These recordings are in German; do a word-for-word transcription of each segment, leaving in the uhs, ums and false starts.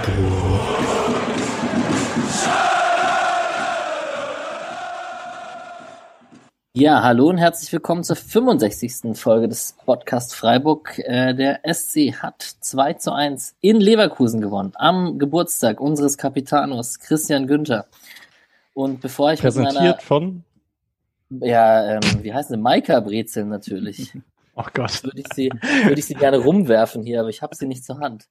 Ja, hallo und herzlich willkommen zur fünfundsechzigsten Folge des Podcast Freiburg. Äh, der S C hat zwei zu eins in Leverkusen gewonnen, am Geburtstag unseres Capitanos Christian Günther. Und bevor ich Präsentiert mit meiner, von? Ja, ähm, wie heißt sie? Maika Brezeln natürlich. Ach oh Gott. Würde ich sie, würde ich sie gerne rumwerfen hier, aber ich habe sie nicht zur Hand.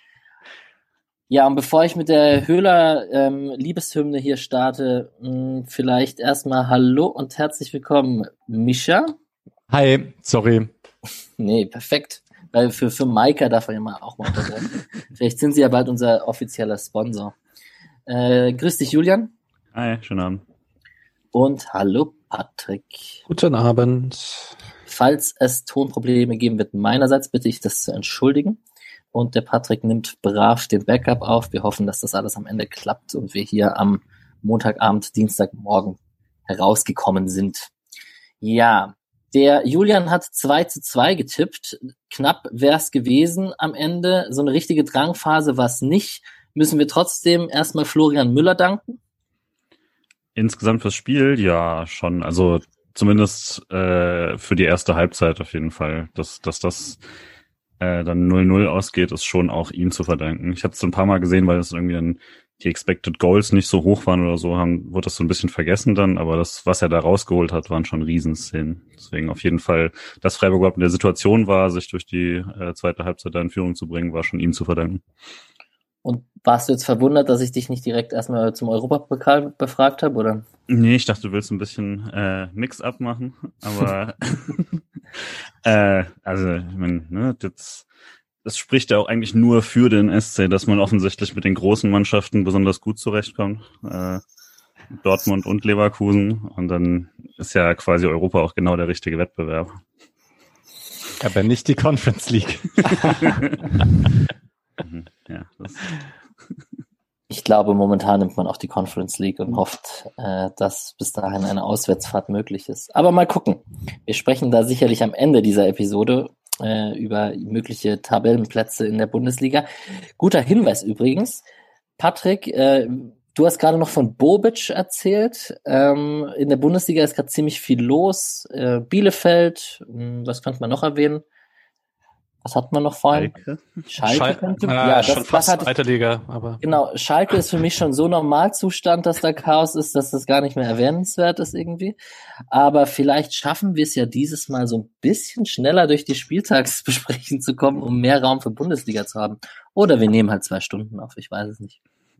Ja, und bevor ich mit der Höhler ähm, Liebeshymne hier starte, mh, vielleicht erstmal Hallo und herzlich willkommen, Mischa. Hi, sorry. Nee, perfekt. Weil für, für Maika darf er ja mal auch mal unterbrechen. Vielleicht sind sie ja bald unser offizieller Sponsor. Äh, grüß dich, Julian. Hi, schönen Abend. Und hallo, Patrick. Guten Abend. Falls es Tonprobleme geben wird meinerseits, bitte ich das zu entschuldigen. Und der Patrick nimmt brav den Backup auf. Wir hoffen, dass das alles am Ende klappt und wir hier am Montagabend, Dienstagmorgen herausgekommen sind. Ja, der Julian hat zwei zu zwei getippt. Knapp wär's gewesen am Ende. So eine richtige Drangphase war's nicht. Müssen wir trotzdem erstmal Florian Müller danken? Insgesamt fürs Spiel, ja, schon. Also zumindest äh, für die erste Halbzeit auf jeden Fall. Dass, dass das äh, dann null null ausgeht, ist schon auch ihm zu verdanken. Ich habe es ein paar Mal gesehen, weil es irgendwie dann die Expected Goals nicht so hoch waren oder so, haben, wurde das so ein bisschen vergessen dann, aber das, was er da rausgeholt hat, waren schon Riesenszenen. Deswegen auf jeden Fall, dass Freiburg überhaupt in der Situation war, sich durch die äh, zweite Halbzeit da in Führung zu bringen, war schon ihm zu verdanken. Und warst du jetzt verwundert, dass ich dich nicht direkt erstmal zum Europapokal befragt habe, oder? Nee, ich dachte, du willst ein bisschen äh, Mix-up machen, aber äh, also, ich meine, ne, das, das spricht ja auch eigentlich nur für den S C, dass man offensichtlich mit den großen Mannschaften besonders gut zurechtkommt. Äh, Dortmund und Leverkusen. Und dann ist ja quasi Europa auch genau der richtige Wettbewerb. Aber nicht die Conference League. Ja, das Ich glaube, momentan nimmt man auch die Conference League und hofft, äh, dass bis dahin eine Auswärtsfahrt möglich ist. Aber mal gucken. Wir sprechen da sicherlich am Ende dieser Episode äh, über mögliche Tabellenplätze in der Bundesliga. Guter Hinweis übrigens. Patrick, äh, du hast gerade noch von Bobic erzählt. Ähm, in der Bundesliga ist gerade ziemlich viel los. Äh, Bielefeld, mh, was könnte man noch erwähnen? Was hat man noch vorhin? Schalke. Schalke Schal- könnte, äh, ja, das, schon das fast hat, zweite Liga, aber genau, Schalke ist für mich schon so Normalzustand, dass da Chaos ist, dass das gar nicht mehr erwähnenswert ist irgendwie. Aber vielleicht schaffen wir es ja dieses Mal so ein bisschen schneller durch die Spieltagsbesprechen zu kommen, um mehr Raum für Bundesliga zu haben. Oder wir nehmen halt zwei Stunden auf, ich weiß es nicht.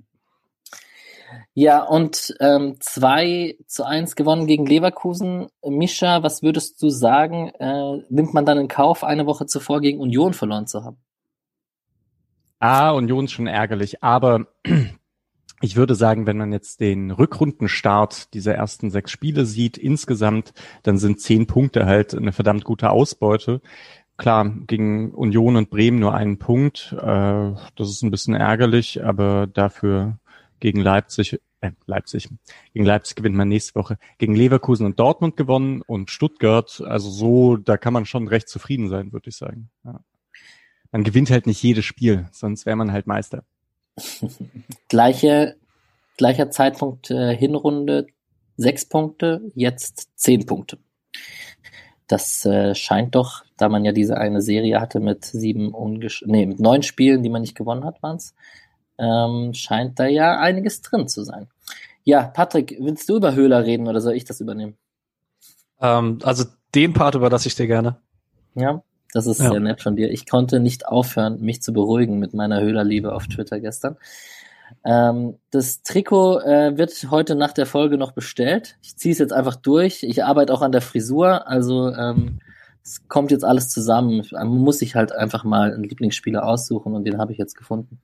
Ja, und ähm, zwei zu eins gewonnen gegen Leverkusen. Mischa, was würdest du sagen, äh, nimmt man dann in Kauf, eine Woche zuvor gegen Union verloren zu haben? Ah, Union ist schon ärgerlich, aber ich würde sagen, wenn man jetzt den Rückrundenstart dieser ersten sechs Spiele sieht, insgesamt, dann sind zehn Punkte halt eine verdammt gute Ausbeute. Klar, gegen Union und Bremen nur einen Punkt, äh, das ist ein bisschen ärgerlich, aber dafür gegen Leipzig, äh, Leipzig, gegen Leipzig gewinnt man nächste Woche, gegen Leverkusen und Dortmund gewonnen und Stuttgart, also so, da kann man schon recht zufrieden sein, würde ich sagen. Ja. Man gewinnt halt nicht jedes Spiel, sonst wäre man halt Meister. Gleiche, gleicher Zeitpunkt äh, Hinrunde, sechs Punkte, jetzt zehn Punkte. Das äh, scheint doch, da man ja diese eine Serie hatte mit sieben ungesch- nee, mit neun Spielen, die man nicht gewonnen hat, waren's, ähm, scheint da ja einiges drin zu sein. Ja, Patrick, willst du über Höhler reden oder soll ich das übernehmen? ähm, also den Part überlasse ich dir gerne. Ja, das ist Ja. sehr nett von dir. Ich konnte nicht aufhören, mich zu beruhigen mit meiner Höhlerliebe auf Twitter gestern. Ähm, das Trikot äh, wird heute nach der Folge noch bestellt. Ich ziehe es jetzt einfach durch. Ich arbeite auch an der Frisur, also ähm, es kommt jetzt alles zusammen. Man muss sich halt einfach mal einen Lieblingsspieler aussuchen und den habe ich jetzt gefunden.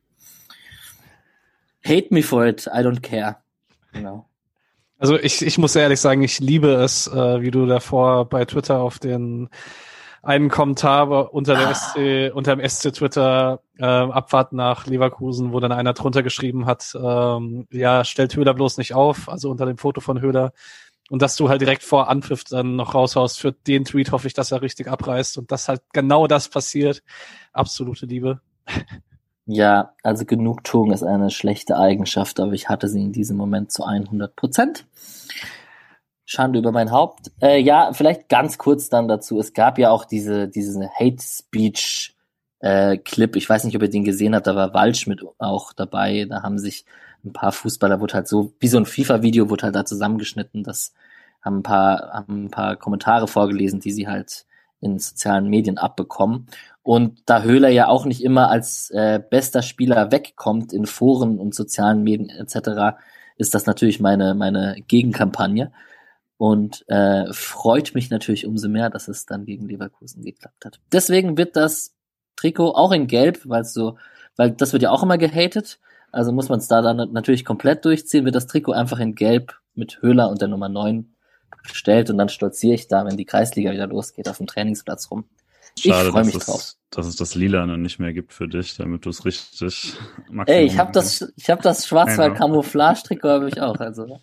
Hate me for it, I don't care. Genau. Also ich, ich muss ehrlich sagen, ich liebe es, äh, wie du davor bei Twitter auf den einen Kommentar unter der Ah. S C, unter dem S C Twitter äh, Abfahrt nach Leverkusen, wo dann einer drunter geschrieben hat, ähm, ja, stellt Höhler bloß nicht auf, also unter dem Foto von Höhler. Und dass du halt direkt vor Anpfiff dann noch raushaust, für den Tweet hoffe ich, dass er richtig abreißt und dass halt genau das passiert. Absolute Liebe. Ja, also Genugtuung ist eine schlechte Eigenschaft, aber ich hatte sie in diesem Moment zu hundert Prozent. Schande über mein Haupt. Äh, ja, vielleicht ganz kurz dann dazu. Es gab ja auch diese, diese Hate Speech äh, Clip. Ich weiß nicht, ob ihr den gesehen habt, da war Walsch mit auch dabei. Da haben sich ein paar Fußballer, wurde halt so, wie so ein FIFA-Video, wurde halt da zusammengeschnitten. Das haben ein paar, haben ein paar Kommentare vorgelesen, die sie halt in sozialen Medien abbekommen. Und da Höhler ja auch nicht immer als äh, bester Spieler wegkommt in Foren und sozialen Medien et cetera, ist das natürlich meine meine Gegenkampagne und äh, freut mich natürlich umso mehr, dass es dann gegen Leverkusen geklappt hat. Deswegen wird das Trikot auch in Gelb, weil so, weil das wird ja auch immer gehatet, also muss man es da dann natürlich komplett durchziehen, wird das Trikot einfach in Gelb mit Höhler und der Nummer neun bestellt und dann stolziere ich da, wenn die Kreisliga wieder losgeht, auf dem Trainingsplatz rum. Schade, ich freue mich dass drauf. Es, dass es das Lilane nicht mehr gibt für dich, damit du es richtig Maximum Ey, ich habe das, ich habe das Schwarzwald-Camouflage-Trikot habe ich auch, also.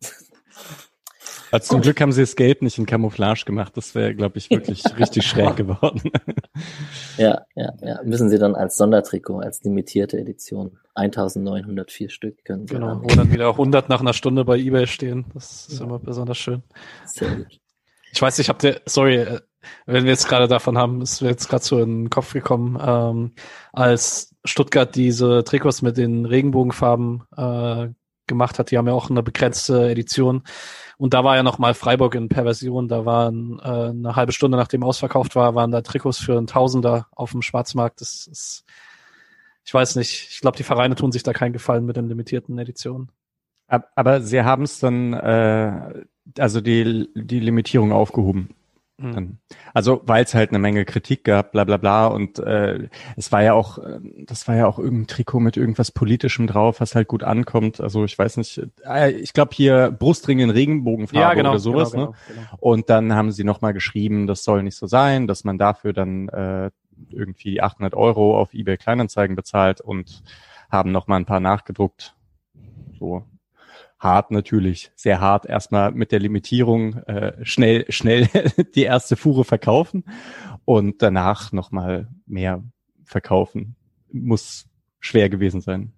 Also zum Glück haben sie das Gelb nicht in Camouflage gemacht. Das wäre, glaube ich, wirklich richtig schräg geworden. Ja, ja, ja. Müssen sie dann als Sondertrikot, als limitierte Edition. neunzehnhundertvier Stück können sie Genau, dann. wo dann wieder hundert nach einer Stunde bei eBay stehen. Das ist ja. immer besonders schön. Sehr gut. Ich weiß nicht, habt ihr, sorry, wenn wir jetzt gerade davon haben, ist mir jetzt gerade so in den Kopf gekommen, ähm, als Stuttgart diese Trikots mit den Regenbogenfarben äh, gemacht hat, die haben ja auch eine begrenzte Edition. Und da war ja nochmal Freiburg in Perversion, da waren äh, eine halbe Stunde nachdem ausverkauft war, waren da Trikots für einen Tausender auf dem Schwarzmarkt. Das ist, ich weiß nicht, ich glaube, die Vereine tun sich da keinen Gefallen mit den limitierten Editionen. Aber sie haben es dann, äh, also die, die Limitierung aufgehoben. Dann. Also weil es halt eine Menge Kritik gab, bla bla bla und äh, es war ja auch, das war ja auch irgendein Trikot mit irgendwas Politischem drauf, was halt gut ankommt. Also ich weiß nicht, äh, ich glaube hier Brustring in Regenbogenfarbe ja, genau, oder sowas. genau, ne? genau, genau. Und dann haben sie nochmal geschrieben, das soll nicht so sein, dass man dafür dann äh, irgendwie achthundert Euro auf eBay Kleinanzeigen bezahlt und haben nochmal ein paar nachgedruckt. So. Hart natürlich, sehr hart. Erstmal mit der Limitierung äh, schnell, schnell die erste Fuhre verkaufen und danach nochmal mehr verkaufen. Muss schwer gewesen sein.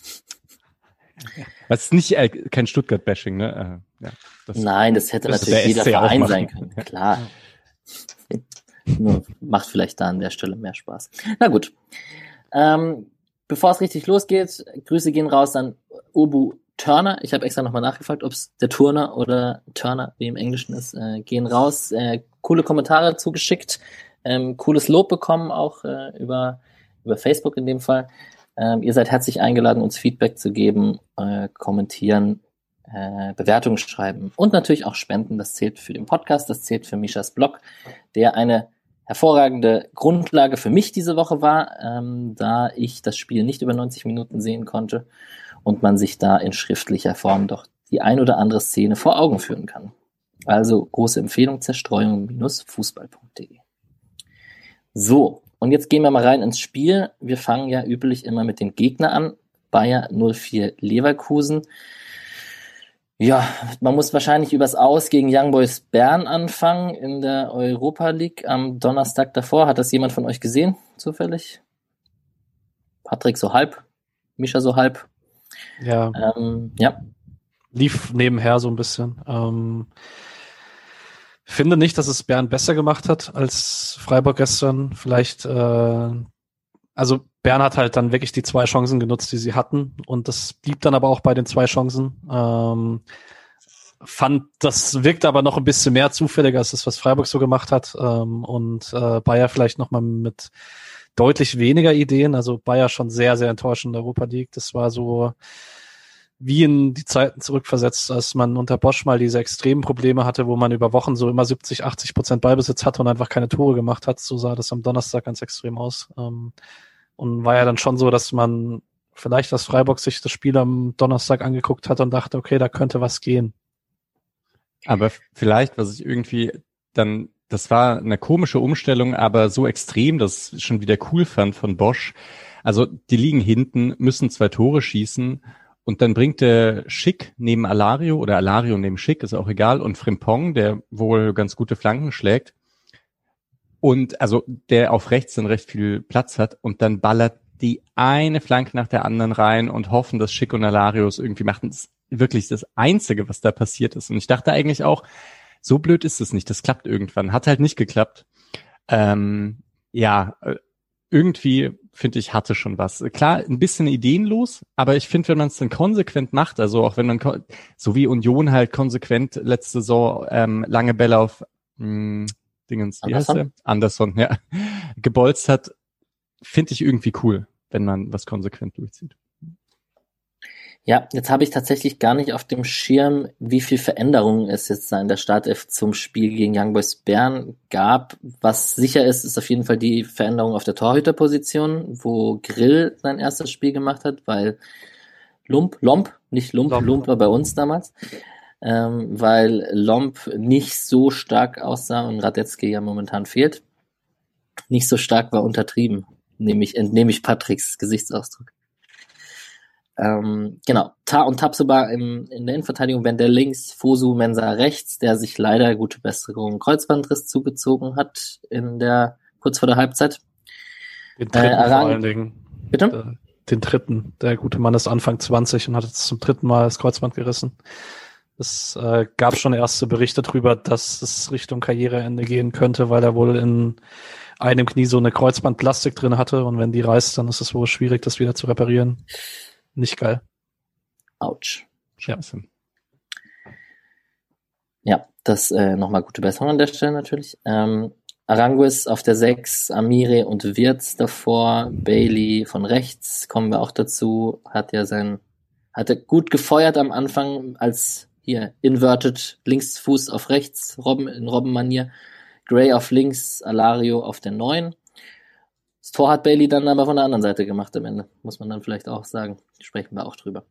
Was ist nicht äh, kein Stuttgart-Bashing, ne? Äh, ja, das, Nein, das hätte das natürlich jeder Verein sein können. Ja. Klar. Nur macht vielleicht da an der Stelle mehr Spaß. Na gut. Ähm, bevor es richtig losgeht, Grüße gehen raus an Obu Turner, ich habe extra nochmal nachgefragt, ob es der Turner oder Turner, wie im Englischen ist, äh, gehen raus. Äh, coole Kommentare zugeschickt, ähm, cooles Lob bekommen, auch äh, über, über Facebook in dem Fall. Ähm, ihr seid herzlich eingeladen, uns Feedback zu geben, äh, kommentieren, äh, Bewertungen schreiben und natürlich auch spenden. Das zählt für den Podcast, das zählt für Mishas Blog, der eine hervorragende Grundlage für mich diese Woche war, ähm, da ich das Spiel nicht über neunzig Minuten sehen konnte und man sich da in schriftlicher Form doch die ein oder andere Szene vor Augen führen kann. Also große Empfehlung, zerstreuung Bindestrich fußball punkt de. So, und jetzt gehen wir mal rein ins Spiel. Wir fangen ja üblich immer mit dem Gegner an. Bayer null vier Leverkusen. Ja, man muss wahrscheinlich übers Aus gegen Young Boys Bern anfangen in der Europa League am Donnerstag davor. Hat das jemand von euch gesehen, zufällig? Patrick so halb, Mischa so halb. Ja. Ähm, ja. Lief nebenher so ein bisschen. Ähm, finde nicht, dass es Bern besser gemacht hat als Freiburg gestern. Vielleicht, äh, also Bern hat halt dann wirklich die zwei Chancen genutzt, die sie hatten. Und das blieb dann aber auch bei den zwei Chancen. Ähm, fand, das wirkt aber noch ein bisschen mehr zufällig als das, was Freiburg so gemacht hat. Ähm, und äh, Bayer vielleicht nochmal mit deutlich weniger Ideen. Also Bayer schon sehr, sehr enttäuschend in der Europa League. Das war so wie in die Zeiten zurückversetzt, als man unter Bosch mal diese extremen Probleme hatte, wo man über Wochen so immer siebzig, achtzig Prozent Ballbesitz hatte und einfach keine Tore gemacht hat. So sah das am Donnerstag ganz extrem aus. Ähm, und war ja dann schon so, dass man vielleicht als Freiburg sich das Spiel am Donnerstag angeguckt hat und dachte, okay, da könnte was gehen. Aber vielleicht, was ich irgendwie dann, das war eine komische Umstellung, aber so extrem, dass ich schon wieder cool fand von Bosch. Also die liegen hinten, müssen zwei Tore schießen und dann bringt der Schick neben Alario oder Alario neben Schick, ist auch egal, und Frimpong, der wohl ganz gute Flanken schlägt und also der auf rechts dann recht viel Platz hat und dann ballert die eine Flanke nach der anderen rein und hoffen, dass Schick und Alarius irgendwie machen. Das ist wirklich das Einzige, was da passiert ist. Und ich dachte eigentlich auch, so blöd ist es nicht, das klappt irgendwann. Hat halt nicht geklappt. Ähm, ja, irgendwie, finde ich, hatte schon was. Klar, ein bisschen ideenlos, aber ich finde, wenn man es dann konsequent macht, also auch wenn man, ko- so wie Union halt konsequent letzte Saison ähm, lange Bälle auf mh, Dingens, wie heißt Anderson? der? Anderson, ja, gebolzt hat, finde ich irgendwie cool, wenn man was konsequent durchzieht. Ja, jetzt habe ich tatsächlich gar nicht auf dem Schirm, wie viel Veränderungen es jetzt da in der Startelf zum Spiel gegen Young Boys Bern gab. Was sicher ist, ist auf jeden Fall die Veränderung auf der Torhüterposition, wo Grill sein erstes Spiel gemacht hat, weil Lump, Lomp, nicht Lump, Lomp. Lump war bei uns damals, ähm, weil Lomp nicht so stark aussah und Radetzky ja momentan fehlt. Nicht so stark war untertrieben, nämlich entnehme ich Patricks Gesichtsausdruck. Ähm, genau, Ta und Tabsoba im, in der Innenverteidigung, Wendell links, Fosu Mensah rechts, der sich leider gute Besserung Kreuzbandriss zugezogen hat in der kurz vor der Halbzeit. Den dritten Äh, Arang- vor allen Dingen. Bitte? Der, den dritten. Der gute Mann ist Anfang zwanzig und hat jetzt zum dritten Mal das Kreuzband gerissen. Es äh, gab schon erste Berichte darüber, dass es Richtung Karriereende gehen könnte, weil er wohl in einem Knie so eine Kreuzbandplastik drin hatte und wenn die reißt, dann ist es wohl schwierig, das wieder zu reparieren. Nicht geil. Autsch. Scheiße. Ja, das äh, nochmal gute Besserung an der Stelle natürlich. Ähm, Aranguis auf der sechs, Amire und Wirtz davor, Bailey von rechts, kommen wir auch dazu, hat ja sein, hatte gut gefeuert am Anfang als hier inverted Linksfuß auf rechts, Robben in Robben-Manier, Gray auf links, Alario auf der neun. Das Tor hat Bailey dann aber von der anderen Seite gemacht am Ende, muss man dann vielleicht auch sagen. Sprechen wir auch drüber.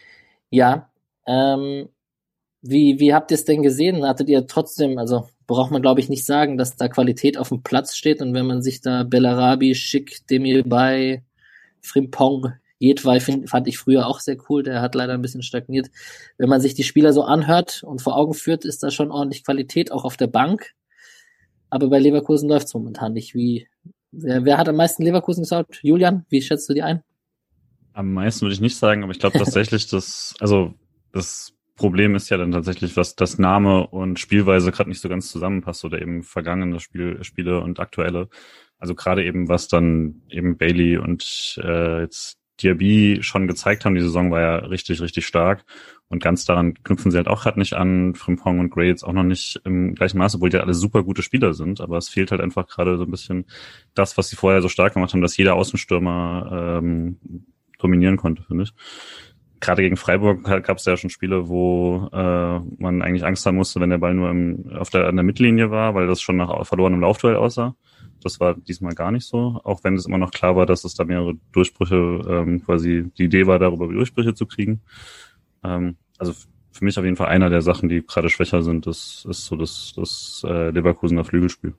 Ja, ähm, wie, wie habt ihr es denn gesehen? Hattet ihr trotzdem, also braucht man glaube ich nicht sagen, dass da Qualität auf dem Platz steht und wenn man sich da Bellarabi, Schick, Demirbay, Frimpong, Jedwai find, fand ich früher auch sehr cool, der hat leider ein bisschen stagniert. Wenn man sich die Spieler so anhört und vor Augen führt, ist da schon ordentlich Qualität, auch auf der Bank. Aber bei Leverkusen läuft es momentan nicht. Wie, wer, wer hat am meisten Leverkusen geschaut? Julian, wie schätzt du die ein? Am meisten würde ich nicht sagen, aber ich glaube tatsächlich, dass, also das Problem ist ja dann tatsächlich, was das Name und Spielweise gerade nicht so ganz zusammenpasst oder eben vergangene Spiel, Spiele und aktuelle. Also gerade eben, was dann eben Bailey und äh, jetzt Diaby schon gezeigt haben, die Saison war ja richtig, richtig stark und ganz daran knüpfen sie halt auch gerade nicht an, Frimpong und Gray jetzt auch noch nicht im gleichen Maße, obwohl die alle super gute Spieler sind, aber es fehlt halt einfach gerade so ein bisschen das, was sie vorher so stark gemacht haben, dass jeder Außenstürmer ähm, dominieren konnte, finde ich. Gerade gegen Freiburg gab es ja schon Spiele, wo äh, man eigentlich Angst haben musste, wenn der Ball nur im, auf der, an der Mittellinie war, weil das schon nach verlorenem Laufduell aussah. Das war diesmal gar nicht so, auch wenn es immer noch klar war, dass es da mehrere Durchbrüche, ähm, quasi die Idee war, darüber Durchbrüche zu kriegen. Ähm, also f- für mich auf jeden Fall einer der Sachen, die gerade schwächer sind, das ist so das, das äh, Leverkusener Flügelspiel.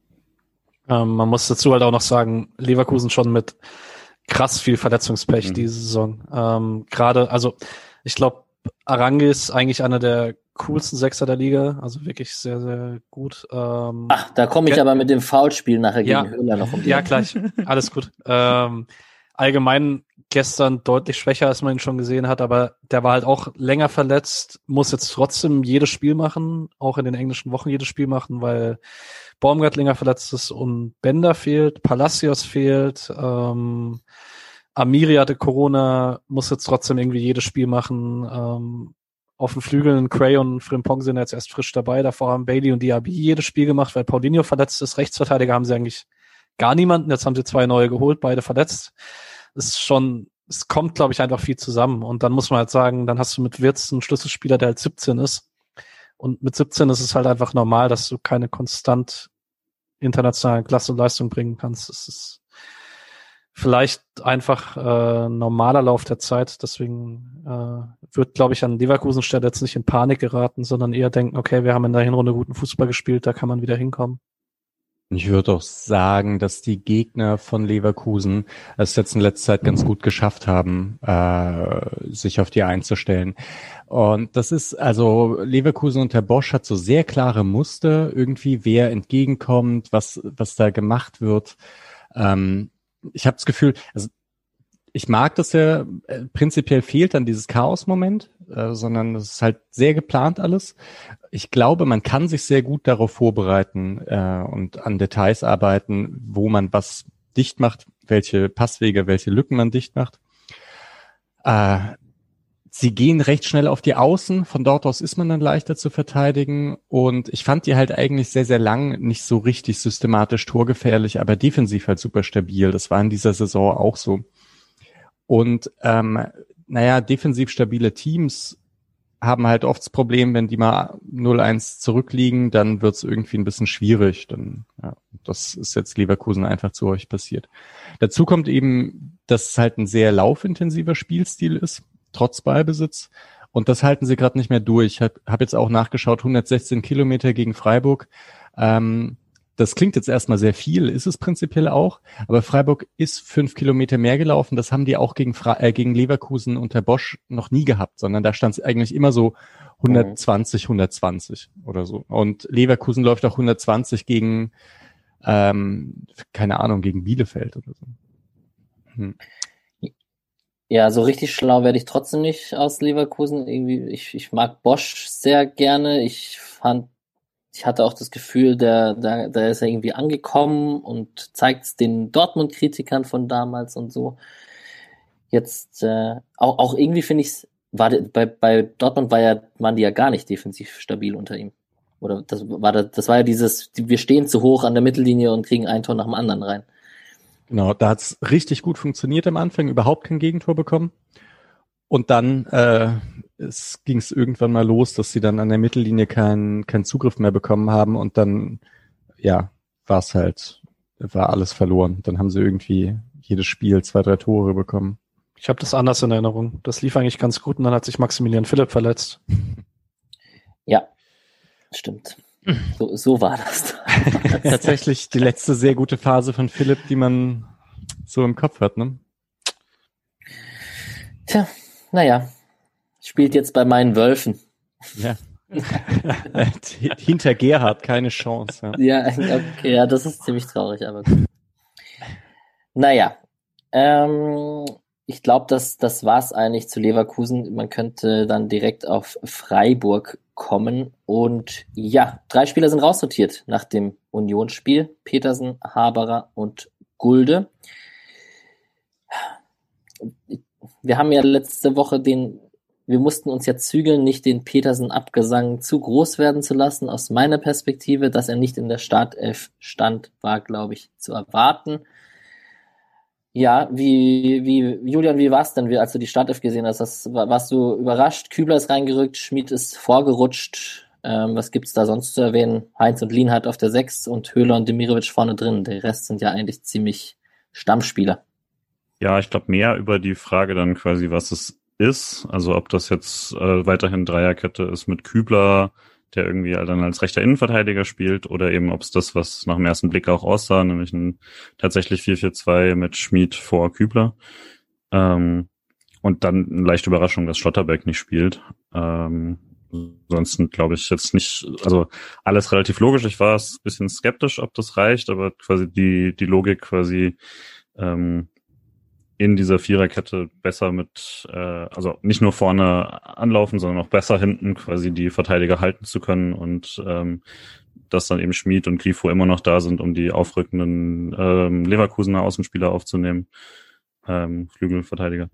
Ähm, man muss dazu halt auch noch sagen, Leverkusen schon mit krass viel Verletzungspech Mhm. diese Saison. Ähm, Gerade, also ich glaube, Aranguis ist eigentlich einer der coolsten Sechser der Liga, also wirklich sehr, sehr gut. Ähm, Ach, da komme ich Ja. aber mit dem Foulspiel nachher Ja. gegen Höhler noch um die ja, Ecke. gleich, alles gut. Ähm, allgemein gestern deutlich schwächer, als man ihn schon gesehen hat, aber der war halt auch länger verletzt, muss jetzt trotzdem jedes Spiel machen, auch in den englischen Wochen jedes Spiel machen, weil Baumgartlinger verletzt ist und Bender fehlt, Palacios fehlt, ähm, Amiri hatte Corona, muss jetzt trotzdem irgendwie jedes Spiel machen. Ähm, auf den Flügeln Cray und Frimpong sind jetzt erst frisch dabei. Davor haben Bailey und Diaby jedes Spiel gemacht, weil Paulinho verletzt ist. Rechtsverteidiger haben sie eigentlich gar niemanden. Jetzt haben sie zwei neue geholt, beide verletzt. Das ist schon, es kommt, glaube ich, einfach viel zusammen. Und dann muss man halt sagen, dann hast du mit Wirtz einen Schlüsselspieler, der halt siebzehn ist. Und mit siebzehn ist es halt einfach normal, dass du keine konstant internationalen Klasse und Leistung bringen kannst. Es ist vielleicht einfach äh, normaler Lauf der Zeit. Deswegen äh, wird, glaube ich, an Leverkusen Stelle jetzt nicht in Panik geraten, sondern eher denken, okay, wir haben in der Hinrunde guten Fußball gespielt, da kann man wieder hinkommen. Ich würde auch sagen, dass die Gegner von Leverkusen es jetzt in letzter Zeit ganz gut geschafft haben, äh, sich auf die einzustellen. Und das ist, also Leverkusen unter Bosch hat so sehr klare Muster, irgendwie wer entgegenkommt, was was da gemacht wird. Ähm, ich habe das Gefühl, also ich mag, dass er äh, prinzipiell fehlt dann dieses Chaos-Moment, äh, sondern es ist halt sehr geplant alles. Ich glaube, man kann sich sehr gut darauf vorbereiten äh, und an Details arbeiten, wo man was dicht macht, welche Passwege, welche Lücken man dicht macht. Äh, sie gehen recht schnell auf die Außen, von dort aus ist man dann leichter zu verteidigen und ich fand die halt eigentlich sehr, sehr lang nicht so richtig systematisch torgefährlich, aber defensiv halt super stabil. Das war in dieser Saison auch so. Und ähm, naja, defensiv stabile Teams haben halt oft das Problem, wenn die mal null eins zurückliegen, dann wird's irgendwie ein bisschen schwierig. Dann, ja, das ist jetzt Leverkusen einfach zu euch passiert. Dazu kommt eben, dass es halt ein sehr laufintensiver Spielstil ist, trotz Ballbesitz. Und das halten sie gerade nicht mehr durch. Ich habe hab jetzt auch nachgeschaut, hundertsechzehn Kilometer gegen Freiburg. Ähm, Das klingt jetzt erstmal sehr viel, ist es prinzipiell auch, aber Freiburg ist fünf Kilometer mehr gelaufen. Das haben die auch gegen, Fra- äh, gegen Leverkusen unter Bosch noch nie gehabt, sondern da stand es eigentlich immer so hundertzwanzig, hundertzwanzig oder so. Und Leverkusen läuft auch hundertzwanzig gegen, ähm, keine Ahnung, gegen Bielefeld oder so. Hm. Ja, so richtig schlau werde ich trotzdem nicht aus Leverkusen. Irgendwie, ich, ich mag Bosch sehr gerne. Ich fand Ich hatte auch das Gefühl, der, der, der ist ja irgendwie angekommen und zeigt es den Dortmund-Kritikern von damals und so. Jetzt äh, auch, auch irgendwie finde ich es, war de, bei, bei Dortmund war ja, waren die ja gar nicht defensiv stabil unter ihm. Oder das war das, das war ja dieses, wir stehen zu hoch an der Mittellinie und kriegen ein Tor nach dem anderen rein. Genau, da hat's richtig gut funktioniert am Anfang, überhaupt kein Gegentor bekommen. Und dann äh, es ging es irgendwann mal los, dass sie dann an der Mittellinie keinen keinen Zugriff mehr bekommen haben und dann, ja, war es halt, war alles verloren. Dann haben sie irgendwie jedes Spiel zwei, drei Tore bekommen. Ich habe das anders in Erinnerung. Das lief eigentlich ganz gut und dann hat sich Maximilian Philipp verletzt. Ja, stimmt. So, so war das. Tatsächlich die letzte sehr gute Phase von Philipp, die man so im Kopf hat, ne? Tja, naja. Spielt jetzt bei meinen Wölfen. Ja. Hinter Gerhard keine Chance. Ja. Ja, okay, ja, das ist ziemlich traurig, aber gut. Naja, ähm, ich glaube, das, das war's eigentlich zu Leverkusen. Man könnte dann direkt auf Freiburg kommen. Und ja, drei Spieler sind rausrotiert nach dem Unionsspiel. Petersen, Haberer und Gulde. Wir haben ja letzte Woche den Wir mussten uns ja zügeln, nicht den Petersen-Abgesang zu groß werden zu lassen. Aus meiner Perspektive, dass er nicht in der Startelf stand, war, glaube ich, zu erwarten. Ja, wie, wie, Julian, wie war es denn, als du die Startelf gesehen hast? Das, warst du überrascht? Kübler ist reingerückt, Schmid ist vorgerutscht. Ähm, was gibt's da sonst zu erwähnen? Heinz und Lienhardt auf der sechs und Höhler und Demirovic vorne drin. Der Rest sind ja eigentlich ziemlich Stammspieler. Ja, ich glaube mehr über die Frage dann quasi, was es ist, also ob das jetzt äh, weiterhin Dreierkette ist mit Kübler, der irgendwie dann als rechter Innenverteidiger spielt, oder eben ob es das, was nach dem ersten Blick auch aussah, nämlich ein tatsächlich vier vier zwei mit Schmid vor Kübler. Ähm, und dann eine leichte Überraschung, dass Schlotterbeck nicht spielt. Ähm, ansonsten glaube ich jetzt nicht, also alles relativ logisch. Ich war ein bisschen skeptisch, ob das reicht, aber quasi die die Logik quasi ähm, in dieser Viererkette besser mit, äh, also nicht nur vorne anlaufen, sondern auch besser hinten quasi die Verteidiger halten zu können und ähm, dass dann eben Schmid und Grifo immer noch da sind, um die aufrückenden ähm, Leverkusener Außenspieler aufzunehmen, ähm, Flügelverteidiger.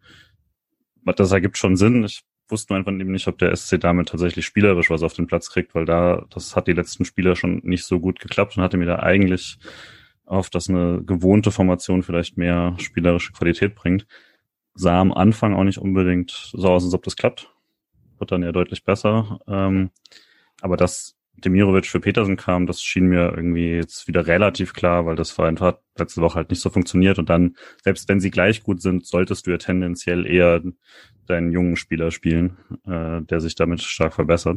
Das ergibt schon Sinn. Ich wusste nur einfach eben nicht, ob der S C damit tatsächlich spielerisch was auf den Platz kriegt, weil da, das hat die letzten Spieler schon nicht so gut geklappt und hatte mir da eigentlich auf, dass eine gewohnte Formation vielleicht mehr spielerische Qualität bringt. Sah am Anfang auch nicht unbedingt so aus, als ob das klappt. Wird dann ja deutlich besser. Ähm, aber dass Demirovic für Petersen kam, das schien mir irgendwie jetzt wieder relativ klar, weil das war einfach letzte Woche halt nicht so funktioniert. Und dann, selbst wenn sie gleich gut sind, solltest du ja tendenziell eher deinen jungen Spieler spielen, äh, der sich damit stark verbessert.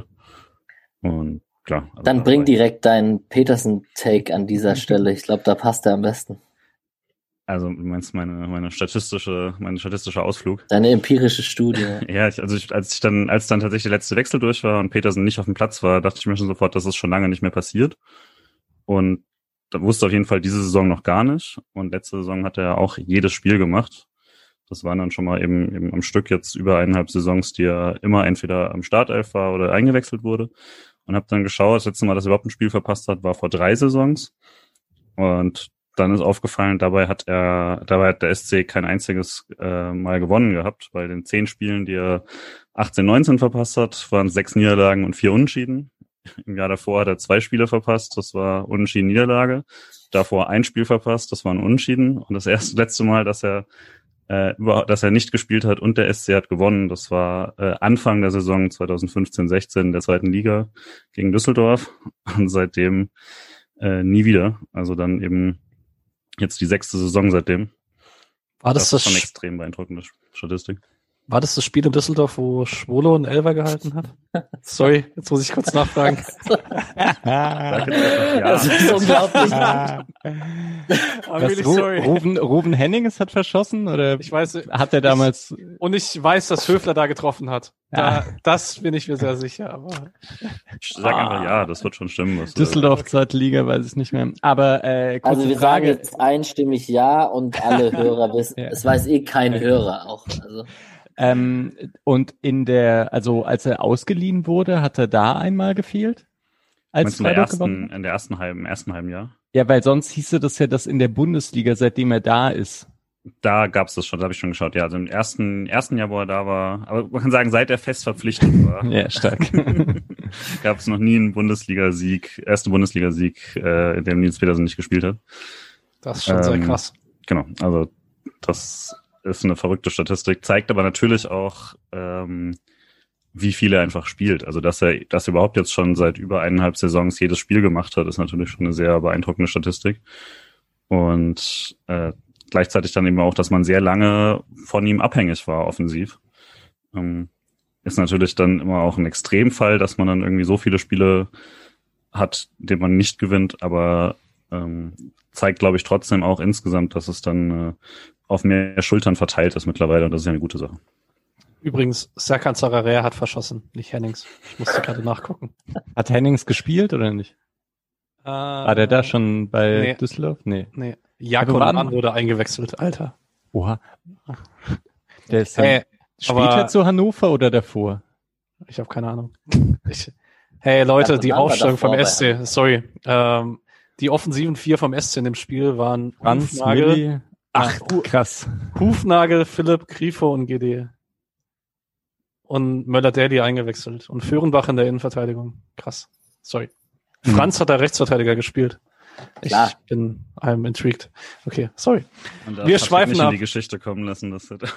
Und klar. Also dann bring direkt deinen Petersen-Take an dieser Stelle. Ich glaube, da passt er am besten. Also du meinst meine meine statistische meine statistische Ausflug? Deine empirische Studie. Ja, ich, also ich, als ich dann als dann tatsächlich der letzte Wechsel durch war und Petersen nicht auf dem Platz war, dachte ich mir schon sofort, dass das schon lange nicht mehr passiert. Und da wusste auf jeden Fall diese Saison noch gar nicht. Und letzte Saison hat er auch jedes Spiel gemacht. Das waren dann schon mal eben, eben am Stück jetzt über eineinhalb Saisons, die er immer entweder am Startelf war oder eingewechselt wurde. Und habe dann geschaut, das letzte Mal, dass er überhaupt ein Spiel verpasst hat, war vor drei Saisons. Und dann ist aufgefallen, dabei hat er, dabei hat der S C kein einziges äh, Mal gewonnen gehabt. Bei den zehn Spielen, die er achtzehn, neunzehn verpasst hat, waren es sechs Niederlagen und vier Unentschieden. Im Jahr davor hat er zwei Spiele verpasst, das war Unentschieden, Niederlage. Davor ein Spiel verpasst, das war ein Unentschieden. Und das erste, letzte Mal, dass er äh, überhaupt, dass er nicht gespielt hat und der S C hat gewonnen, das war äh, Anfang der Saison zwanzig fünfzehn sechzehn der zweiten Liga gegen Düsseldorf. Und seitdem äh, nie wieder. Also dann eben jetzt die sechste Saison seitdem. War das das ist das schon Sch- extrem beeindruckende Statistik. War das das Spiel in Düsseldorf, wo Schwolo einen Elfer gehalten hat? Sorry, jetzt muss ich kurz nachfragen. Sag jetzt einfach ja. Das ist unglaublich. Ah. I'm Was, really Ru- sorry. Ruben, Ruben Hennings hat verschossen oder Ich weiß, hat er damals? und ich weiß, dass Höfler da getroffen hat. Da, das bin ich mir sehr sicher, aber Ich sag einfach ja, das wird schon stimmen. Was Düsseldorf zweite Liga, weiß ich nicht mehr. Aber äh, kurze Also wir Frage. sagen jetzt einstimmig ja und alle Hörer wissen, Ja. es weiß eh kein Hörer auch. Also Ähm, und in der, also als er ausgeliehen wurde, hat er da einmal gefehlt? Als in der Freiburg gewonnen? ersten, in der ersten halben, im ersten halben Jahr? Ja, weil sonst hieße das ja, dass in der Bundesliga, seitdem er da ist. Da gab's das schon, da habe ich schon geschaut. Ja, also im ersten, ersten Jahr, wo er da war, aber man kann sagen, seit er fest verpflichtet war, Ja, stark. gab es noch nie einen Bundesliga-Sieg, ersten Bundesliga-Sieg, äh, in dem Nils Petersen nicht gespielt hat. das ist schon sehr Ähm, krass. Genau, also das ist eine verrückte Statistik, zeigt aber natürlich auch, ähm, wie viel er einfach spielt. Also dass er, dass er überhaupt jetzt schon seit über eineinhalb Saisons jedes Spiel gemacht hat, ist natürlich schon eine sehr beeindruckende Statistik. Und äh, gleichzeitig dann eben auch, dass man sehr lange von ihm abhängig war, offensiv. Ähm, ist natürlich dann immer auch ein Extremfall, dass man dann irgendwie so viele Spiele hat, die man nicht gewinnt, aber ähm, zeigt, glaube ich, trotzdem auch insgesamt, dass es dann äh, auf mehr Schultern verteilt ist mittlerweile und das ist ja eine gute Sache. Übrigens, Serkan Sararea hat verschossen, nicht Hennings. Ich musste gerade nachgucken. Hat Hennings gespielt oder nicht? Äh, War der da schon bei nee. Düsseldorf? Nee. Nee. Aber Jakon wann- Mann wurde eingewechselt, Alter. Oha. Der ist dann, Hey, spielt aber- er zu Hannover oder davor? ich habe keine Ahnung. Ich, hey Leute, Jakon die Mann war Aufstellung vom davor bei S C, sorry. Ähm, die offensiven vier vom S C in dem Spiel waren Franz, Hufnagel, Milli. Ach, Hu- krass. Hufnagel, Philipp, Grifo und G D. Und Möller-Daly eingewechselt. Und Föhrenbach in der Innenverteidigung. Krass. Sorry. Mhm. Franz hat da Rechtsverteidiger gespielt. Ich Klar. bin, I'm intrigued. Okay, sorry. Und Wir schweifen nicht ab. in die Geschichte kommen lassen. Das wird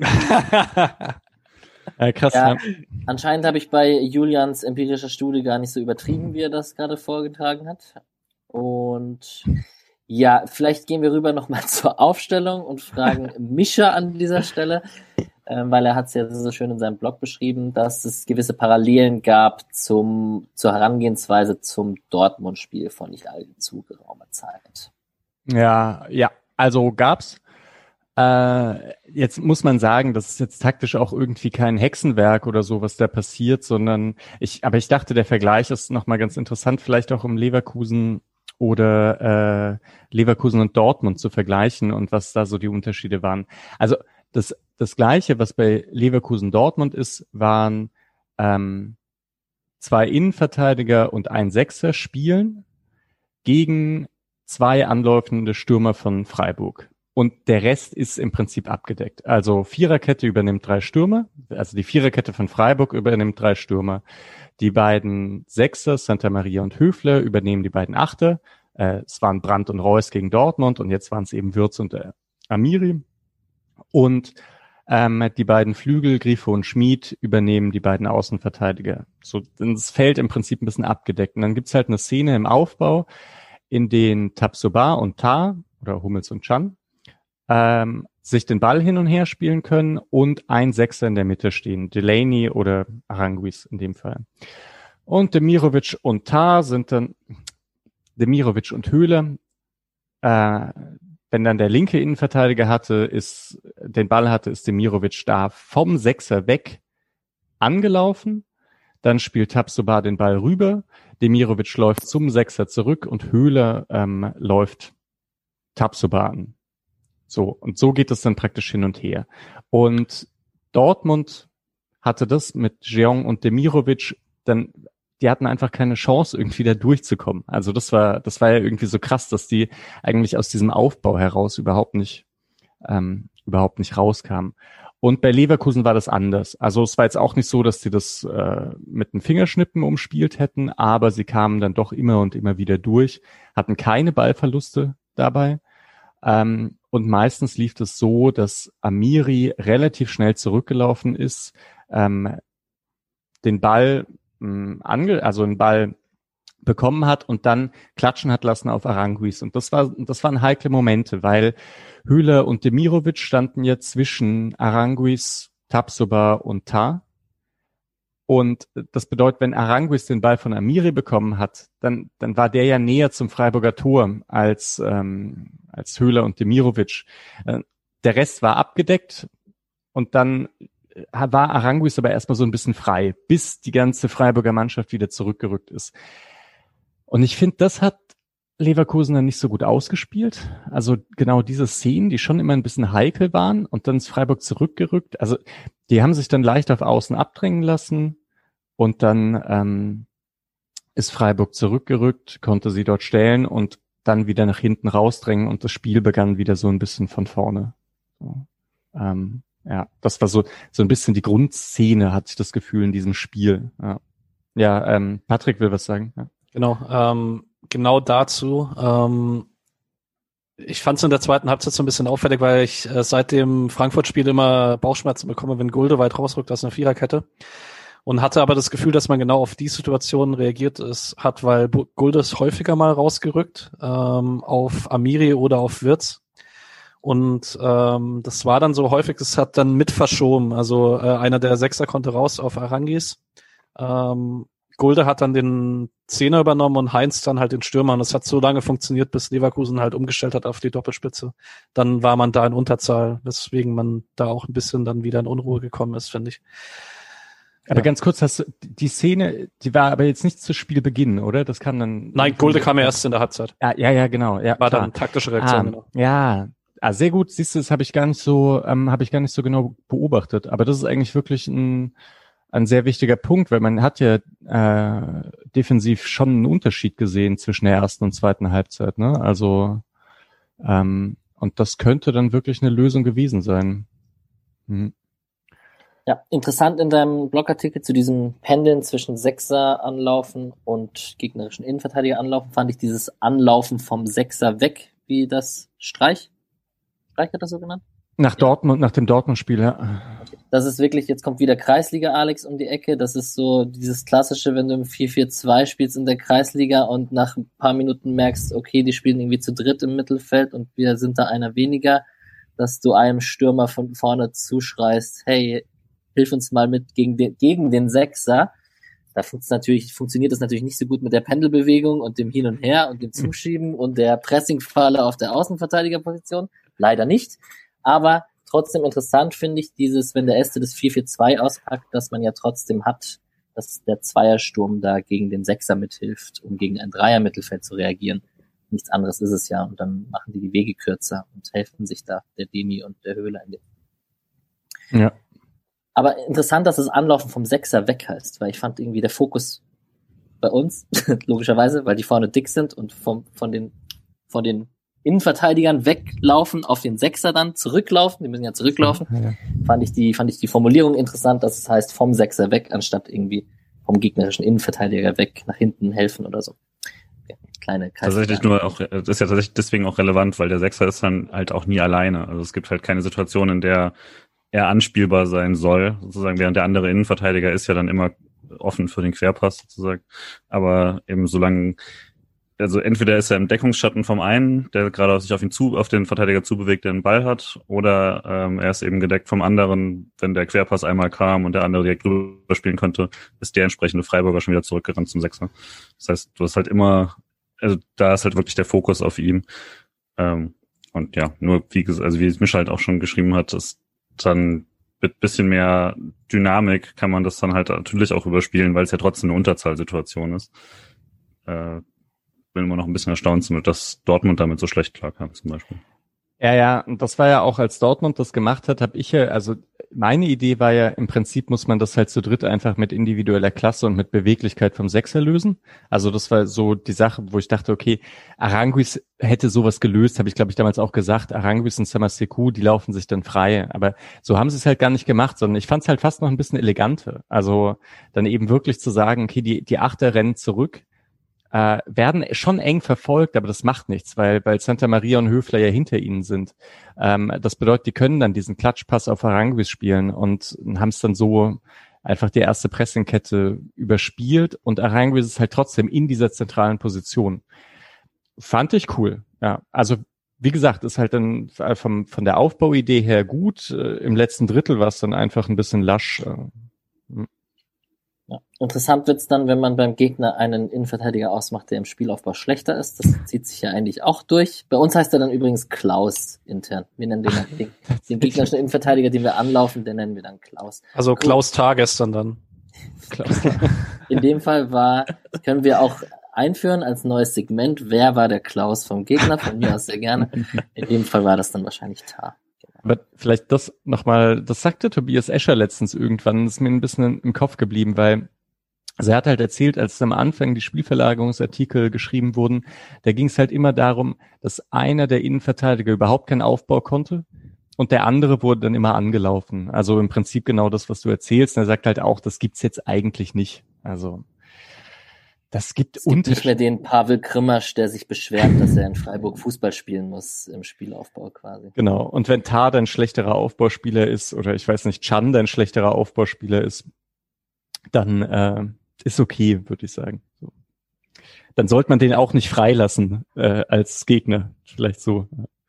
Äh, krass, Ja. ja. anscheinend habe ich bei Julians empirischer Studie gar nicht so übertrieben, wie er das gerade vorgetragen hat. Und ja, vielleicht gehen wir rüber nochmal zur Aufstellung und fragen Mischa an dieser Stelle, ähm, weil er hat es ja so schön in seinem Blog beschrieben, dass es gewisse Parallelen gab zum zur Herangehensweise zum Dortmund-Spiel von nicht allzu geraumer Zeit. Ja, ja, also gab's. Äh, jetzt muss man sagen, das ist jetzt taktisch auch irgendwie kein Hexenwerk oder so, was da passiert, sondern ich, aber ich dachte, der Vergleich ist nochmal ganz interessant, vielleicht auch um Leverkusen oder äh, Leverkusen und Dortmund zu vergleichen und was da so die Unterschiede waren. Also das, das Gleiche, was bei Leverkusen Dortmund ist, waren ähm, zwei Innenverteidiger und ein Sechser spielen gegen zwei anläufende Stürmer von Freiburg. Und der Rest ist im Prinzip abgedeckt. Also Viererkette übernimmt drei Stürmer, also die Viererkette von Freiburg übernimmt drei Stürmer. Die beiden Sechser, Santa Maria und Höfler, übernehmen die beiden Achter. Äh, es waren Brandt und Reus gegen Dortmund und jetzt waren es eben Würz und äh, Amiri. Und ähm, die beiden Flügel, Grifo und Schmid, übernehmen die beiden Außenverteidiger. So, das Feld im Prinzip ein bisschen abgedeckt. Und dann gibt's halt eine Szene im Aufbau, in denen Tabsoba und Tah oder Hummels und Can ähm, sich den Ball hin und her spielen können und ein Sechser in der Mitte stehen, Delaney oder Aranguiz in dem Fall. Und Demirovic und Tah sind dann, Demirovic und Höhler, äh, wenn dann der linke Innenverteidiger hatte, ist, den Ball hatte, ist Demirovic da vom Sechser weg angelaufen, dann spielt Tabsoba den Ball rüber, Demirovic läuft zum Sechser zurück und Höhler ähm, läuft Tabsoba an. So, und so geht es dann praktisch hin und her. Und Dortmund hatte das mit Jeong und Demirovic dann, die hatten einfach keine Chance, irgendwie da durchzukommen. Also das war, das war ja irgendwie so krass, dass die eigentlich aus diesem Aufbau heraus überhaupt nicht, ähm, überhaupt nicht rauskamen. Und bei Leverkusen war das anders. Also es war jetzt auch nicht so, dass sie das äh, mit den Fingerschnippen umspielt hätten, aber sie kamen dann doch immer und immer wieder durch, hatten keine Ballverluste dabei. Ähm, und meistens lief es so, dass Amiri relativ schnell zurückgelaufen ist, ähm, den Ball mh, ange, also den Ball bekommen hat und dann klatschen hat lassen auf Aranguiz. Und das war, das waren heikle Momente, weil Höhler und Demirovic standen jetzt zwischen Aranguiz, Tapsoba und Tah. Und das bedeutet, wenn Aranguiz den Ball von Amiri bekommen hat, dann, dann war der ja näher zum Freiburger Tor als, ähm, als Höhler und Demirovic. Äh, der Rest war abgedeckt und dann war Aranguiz aber erstmal so ein bisschen frei, bis die ganze Freiburger Mannschaft wieder zurückgerückt ist. Und ich finde, das hat Leverkusen dann nicht so gut ausgespielt. Also genau diese Szenen, die schon immer ein bisschen heikel waren und dann ist Freiburg zurückgerückt. Also die haben sich dann leicht auf Außen abdrängen lassen und dann ähm, ist Freiburg zurückgerückt, konnte sie dort stellen und dann wieder nach hinten rausdrängen und das Spiel begann wieder so ein bisschen von vorne. So. Ähm, ja, das war so so ein bisschen die Grundszene, hatte ich das Gefühl, in diesem Spiel. Ja, ja ähm, Patrick will was sagen. Ja. Genau, ähm, genau dazu. Ähm, ich fand es in der zweiten Halbzeit so ein bisschen auffällig, weil ich äh, seit dem Frankfurt-Spiel immer Bauchschmerzen bekomme, wenn Gulde weit rausrückt aus einer Viererkette. Und hatte aber das Gefühl, dass man genau auf die Situation reagiert ist, hat, weil Gulde ist häufiger mal rausgerückt ähm, auf Amiri oder auf Wirtz. Und ähm, das war dann so häufig, das hat dann mit verschoben. Also äh, einer der Sechser konnte raus auf Aranguiz. Ähm, Gulde hat dann den Zehner übernommen und Heinz dann halt den Stürmer. Und es hat so lange funktioniert, bis Leverkusen halt umgestellt hat auf die Doppelspitze. Dann war man da in Unterzahl, weswegen man da auch ein bisschen dann wieder in Unruhe gekommen ist, finde ich. Aber ja. ganz kurz, hast du die Szene, die war aber jetzt nicht zu Spielbeginn, oder? Das kam dann... Nein, Gulde kam ja erst in der Halbzeit. Ja, ja, ja, genau. Ja, war klar. dann taktische Reaktion, ah, genau. Ja, ah, sehr gut. Siehst du, das habe ich gar nicht so, ähm, habe ich gar nicht so genau beobachtet. Aber das ist eigentlich wirklich ein, ein sehr wichtiger Punkt, weil man hat ja äh, defensiv schon einen Unterschied gesehen zwischen der ersten und zweiten Halbzeit, ne? Also ähm, und das könnte dann wirklich eine Lösung gewesen sein. Hm. Ja, interessant in deinem Blogartikel zu diesem Pendeln zwischen Sechser anlaufen und gegnerischen Innenverteidiger anlaufen, fand ich dieses Anlaufen vom Sechser weg, wie das Streich, Streich hat das so genannt? Nach Dortmund, nach dem Dortmund-Spiel, ja. Das ist wirklich, jetzt kommt wieder Kreisliga Alex um die Ecke, das ist so dieses klassische, wenn du im vier vier zwei spielst in der Kreisliga und nach ein paar Minuten merkst, okay, die spielen irgendwie zu dritt im Mittelfeld und wir sind da einer weniger, dass du einem Stürmer von vorne zuschreist, hey, hilf uns mal mit gegen den, gegen den Sechser. Da funkt's natürlich, funktioniert das natürlich nicht so gut mit der Pendelbewegung und dem Hin und Her und dem Zuschieben und der Pressingfalle auf der Außenverteidigerposition. Leider nicht. Aber trotzdem interessant finde ich dieses, wenn der Este das vier vier zwei auspackt, dass man ja trotzdem hat, dass der Zweiersturm da gegen den Sechser mithilft, um gegen ein Dreier-Mittelfeld zu reagieren. Nichts anderes ist es ja. Und dann machen die die Wege kürzer und helfen sich da, der Demi und der Höhler in dem. Ja. Aber interessant, dass das Anlaufen vom Sechser weg heißt, weil ich fand irgendwie der Fokus bei uns, logischerweise, weil die vorne dick sind und vom, von den, von den Innenverteidigern weglaufen, auf den Sechser dann zurücklaufen, die müssen ja zurücklaufen, ja. fand ich die, fand ich die Formulierung interessant, dass es heißt vom Sechser weg, anstatt irgendwie vom gegnerischen Innenverteidiger weg, nach hinten helfen oder so. Ja, kleine Tatsächlich nur auch, das ist ja tatsächlich deswegen auch relevant, weil der Sechser ist dann halt auch nie alleine. Also es gibt halt keine Situation, in der er anspielbar sein soll, sozusagen, während der andere Innenverteidiger ist ja dann immer offen für den Querpass sozusagen. Aber eben solange, also entweder ist er im Deckungsschatten vom einen, der gerade sich auf ihn zu, auf den Verteidiger zubewegt, der einen Ball hat, oder ähm, er ist eben gedeckt vom anderen, wenn der Querpass einmal kam und der andere direkt drüber spielen konnte, ist der entsprechende Freiburger schon wieder zurückgerannt zum Sechser. Das heißt, du hast halt immer, also da ist halt wirklich der Fokus auf ihn. Ähm, und ja, nur wie gesagt, also wie es Misch halt auch schon geschrieben hat, ist dann mit bisschen mehr Dynamik kann man das dann halt natürlich auch überspielen, weil es ja trotzdem eine Unterzahlsituation ist. Äh, bin immer noch ein bisschen erstaunt, dass Dortmund damit so schlecht klarkam zum Beispiel. Ja, ja, und das war ja auch, als Dortmund das gemacht hat, habe ich ja, also meine Idee war ja, im Prinzip muss man das halt zu dritt einfach mit individueller Klasse und mit Beweglichkeit vom Sechser lösen. Also das war so die Sache, wo ich dachte, okay, Aranguiz hätte sowas gelöst, habe ich glaube ich damals auch gesagt, Aranguiz und Samasekou, die laufen sich dann frei. Aber so haben sie es halt gar nicht gemacht, sondern ich fand es halt fast noch ein bisschen eleganter. Also dann eben wirklich zu sagen, okay, die, die Achter rennen zurück, Äh, werden schon eng verfolgt, aber das macht nichts, weil weil Santa Maria und Höfler ja hinter ihnen sind. Ähm, das bedeutet, die können dann diesen Klatschpass auf Aranguiz spielen und haben es dann so einfach die erste Pressingkette überspielt und Aranguiz ist halt trotzdem in dieser zentralen Position. Fand ich cool, ja. Also wie gesagt, ist halt dann vom, von der Aufbauidee her gut. Äh, Im letzten Drittel war es dann einfach ein bisschen lasch. Äh, Ja. Interessant wird's dann, wenn man beim Gegner einen Innenverteidiger ausmacht, der im Spielaufbau schlechter ist. Das zieht sich ja eigentlich auch durch. Bei uns heißt er dann übrigens Klaus intern. Wir nennen den, den, den gegnerischen Innenverteidiger, den wir anlaufen, den nennen wir dann Klaus. Also Klaus Tar gestern dann. Klaus. In dem Fall war, das können wir auch einführen als neues Segment. Wer war der Klaus vom Gegner? Von mir aus sehr gerne. In dem Fall war das dann wahrscheinlich Tar. Aber vielleicht das nochmal, das sagte Tobias Escher letztens irgendwann, das ist mir ein bisschen im Kopf geblieben, weil also er hat halt erzählt, als am Anfang die Spielverlagerungsartikel geschrieben wurden, da ging es halt immer darum, dass einer der Innenverteidiger überhaupt keinen Aufbau konnte und der andere wurde dann immer angelaufen. Also im Prinzip genau das, was du erzählst. Und er sagt halt auch, das gibt's jetzt eigentlich nicht. Also das gibt, es gibt nicht mehr den Pavel Krimmersch, der sich beschwert, dass er in Freiburg Fußball spielen muss im Spielaufbau quasi. Genau. Und wenn Tar ein schlechterer Aufbauspieler ist oder ich weiß nicht, Can ein schlechterer Aufbauspieler ist, dann äh, ist okay, würde ich sagen. So. Dann sollte man den auch nicht freilassen äh, als Gegner. Vielleicht so.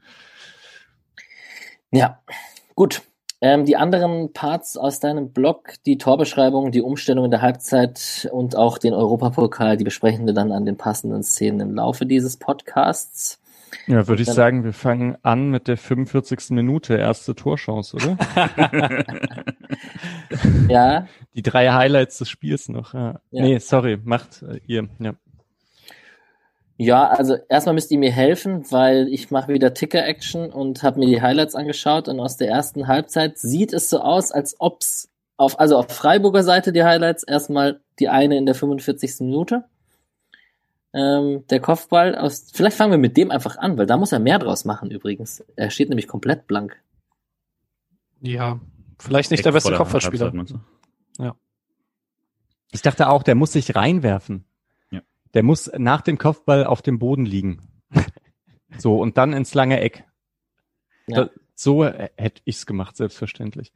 Ja, gut. Ähm, die anderen Parts aus deinem Blog, die Torbeschreibung, die Umstellung in der Halbzeit und auch den Europapokal, die besprechen wir dann an den passenden Szenen im Laufe dieses Podcasts. Ja, würde ich sagen, wir fangen an mit der fünfundvierzigsten Minute, erste Torchance, oder? Ja. Die drei Highlights des Spiels noch. Ja. Ja. Nee, sorry, macht äh, ihr. Ja. Ja, also erstmal müsst ihr mir helfen, weil ich mache wieder Ticker-Action und habe mir die Highlights angeschaut und aus der ersten Halbzeit sieht es so aus, als ob's auf, also auf Freiburger Seite die Highlights, erstmal die eine in der fünfundvierzigsten Minute. Ähm, der Kopfball aus, vielleicht fangen wir mit dem einfach an, weil da muss er mehr draus machen übrigens. Er steht nämlich komplett blank. Ja, vielleicht nicht der beste Kopfballspieler. Ja. Ich dachte auch, der muss sich reinwerfen. Der muss nach dem Kopfball auf dem Boden liegen. So, und dann ins lange Eck. Ja. Da, so hätte ich's gemacht, selbstverständlich.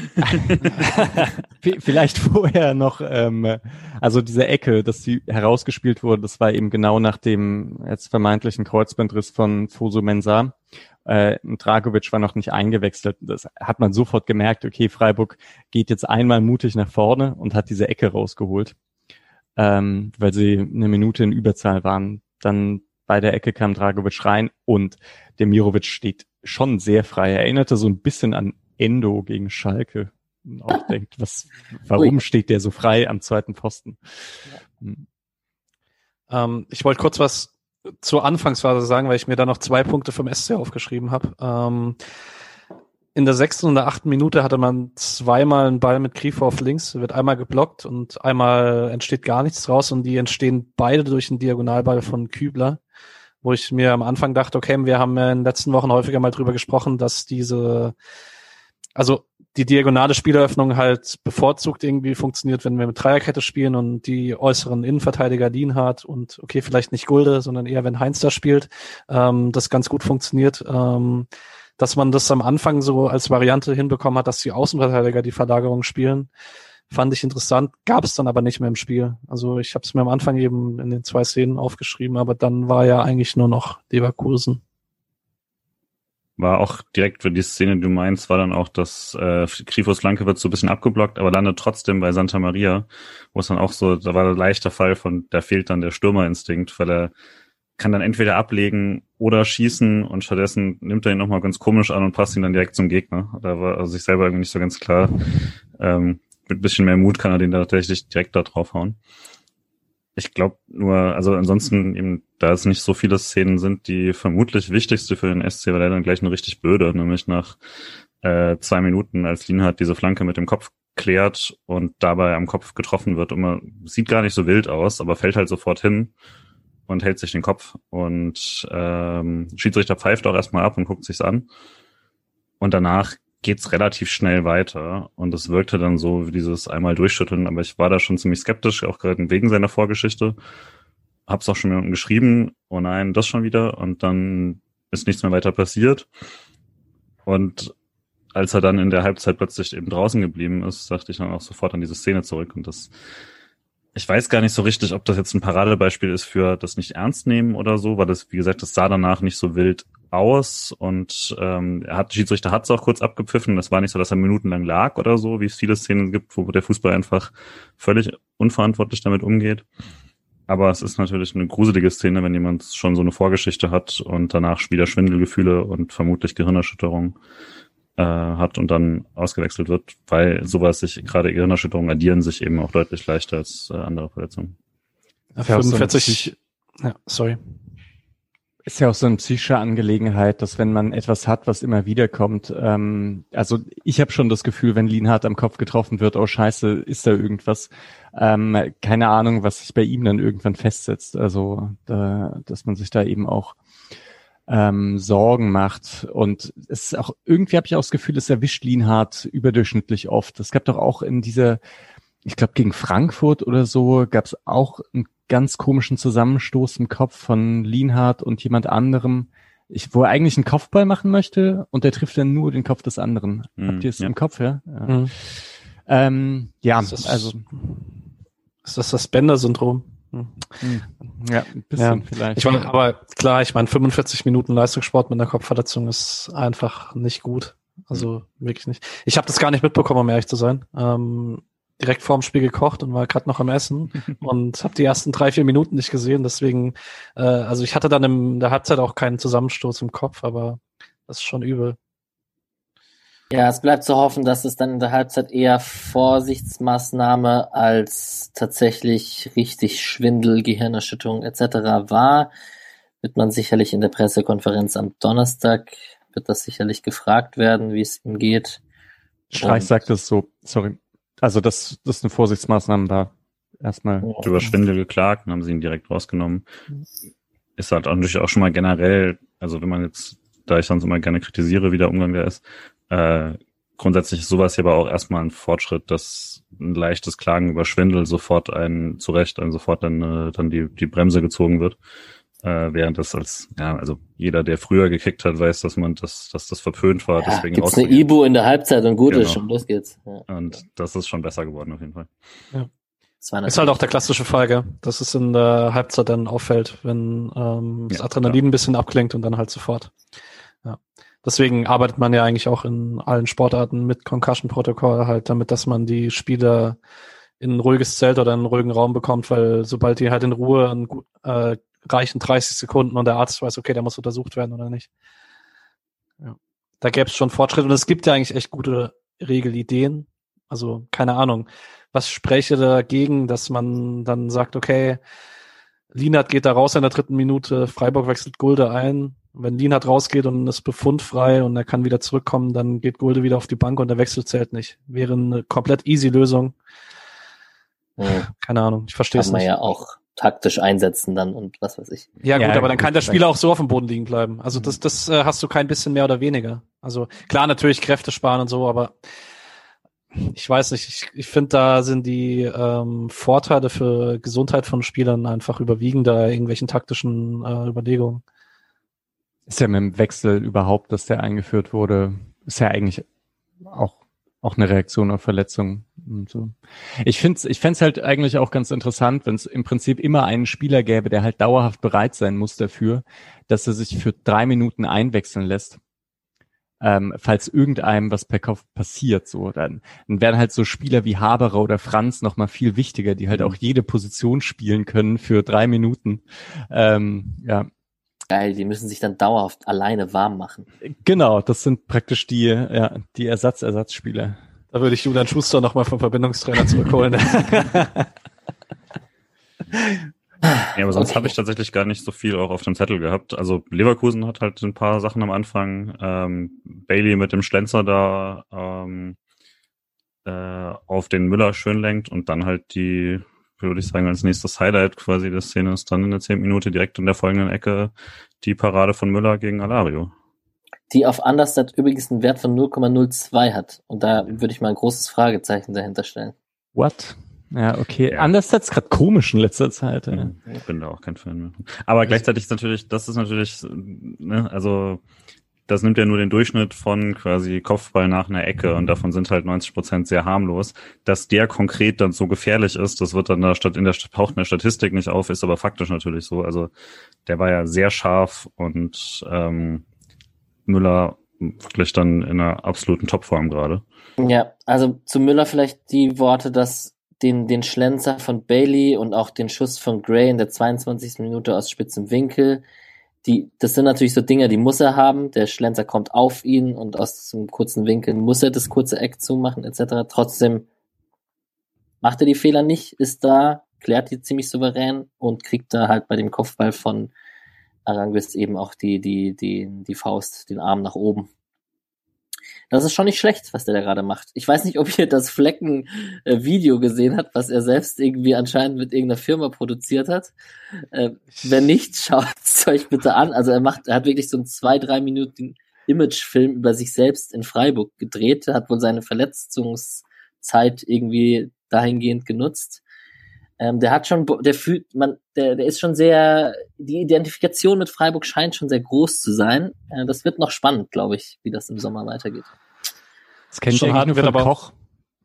Vielleicht vorher noch, ähm, also diese Ecke, dass die herausgespielt wurde, das war eben genau nach dem jetzt vermeintlichen Kreuzbandriss von Fosu Mensah. Äh, Dragovic war noch nicht eingewechselt. Das hat man sofort gemerkt, okay, Freiburg geht jetzt einmal mutig nach vorne und hat diese Ecke rausgeholt. Ähm, weil sie eine Minute in Überzahl waren. Dann bei der Ecke kam Dragovic rein und Demirovic steht schon sehr frei. Er erinnerte so ein bisschen an Endo gegen Schalke. Und auch denkt, was, warum Ui. steht der so frei am zweiten Pfosten? Ja. Hm. Ähm, ich wollte kurz was zur Anfangsphase sagen, weil ich mir da noch zwei Punkte vom S C aufgeschrieben habe. Ähm, In der sechsten und der achten Minute hatte man zweimal einen Ball mit Grifo auf links, wird einmal geblockt und einmal entsteht gar nichts draus und die entstehen beide durch einen Diagonalball von Kübler, wo ich mir am Anfang dachte, okay, wir haben ja in den letzten Wochen häufiger mal drüber gesprochen, dass diese, also die diagonale Spieleröffnung halt bevorzugt irgendwie funktioniert, wenn wir mit Dreierkette spielen und die äußeren Innenverteidiger Lienhardt und okay, vielleicht nicht Gulde, sondern eher wenn Heinz da spielt, ähm, das ganz gut funktioniert. Ähm, dass man das am Anfang so als Variante hinbekommen hat, dass die Außenverteidiger die Verlagerung spielen, fand ich interessant, gab es dann aber nicht mehr im Spiel. Also ich habe es mir am Anfang eben in den zwei Szenen aufgeschrieben, aber dann war ja eigentlich nur noch Leverkusen. War auch direkt für die Szene, die du meinst, war dann auch, dass äh, Grifos Flanke wird so ein bisschen abgeblockt, aber landet trotzdem bei Santa Maria, wo es dann auch so, da war ein leichter Fall von, da fehlt dann der Stürmerinstinkt, weil er kann dann entweder ablegen oder schießen und stattdessen nimmt er ihn nochmal ganz komisch an und passt ihn dann direkt zum Gegner. Da war also sich selber irgendwie nicht so ganz klar. Ähm, mit ein bisschen mehr Mut kann er den da tatsächlich direkt da draufhauen. Ich glaube nur, also ansonsten eben, da es nicht so viele Szenen sind, die vermutlich wichtigste für den S C war dann gleich eine richtig blöde, nämlich nach äh, zwei Minuten, als Lienhardt diese Flanke mit dem Kopf klärt und dabei am Kopf getroffen wird. Und man sieht gar nicht so wild aus, aber fällt halt sofort hin und hält sich den Kopf. Und ähm, Schiedsrichter pfeift auch erstmal ab und guckt sich's an. Und danach geht's relativ schnell weiter und es wirkte dann so wie dieses einmal durchschütteln, aber ich war da schon ziemlich skeptisch, auch gerade wegen seiner Vorgeschichte. Hab's auch schon jemandem geschrieben, oh nein, das schon wieder, und dann ist nichts mehr weiter passiert. Und als er dann in der Halbzeit plötzlich eben draußen geblieben ist, dachte ich dann auch sofort an diese Szene zurück und das, ich weiß gar nicht so richtig, ob das jetzt ein Paradebeispiel ist für das nicht ernst nehmen oder so, weil das, wie gesagt, das sah danach nicht so wild aus und ähm, er hat, Schiedsrichter hat es auch kurz abgepfiffen. Das war nicht so, dass er minutenlang lag oder so, wie es viele Szenen gibt, wo der Fußball einfach völlig unverantwortlich damit umgeht. Aber es ist natürlich eine gruselige Szene, wenn jemand schon so eine Vorgeschichte hat und danach wieder Schwindelgefühle und vermutlich Gehirnerschütterung äh, hat und dann ausgewechselt wird, weil sowas sich, gerade Gehirnerschütterungen addieren sich eben auch deutlich leichter als äh, andere Verletzungen. Ja, fünfundvierzig, ja, sorry. Ist ja auch so eine psychische Angelegenheit, dass wenn man etwas hat, was immer wieder kommt, ähm, also ich habe schon das Gefühl, wenn Lienhardt am Kopf getroffen wird, oh scheiße, ist da irgendwas, ähm, keine Ahnung, was sich bei ihm dann irgendwann festsetzt, also da, dass man sich da eben auch ähm, Sorgen macht und es ist auch, irgendwie habe ich auch das Gefühl, es erwischt Lienhardt überdurchschnittlich oft. Es gab doch auch in dieser, ich glaube gegen Frankfurt oder so, gab es auch ein ganz komischen Zusammenstoß im Kopf von Lienhardt und jemand anderem, ich, wo er eigentlich einen Kopfball machen möchte und der trifft dann nur den Kopf des anderen. Mm, Habt ihr es ja. im Kopf, ja? Ja, mm. ähm, ja ist das, also. Ist das das Bender-Syndrom? Hm. Ja, ein bisschen ja. vielleicht. Ich meine, aber klar, ich meine, fünfundvierzig Minuten Leistungssport mit einer Kopfverletzung ist einfach nicht gut. Also mhm. wirklich nicht. Ich habe das gar nicht mitbekommen, um ehrlich zu sein. Ähm, direkt vorm Spiel gekocht und war gerade noch am Essen und habe die ersten drei, vier Minuten nicht gesehen. Deswegen, äh, also ich hatte dann in der Halbzeit auch keinen Zusammenstoß im Kopf, aber das ist schon übel. Ja, es bleibt zu hoffen, dass es dann in der Halbzeit eher Vorsichtsmaßnahme als tatsächlich richtig Schwindel, Gehirnerschütterung et cetera war. Wird man sicherlich in der Pressekonferenz am Donnerstag, wird das sicherlich gefragt werden, wie es ihm geht. Streich und sagt es so, sorry. Also, dass das eine Vorsichtsmaßnahme war. Erstmal. Ja. Über Schwindel geklagt und haben sie ihn direkt rausgenommen. Ist halt natürlich auch schon mal generell, also wenn man jetzt, da ich sonst immer gerne kritisiere, wie der Umgang da ist, äh, grundsätzlich ist sowas hier aber auch erstmal ein Fortschritt, dass ein leichtes Klagen über Schwindel sofort ein, zu Recht, ein sofort dann, äh, dann die, die Bremse gezogen wird. Äh, während das als, ja, also jeder, der früher gekickt hat, weiß, dass man das, dass das verpönt war. Ja, deswegen gibt's eine Ibu in der Halbzeit und gut genau. ist schon, los geht's. Ja. Und das ist schon besser geworden auf jeden Fall. Ja. Ist halt auch der klassische Fall, gell? Dass es in der Halbzeit dann auffällt, wenn ähm, das ja, Adrenalin klar. ein bisschen abklingt und dann halt sofort. Ja. Deswegen arbeitet man ja eigentlich auch in allen Sportarten mit Concussion-Protokoll halt, damit, dass man die Spieler in ein ruhiges Zelt oder in einen ruhigen Raum bekommt, weil sobald die halt in Ruhe ein gut, äh, reichen dreißig Sekunden und der Arzt weiß, okay, der muss untersucht werden oder nicht. Ja. Da gäbe es schon Fortschritte und es gibt ja eigentlich echt gute Regelideen. Also, keine Ahnung. Was spräche dagegen, dass man dann sagt, okay, Lienhardt geht da raus in der dritten Minute, Freiburg wechselt Gulde ein. Wenn Lienhardt rausgeht und ist befundfrei und er kann wieder zurückkommen, dann geht Gulde wieder auf die Bank und der Wechsel zählt nicht. Wäre eine komplett easy Lösung. Hm. Keine Ahnung, ich verstehe es nicht. Kann man ja auch taktisch einsetzen dann und was weiß ich. Ja gut, ja, aber dann kann der Spieler auch so auf dem Boden liegen bleiben. Also das, das äh, hast du kein bisschen mehr oder weniger. Also klar, natürlich Kräfte sparen und so, aber ich weiß nicht, ich, ich finde, da sind die ähm, Vorteile für Gesundheit von Spielern einfach überwiegender irgendwelchen taktischen äh, Überlegungen. Ist ja mit dem Wechsel überhaupt, dass der eingeführt wurde, ist ja eigentlich auch auch eine Reaktion auf Verletzungen und so. Ich find's, ich fänd's halt eigentlich auch ganz interessant, wenn es im Prinzip immer einen Spieler gäbe, der halt dauerhaft bereit sein muss dafür, dass er sich für drei Minuten einwechseln lässt. Ähm, falls irgendeinem was per Kopf passiert, so, dann, dann wären halt so Spieler wie Haberer oder Franz noch mal viel wichtiger, die halt auch jede Position spielen können für drei Minuten. Ähm, ja. Geil, die müssen sich dann dauerhaft alleine warm machen. Genau, das sind praktisch die, ja, die Ersatz-Ersatzspieler. Da würde ich Julian Schuster noch mal vom Verbindungstrainer zurückholen. Ja, aber sonst Okay. habe ich tatsächlich gar nicht so viel auch auf dem Zettel gehabt. Also Leverkusen hat halt ein paar Sachen am Anfang. Ähm, Bailey mit dem Schlenzer da ähm, äh, auf den Müller schön lenkt und dann halt die, würde ich sagen, als nächstes Highlight quasi der Szene ist dann in der zehnten Minute direkt in der folgenden Ecke die Parade von Müller gegen Alario. Die auf Understat übrigens einen Wert von null Komma null zwei hat. Und da würde ich mal ein großes Fragezeichen dahinter stellen. What? Ja, okay. Ja. Anders hat's gerade komisch in letzter Zeit. Ja. Ich bin da auch kein Fan mehr. Aber gleichzeitig ist natürlich, das ist natürlich, ne, also das nimmt ja nur den Durchschnitt von quasi Kopfball nach einer Ecke und davon sind halt neunzig Prozent sehr harmlos. Dass der konkret dann so gefährlich ist, das wird dann da statt in der taucht in der Statistik nicht auf, ist aber faktisch natürlich so. Also der war ja sehr scharf und ähm, Müller wirklich dann in einer absoluten Topform gerade. Ja, also zu Müller vielleicht die Worte, dass den, den Schlenzer von Bailey und auch den Schuss von Gray in der zweiundzwanzigsten Minute aus spitzem Winkel, die, das sind natürlich so Dinge, die muss er haben. Der Schlenzer kommt auf ihn und aus dem kurzen Winkel muss er das kurze Eck zumachen, et cetera. Trotzdem macht er die Fehler nicht, ist da, klärt die ziemlich souverän und kriegt da halt bei dem Kopfball von Aranguiz eben auch die, die, die, die Faust, den Arm nach oben. Das ist schon nicht schlecht, was der da gerade macht. Ich weiß nicht, ob ihr das Flecken-Video gesehen habt, was er selbst irgendwie anscheinend mit irgendeiner Firma produziert hat. Äh, wenn nicht, schaut es euch bitte an. Also er macht, er hat wirklich so einen zwei, drei Minuten Imagefilm über sich selbst in Freiburg gedreht. Er hat wohl seine Verletzungszeit irgendwie dahingehend genutzt. Ähm, der hat schon, der fühlt, man, der, der ist schon sehr, die Identifikation mit Freiburg scheint schon sehr groß zu sein. Äh, das wird noch spannend, glaube ich, wie das im Sommer weitergeht. Das kennt Schon ich hart eigentlich nur wird, von aber- Koch.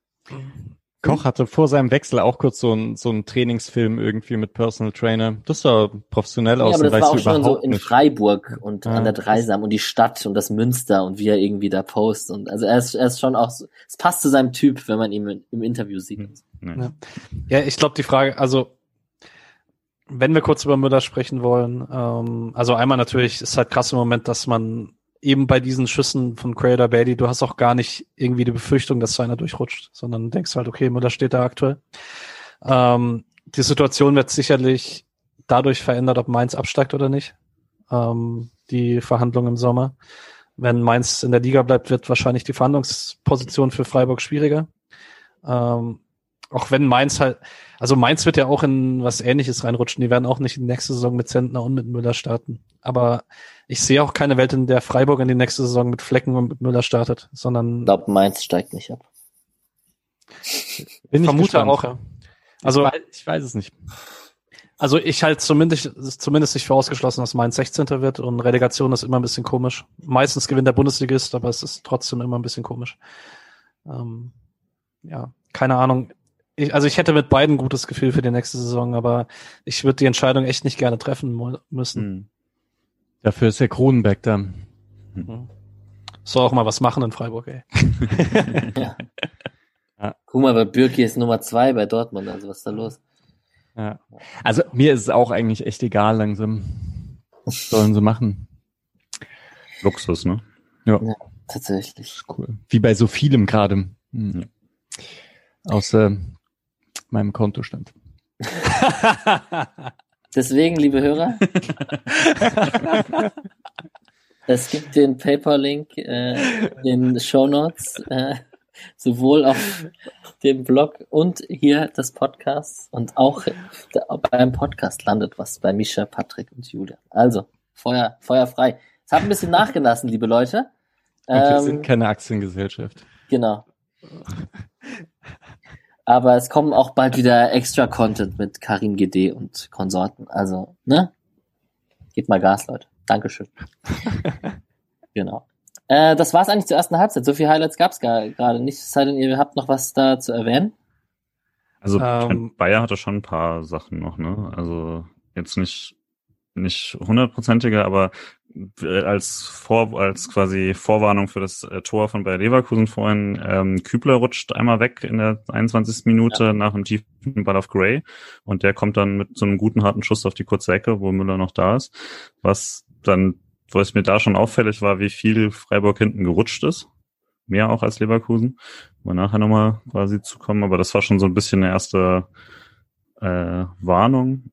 Koch hatte vor seinem Wechsel auch kurz so einen so einen Trainingsfilm irgendwie mit Personal Trainer. Das sah professionell Ja, aus. aber das weißt war du auch schon so überhaupt in nicht. Freiburg und Ja, an der das- Dreisam und die Stadt und das Münster und wie er irgendwie da postet. Und also er ist, er ist schon auch so, es passt zu seinem Typ, wenn man ihn im, im Interview sieht. Nee. Ja. Ja, ich glaube, die Frage, also wenn wir kurz über Müller sprechen wollen, ähm, also einmal natürlich ist halt krass im Moment, dass man eben bei diesen Schüssen von Creator Bailey, du hast auch gar nicht irgendwie die Befürchtung, dass so einer durchrutscht, sondern denkst halt, okay, Müller steht da aktuell. Ähm, die Situation wird sicherlich dadurch verändert, ob Mainz absteigt oder nicht. Ähm, die Verhandlungen im Sommer. Wenn Mainz in der Liga bleibt, wird wahrscheinlich die Verhandlungsposition für Freiburg schwieriger. Ähm, auch wenn Mainz halt, also Mainz wird ja auch in was Ähnliches reinrutschen. Die werden auch nicht in die nächste Saison mit Zentner und mit Müller starten. Aber ich sehe auch keine Welt, in der Freiburg in die nächste Saison mit Flecken und mit Müller startet, sondern Ich glaube, Mainz steigt nicht ab. Bin ich vermute gespannt. auch, ja. Also, ich weiß, ich weiß es nicht. also ich halte zumindest, zumindest nicht für ausgeschlossen, dass Mainz sechzehnter wird und Relegation ist immer ein bisschen komisch. Meistens gewinnt der Bundesligist, aber es ist trotzdem immer ein bisschen komisch. Ähm, ja, keine Ahnung. Ich, also ich hätte mit beiden ein gutes Gefühl für die nächste Saison, aber ich würde die Entscheidung echt nicht gerne treffen mu- müssen. Hm. Dafür ist der Kronenberg da. Mhm. Soll auch mal was machen in Freiburg, ey. Guck mal, bei Bürki ist Nummer zwei bei Dortmund, also was ist da los? Ja. Also mir ist es auch eigentlich echt egal langsam. Was sollen sie machen? Luxus, ne? Ja, Tatsächlich. ist cool. Wie bei so vielem gerade. Hm. Außer meinem Kontostand. Deswegen, liebe Hörer, es gibt den PayPal-Link äh, in den Shownotes, äh, sowohl auf dem Blog und hier des Podcasts und auch da, beim Podcast landet was bei Mischa, Patrick und Julia. Also, Feuer, Feuer frei. Es hat ein bisschen nachgelassen, liebe Leute. Und wir Ähm, sind keine Aktiengesellschaft. Genau. Aber es kommen auch bald wieder extra Content mit Karim G D und Konsorten. Also, ne? Gebt mal Gas, Leute. Dankeschön. Genau. Äh, das war's eigentlich zur ersten Halbzeit. So viele Highlights gab's gar, gerade nicht. Es sei denn, ihr habt noch was da zu erwähnen. Also Ähm, Bayer hatte schon ein paar Sachen noch, ne? Also jetzt nicht nicht hundertprozentige, aber als vor als quasi Vorwarnung für das äh, Tor von Bayer Leverkusen vorhin, ähm, Kübler rutscht einmal weg in der einundzwanzigsten Minute ja. nach einem tiefen Ball auf Gray und der kommt dann mit so einem guten harten Schuss auf die kurze Ecke, wo Müller noch da ist, was dann, was mir da schon auffällig war, wie viel Freiburg hinten gerutscht ist. Mehr auch als Leverkusen. Mal nachher nochmal quasi zu kommen, aber das war schon so ein bisschen eine erste äh, Warnung.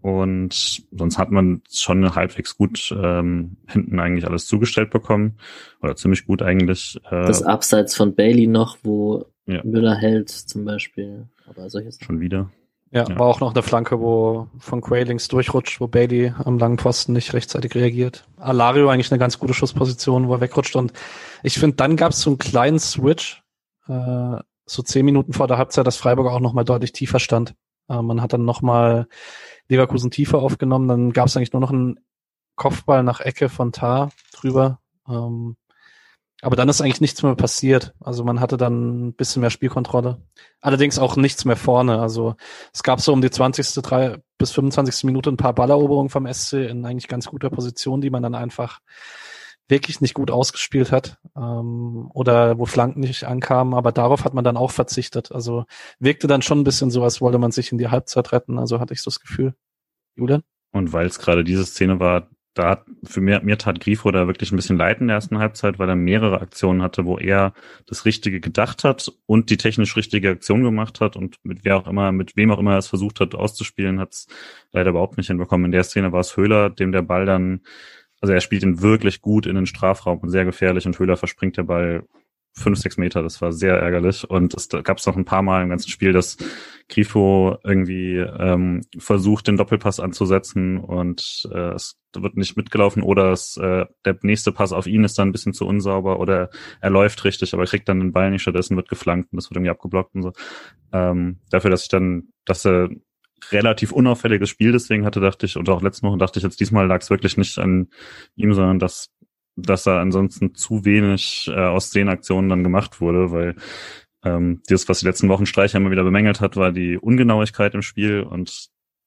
Und sonst hat man schon halbwegs gut ähm, hinten eigentlich alles zugestellt bekommen. Oder ziemlich gut eigentlich. Äh, Das Abseits von Bailey noch, wo ja. Müller hält zum Beispiel. Aber solches Schon wieder. Ja, Ja. war auch noch eine Flanke, wo von Quailings durchrutscht, wo Bailey am langen Pfosten nicht rechtzeitig reagiert. Alario eigentlich eine ganz gute Schussposition, wo er wegrutscht. Und ich finde, dann gab es so einen kleinen Switch, äh, so zehn Minuten vor der Halbzeit, dass Freiburg auch nochmal deutlich tiefer stand. Äh, man hat dann nochmal Leverkusen tiefer aufgenommen. Dann gab es eigentlich nur noch einen Kopfball nach Ecke von Tah drüber. Ähm, aber dann ist eigentlich nichts mehr passiert. Also man hatte dann ein bisschen mehr Spielkontrolle. Allerdings auch nichts mehr vorne. Also es gab so um die zwanzigste drei bis fünfundzwanzigste Minute ein paar Balleroberungen vom S C in eigentlich ganz guter Position, die man dann einfach wirklich nicht gut ausgespielt hat. Ähm, oder wo Flanken nicht ankamen. Aber darauf hat man dann auch verzichtet. Also wirkte dann schon ein bisschen so, als wollte man sich in die Halbzeit retten. Also hatte ich so das Gefühl. Julian? Und weil es gerade diese Szene war, da hat für mir, mir tat Grifo da wirklich ein bisschen leid in der ersten Halbzeit, weil er mehrere Aktionen hatte, wo er das Richtige gedacht hat und die technisch richtige Aktion gemacht hat und mit wer auch immer, mit wem auch immer er es versucht hat auszuspielen, hat es leider überhaupt nicht hinbekommen. In der Szene war es Höhler, dem der Ball dann, also er spielt ihn wirklich gut in den Strafraum und sehr gefährlich und Höhler verspringt der Ball fünf, sechs Meter, das war sehr ärgerlich und es gab es noch ein paar Mal im ganzen Spiel, dass Grifo irgendwie ähm, versucht, den Doppelpass anzusetzen und äh, es wird nicht mitgelaufen oder es, äh, der nächste Pass auf ihn ist dann ein bisschen zu unsauber oder er läuft richtig, aber kriegt dann den Ball nicht, stattdessen wird geflankt und das wird irgendwie abgeblockt und so. Ähm, dafür, dass ich dann, dass er relativ unauffälliges Spiel deswegen hatte, dachte ich, und auch letzte Woche dachte ich jetzt, diesmal lag es wirklich nicht an ihm, sondern dass dass er ansonsten zu wenig äh, aus den Aktionen dann gemacht wurde, weil ähm, das, was die letzten Wochen Streicher immer wieder bemängelt hat, war die Ungenauigkeit im Spiel und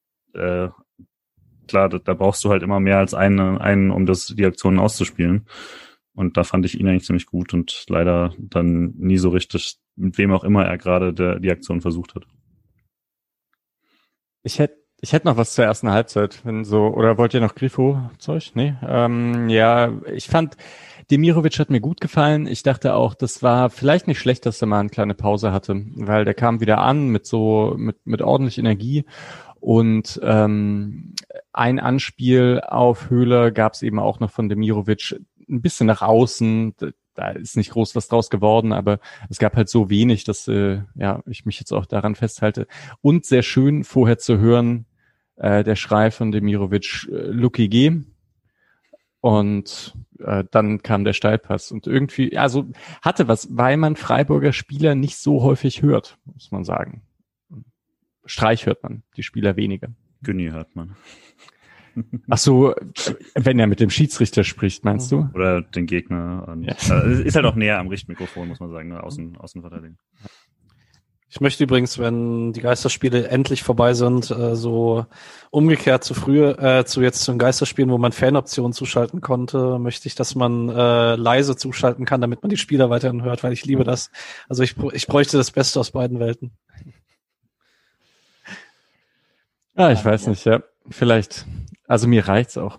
äh, klar, da, da brauchst du halt immer mehr als einen, einen, um das die Aktionen auszuspielen und da fand ich ihn eigentlich ziemlich gut und leider dann nie so richtig, mit wem auch immer er gerade der, die Aktion versucht hat. Ich hätte Ich hätte noch was zur ersten Halbzeit, wenn so, oder wollt ihr noch Grifo-Zeug? Nee. Ähm, ja, ich fand, Demirovic hat mir gut gefallen. Ich dachte auch, das war vielleicht nicht schlecht, dass er mal eine kleine Pause hatte, weil der kam wieder an mit so, mit, mit ordentlich Energie und ähm, ein Anspiel auf Höhler gab es eben auch noch von Demirovic, ein bisschen nach außen. Da ist nicht groß was draus geworden, aber es gab halt so wenig, dass äh, ja ich mich jetzt auch daran festhalte. Und sehr schön vorher zu hören, äh, der Schrei von Demirovic, äh, Lucky G. Und äh, dann kam der Steilpass und irgendwie, also hatte was, weil man Freiburger Spieler nicht so häufig hört, muss man sagen. Streich hört man, die Spieler weniger. Günni hört man. Ach so, wenn er mit dem Schiedsrichter spricht, meinst du? Oder den Gegner. Und, ja. äh, ist halt auch näher am Richtmikrofon, muss man sagen, ne? Außen, Außenverteidigung. Ich möchte übrigens, wenn die Geisterspiele endlich vorbei sind, äh, so umgekehrt zu früher, äh, zu jetzt zu den Geisterspielen, wo man Fanoptionen zuschalten konnte, möchte ich, dass man äh, leise zuschalten kann, damit man die Spieler weiterhin hört, weil ich liebe das. Also ich, ich bräuchte das Beste aus beiden Welten. Ah, ich weiß nicht, ja. Vielleicht. Also mir reicht's auch.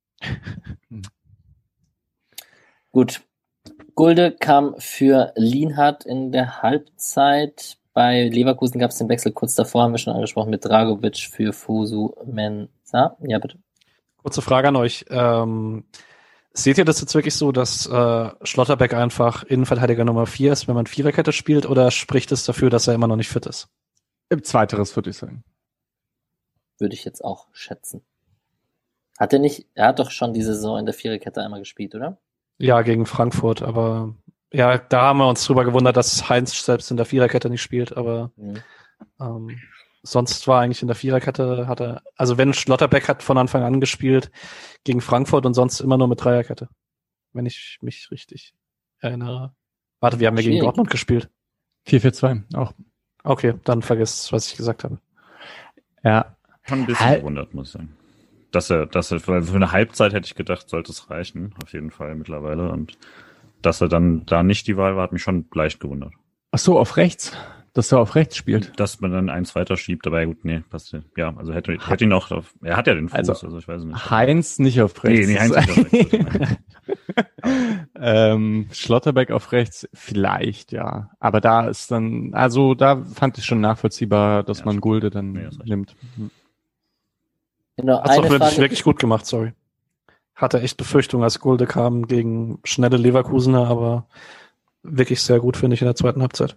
Gut. Gulde kam für Lienhardt in der Halbzeit. Bei Leverkusen gab es den Wechsel kurz davor, haben wir schon angesprochen, mit Dragovic für Fosu Mensah. Ja, bitte. Kurze Frage an euch. Ähm, seht ihr das jetzt wirklich so, dass äh, Schlotterbeck einfach Innenverteidiger Nummer vier ist, wenn man Viererkette spielt, oder spricht es dafür, dass er immer noch nicht fit ist? Zweiteres würde ich sagen. Würde ich jetzt auch schätzen. Hat er nicht, er hat doch schon diese Saison in der Viererkette einmal gespielt, oder? Ja, gegen Frankfurt, aber ja, da haben wir uns drüber gewundert, dass Heinz selbst in der Viererkette nicht spielt, aber mhm. ähm, sonst war eigentlich in der Viererkette, hat er, also wenn Schlotterbeck hat von Anfang an gespielt gegen Frankfurt und sonst immer nur mit Dreierkette, wenn ich mich richtig erinnere. Warte, wie haben wir Schwierig. gegen Dortmund gespielt? vier vier zwei, auch. Okay, dann vergiss, was ich gesagt habe. Ja. Schon ein bisschen halt. gewundert, muss ich sagen. Dass er, dass er, für eine Halbzeit hätte ich gedacht, sollte es reichen, auf jeden Fall mittlerweile. Und dass er dann da nicht die Wahl war, hat mich schon leicht gewundert. Ach so, auf rechts? Dass er auf rechts spielt? Dass man dann eins weiter schiebt, aber ja gut, nee, passt ja. Also hätte, hätte ihn auch, auf, er hat ja den Fuß, also, also ich weiß nicht. Heinz nicht auf rechts. Nee, nee, Heinz nicht auf rechts. ähm, Schlotterbeck auf rechts, vielleicht, ja. Aber da ist dann, also da fand ich schon nachvollziehbar, dass Ja, man schon. Gulde dann Nee, hast recht. nimmt. Hm. Genau, Hat's auch eine wirklich, Frage. wirklich gut gemacht, sorry. Hatte echt Befürchtung, als Gulde kam gegen schnelle Leverkusener, aber wirklich sehr gut, finde ich, in der zweiten Halbzeit.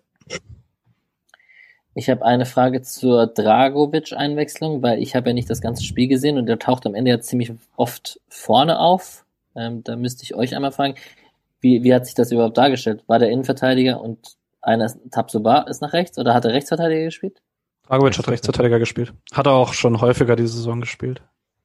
Ich habe eine Frage zur Dragovic-Einwechslung, weil ich habe ja nicht das ganze Spiel gesehen und der taucht am Ende ja ziemlich oft vorne auf. Ähm, da müsste ich euch einmal fragen, wie, wie hat sich das überhaupt dargestellt? War der Innenverteidiger und einer Tabsoba ist nach rechts oder hat er Rechtsverteidiger gespielt? Dragovic hat Rechtsverteidiger gespielt. Hat er auch schon häufiger diese Saison gespielt.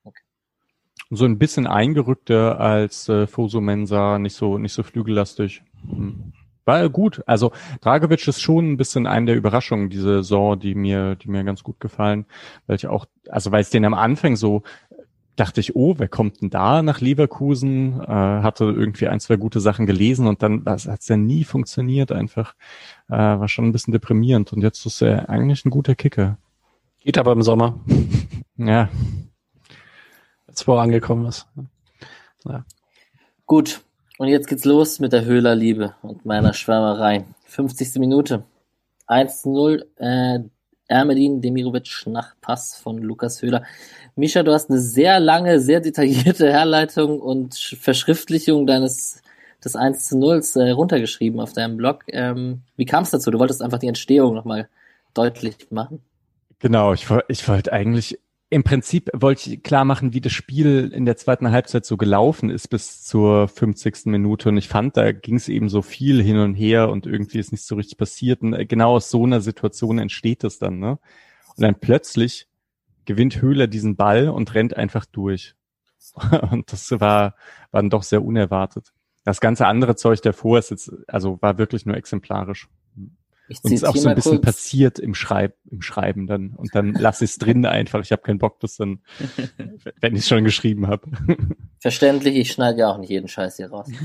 So ein bisschen eingerückter als äh, Fosu Mensah, nicht so nicht so flügellastig. Hm. War gut. Also Dragovic ist schon ein bisschen eine der Überraschungen diese Saison, die mir die mir ganz gut gefallen, weil ich auch, also weil es den am Anfang so dachte ich, oh, wer kommt denn da nach Leverkusen? Äh, hatte irgendwie ein, zwei gute Sachen gelesen und dann hat es ja nie funktioniert einfach. Äh, war schon ein bisschen deprimierend und jetzt ist er eigentlich ein guter Kicker. Geht aber im Sommer, Ja. jetzt wo er angekommen ist. Ja. Gut, und jetzt geht's los mit der Höhler-Liebe und meiner Schwärmerei. fünfzigste Minute. eins zu null. Äh, Ermedin Demirovic nach Pass von Lukas Höhler. Mischa, du hast eine sehr lange, sehr detaillierte Herleitung und Verschriftlichung deines des eins zu null äh, runtergeschrieben auf deinem Blog. Ähm, wie kam es dazu? Du wolltest einfach die Entstehung nochmal deutlich machen. Genau, ich, ich wollte eigentlich, im Prinzip wollte ich klar machen, wie das Spiel in der zweiten Halbzeit so gelaufen ist bis zur fünfzigsten Minute. Und ich fand, da ging es eben so viel hin und her und irgendwie ist nicht so richtig passiert. Und genau aus so einer Situation entsteht das dann, ne? Und dann plötzlich gewinnt Höhler diesen Ball und rennt einfach durch. Und das war, war dann doch sehr unerwartet. Das ganze andere Zeug davor ist jetzt, also war wirklich nur exemplarisch. Ich und ist auch so ein bisschen kurz. passiert im Schreib, im Schreiben dann. Und dann lasse ich es drin einfach. Ich habe keinen Bock, bis dann, wenn ich es schon geschrieben habe. Verständlich, ich schneide ja auch nicht jeden Scheiß hier raus.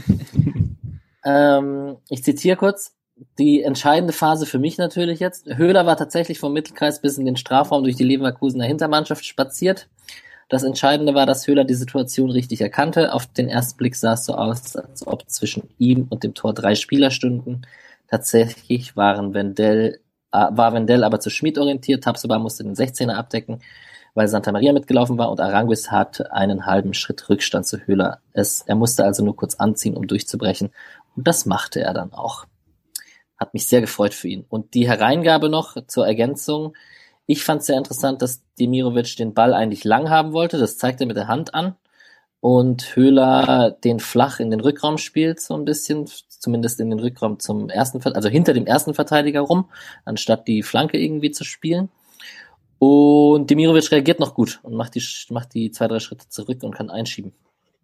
ähm, ich zitiere kurz. Die entscheidende Phase für mich natürlich jetzt. Höhler war tatsächlich vom Mittelkreis bis in den Strafraum durch die Leverkusener Hintermannschaft spaziert. Das Entscheidende war, dass Höhler die Situation richtig erkannte. Auf den ersten Blick sah es so aus, als ob zwischen ihm und dem Tor drei Spieler stünden. Tatsächlich waren Wendell, äh, war Wendell aber zu Schmid orientiert. Tabsoba musste den sechzehner abdecken, weil Santa Maria mitgelaufen war und Aranguiz hatte einen halben Schritt Rückstand zu Höhler. Es, er musste also nur kurz anziehen, um durchzubrechen. Und das machte er dann auch. Hat mich sehr gefreut für ihn. Und die Hereingabe noch zur Ergänzung. Ich fand es sehr interessant, dass Demirovic den Ball eigentlich lang haben wollte. Das zeigt er mit der Hand an. Und Höhler den flach in den Rückraum spielt, so ein bisschen, zumindest in den Rückraum zum ersten, also hinter dem ersten Verteidiger rum, anstatt die Flanke irgendwie zu spielen. Und Demirovic reagiert noch gut und macht die, macht die zwei, drei Schritte zurück und kann einschieben.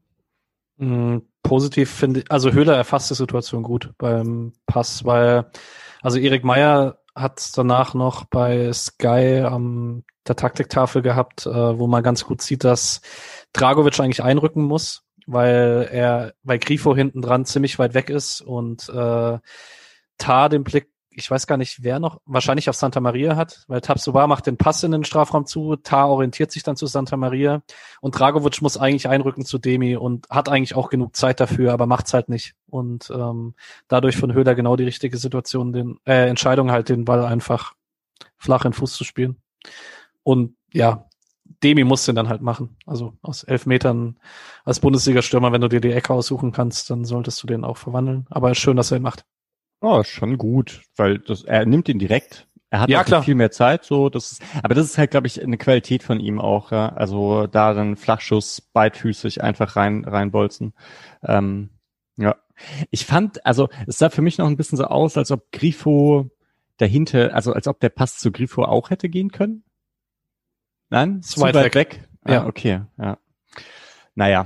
Mm, positiv finde ich, also Höhler erfasst die Situation gut beim Pass, weil, also Erik Meyer hat danach noch bei Sky am der Taktiktafel gehabt, äh, wo man ganz gut sieht, dass Dragovic eigentlich einrücken muss, weil er bei Grifo hinten dran ziemlich weit weg ist und äh, Tar den Blick, ich weiß gar nicht, wer noch, wahrscheinlich auf Santa Maria hat, weil Tabsoba macht den Pass in den Strafraum zu, Tar orientiert sich dann zu Santa Maria und Dragovic muss eigentlich einrücken zu Demi und hat eigentlich auch genug Zeit dafür, aber macht's halt nicht. Und ähm, dadurch von Höhler genau die richtige Situation, den äh, Entscheidung halt, den Ball einfach flach in den Fuß zu spielen. Und ja, Demi muss den dann halt machen. Also aus elf Metern als Bundesliga-Stürmer, wenn du dir die Ecke aussuchen kannst, dann solltest du den auch verwandeln. Aber ist schön, dass er ihn macht. Oh, schon gut, weil das, er nimmt ihn direkt. Er hat ja, auch klar. viel mehr Zeit, so, das ist, aber das ist halt, glaube ich, eine Qualität von ihm auch, ja. Also da dann Flachschuss, beidfüßig einfach rein, reinbolzen. Ähm, ja. Ich fand, also, es sah für mich noch ein bisschen so aus, als ob Grifo dahinter, also als ob der Pass zu Grifo auch hätte gehen können. Nein? Zu weit, weit weg. weg. Ah, ja, okay, ja. Naja.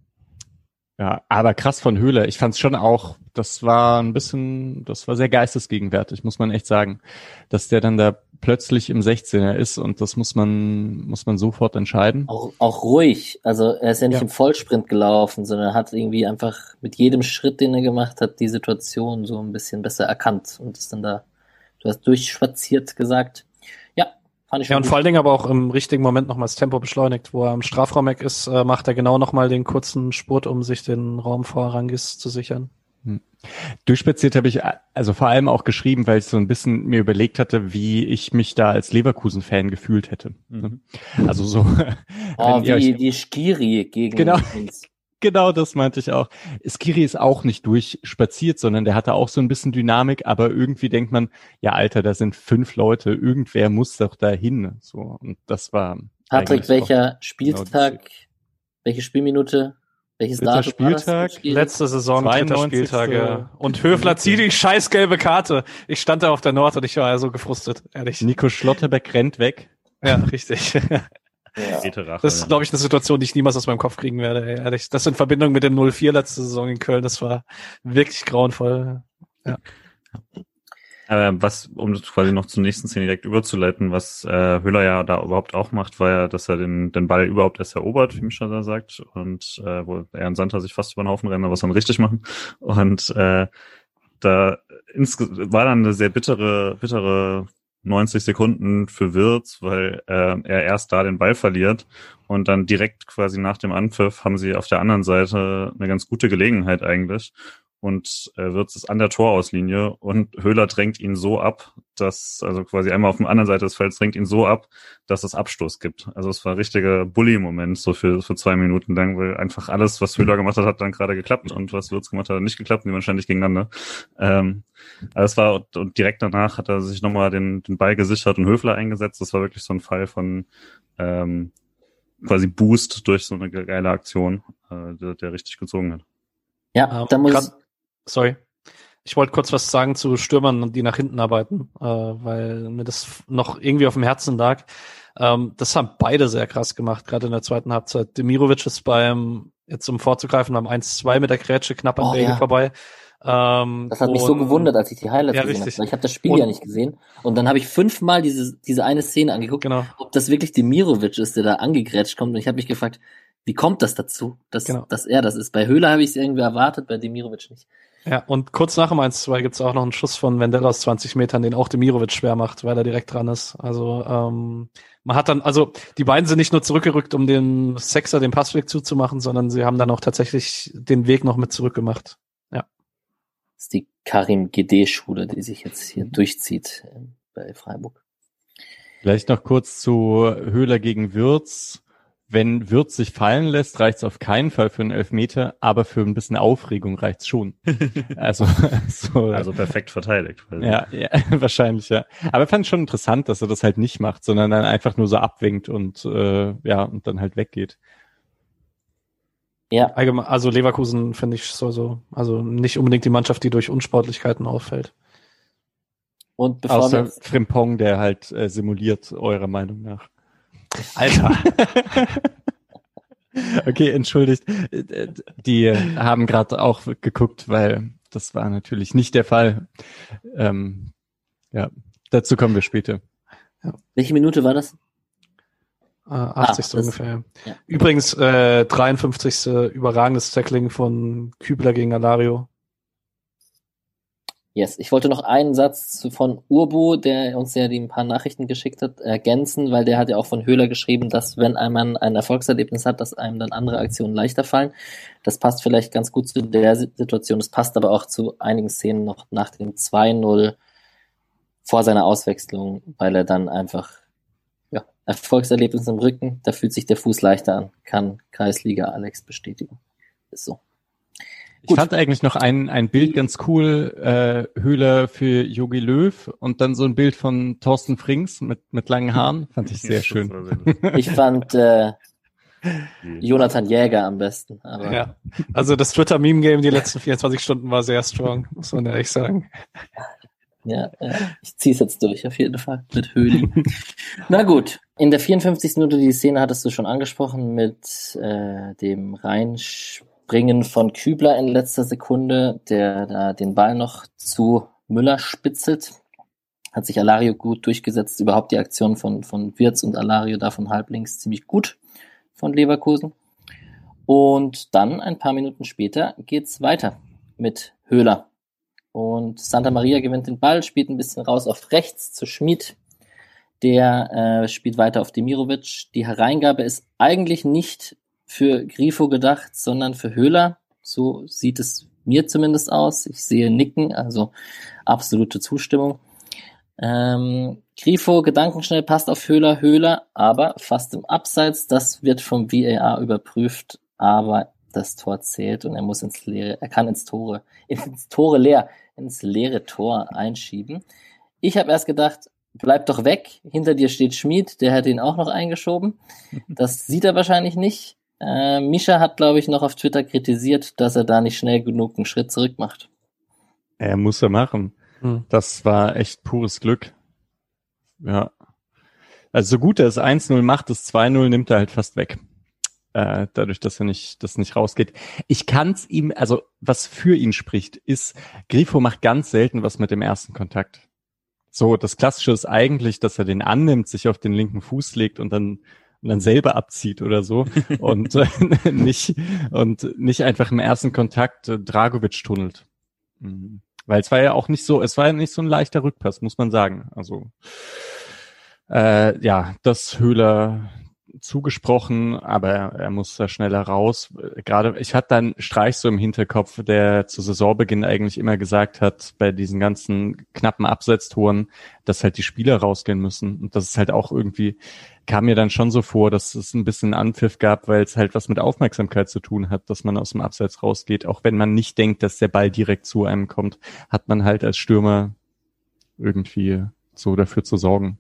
Ja, aber krass von Höhler. Ich fand's schon auch, das war ein bisschen, das war sehr geistesgegenwärtig, muss man echt sagen, dass der dann da plötzlich im sechzehner ist und das muss man, muss man sofort entscheiden. Auch, auch ruhig. Also er ist ja nicht Ja. im Vollsprint gelaufen, sondern er hat irgendwie einfach mit jedem Schritt, den er gemacht hat, die Situation so ein bisschen besser erkannt und ist dann da, du hast durchspaziert gesagt. Ja, fand ich Ja, schon und gut. vor allen Dingen aber auch im richtigen Moment nochmal das Tempo beschleunigt, wo er am Strafraumeck ist, äh, macht er genau nochmal den kurzen Spurt, um sich den Raum vor Arangis zu sichern. Durchspaziert habe ich also vor allem auch geschrieben, weil ich so ein bisschen mir überlegt hatte, wie ich mich da als Leverkusen-Fan gefühlt hätte. Mhm. Also so, Oh, wenn ihr wie, euch, wie Skiri gegen Genau. uns. genau das meinte ich auch. Skiri ist auch nicht durchspaziert, sondern der hatte auch so ein bisschen Dynamik, aber irgendwie denkt man, ja Alter, da sind fünf Leute, irgendwer muss doch da hin. So, und das war Patrick, eigentlich welcher auch Spieltag, genau welche Spielminute, welches Dritter Datum war das? Spieltag, Skiri? Letzte Saison, dritter zweiundneunzigste Spieltag, ja. Und Höfler zieht die scheiß gelbe Karte. Ich stand da auf der Nord und ich war ja so gefrustet, ehrlich. Nico Schlotterbeck rennt weg. Ja, richtig. Ja. Ete Rache, Das ist, ja. glaube ich, eine Situation, die ich niemals aus meinem Kopf kriegen werde, ey, ehrlich. Das in Verbindung mit dem null vier letzte Saison in Köln, das war wirklich grauenvoll. Aber was, um quasi noch zur nächsten Szene direkt überzuleiten, was äh, Höhler ja da überhaupt auch macht, war ja, dass er den, den Ball überhaupt erst erobert, wie Mischa da sagt, und äh, wo er und Santa sich fast über den Haufen rennen, aber was dann richtig machen. Und äh, da insge- war dann eine sehr bittere, bittere neunzig Sekunden für Wirtz, weil äh, er erst da den Ball verliert und dann direkt quasi nach dem Anpfiff haben sie auf der anderen Seite eine ganz gute Gelegenheit eigentlich. Und äh, Wirtz ist an der Torauslinie und Höhler drängt ihn so ab, dass, also quasi einmal auf der anderen Seite des Felds drängt ihn so ab, dass es Abstoß gibt. Also es war ein richtiger Bully-Moment so für für zwei Minuten lang, weil einfach alles, was Höhler gemacht hat, hat dann gerade geklappt und was Wirtz gemacht hat, hat nicht geklappt, die waren ständig gegeneinander. Ähm, also es war, und direkt danach hat er sich nochmal den, den Ball gesichert und Höfler eingesetzt. Das war wirklich so ein Fall von ähm, quasi Boost durch so eine geile Aktion, äh, der, der richtig gezogen hat. Ja, Ähm, da muss grad- Sorry. Ich wollte kurz was sagen zu Stürmern, die nach hinten arbeiten, äh, weil mir das noch irgendwie auf dem Herzen lag. Ähm, das haben beide sehr krass gemacht, gerade in der zweiten Halbzeit. Demirovic ist beim, jetzt um vorzugreifen, beim eins zwei mit der Grätsche knapp an Oh, Bale ja. vorbei. Ähm, Das hat mich so und- gewundert, als ich die Highlights Ja, gesehen richtig. habe, weil ich habe das Spiel Und- ja nicht gesehen. Und dann habe ich fünfmal diese diese eine Szene angeguckt, Genau. ob das wirklich Demirovic ist, der da angegrätscht kommt. Und ich habe mich gefragt, wie kommt das dazu, dass, Genau. dass er das ist? Bei Höhler habe ich es irgendwie erwartet, bei Demirovic nicht. Ja, und kurz nach dem eins zwei gibt's auch noch einen Schuss von Wendell aus zwanzig Metern, den auch Demirovic schwer macht, weil er direkt dran ist. Also ähm, man hat dann, also die beiden sind nicht nur zurückgerückt, um den Sechser den Passweg zuzumachen, sondern sie haben dann auch tatsächlich den Weg noch mit zurückgemacht. Das ist die Karim Gede-Schule, die sich jetzt hier durchzieht äh, bei Freiburg. Vielleicht noch kurz zu Höhler gegen Wirtz. Wenn Wirtz sich fallen lässt, reicht's auf keinen Fall für einen Elfmeter, aber für ein bisschen Aufregung reicht's schon. Also, so, Also perfekt verteidigt. ja, ja, wahrscheinlich, ja. Aber ich fand es schon interessant, dass er das halt nicht macht, sondern dann einfach nur so abwinkt und äh, ja, und dann halt weggeht. Ja, Allgemein, also Leverkusen finde ich so, so, also nicht unbedingt die Mannschaft, die durch Unsportlichkeiten auffällt. und bevor Außer wir Frimpong, der halt äh, simuliert, eurer Meinung nach. Alter. Okay, entschuldigt. Die haben gerade auch geguckt, weil das war natürlich nicht der Fall. Ähm, ja, dazu kommen wir später. welche Minute war das? Äh, achtzigste das- ungefähr. ja. Übrigens, äh, dreiundfünfzigste überragendes Tackling von Kübler gegen Alario. Yes, ich wollte noch einen Satz zu- von Urbu, der uns ja die ein paar Nachrichten geschickt hat, ergänzen, weil der hat ja auch von Höhler geschrieben, dass wenn ein Mann ein Erfolgserlebnis hat, dass einem dann andere Aktionen leichter fallen. Das passt vielleicht ganz gut zu der Situation, das passt aber auch zu einigen Szenen noch nach dem zwei null vor seiner Auswechslung, weil er dann einfach, ja, Erfolgserlebnis im Rücken, da fühlt sich der Fuß leichter an, kann Kreisliga Alex bestätigen. Ist so. Ich Gut. fand eigentlich noch ein, ein Bild ganz cool, äh, Höhler für Jogi Löw und dann so ein Bild von Thorsten Frings mit, mit langen Haaren. Fand ich sehr schön. Ich fand äh, Jonathan Jäger am besten. Aber Ja. Also das Twitter-Meme-Game die letzten vierundzwanzig Stunden war sehr strong, muss man ehrlich sagen. ja, ja, ich zieh's jetzt durch, auf jeden Fall, mit Höhli. Na gut, in der vierundfünfzigsten Minute, die Szene hattest du schon angesprochen, mit äh, dem Reinspringen von Kübler in letzter Sekunde, der da den Ball noch zu Müller spitzelt. Hat sich Alario gut durchgesetzt, überhaupt die Aktion von, von Wirtz und Alario da von halblinks ziemlich gut von Leverkusen. Und dann, ein paar Minuten später, geht's weiter mit Höhler. Und Santa Maria gewinnt den Ball, spielt ein bisschen raus auf rechts zu Schmid, Der äh, spielt weiter auf Demirovic. Die Hereingabe ist eigentlich nicht für Grifo gedacht, sondern für Höhler. So sieht es mir zumindest aus. Ich sehe Nicken, also absolute Zustimmung. Ähm, Grifo, gedankenschnell, passt auf Höhler, Höhler, aber fast im Abseits. Das wird vom V A R überprüft, aber das Tor zählt und er muss ins leere, er kann ins Tore, ins Tore leer, ins leere Tor einschieben. Ich habe erst gedacht, bleib doch weg, hinter dir steht Schmid, der hätte ihn auch noch eingeschoben. Das sieht er wahrscheinlich nicht. Äh, Mischa hat, glaube ich, noch auf Twitter kritisiert, dass er da nicht schnell genug einen Schritt zurück macht. Er muss er machen. Hm. Das war echt pures Glück. Ja. Also so gut er es eins null macht, das zwei null nimmt er halt fast weg. Äh, dadurch, dass er nicht, das nicht rausgeht. Ich kann's ihm, also was für ihn spricht, ist, Grifo macht ganz selten was mit dem ersten Kontakt. So, das Klassische ist eigentlich, dass er den annimmt, sich auf den linken Fuß legt und dann und dann selber abzieht oder so und äh, nicht und nicht einfach im ersten Kontakt äh, Dragovic tunnelt. Mhm. Weil es war ja auch nicht so, es war ja nicht so ein leichter Rückpass, muss man sagen. Also äh, ja, das Höhler zugesprochen, aber er, er muss da schneller raus. Gerade, ich hatte dann Streich so im Hinterkopf, der zu Saisonbeginn eigentlich immer gesagt hat, bei diesen ganzen knappen Absetztoren, dass halt die Spieler rausgehen müssen. Und das ist halt auch irgendwie, kam mir dann schon so vor, dass es ein bisschen Anpfiff gab, weil es halt was mit Aufmerksamkeit zu tun hat, dass man aus dem Abseits rausgeht. Auch wenn man nicht denkt, dass der Ball direkt zu einem kommt, hat man halt als Stürmer irgendwie so dafür zu sorgen.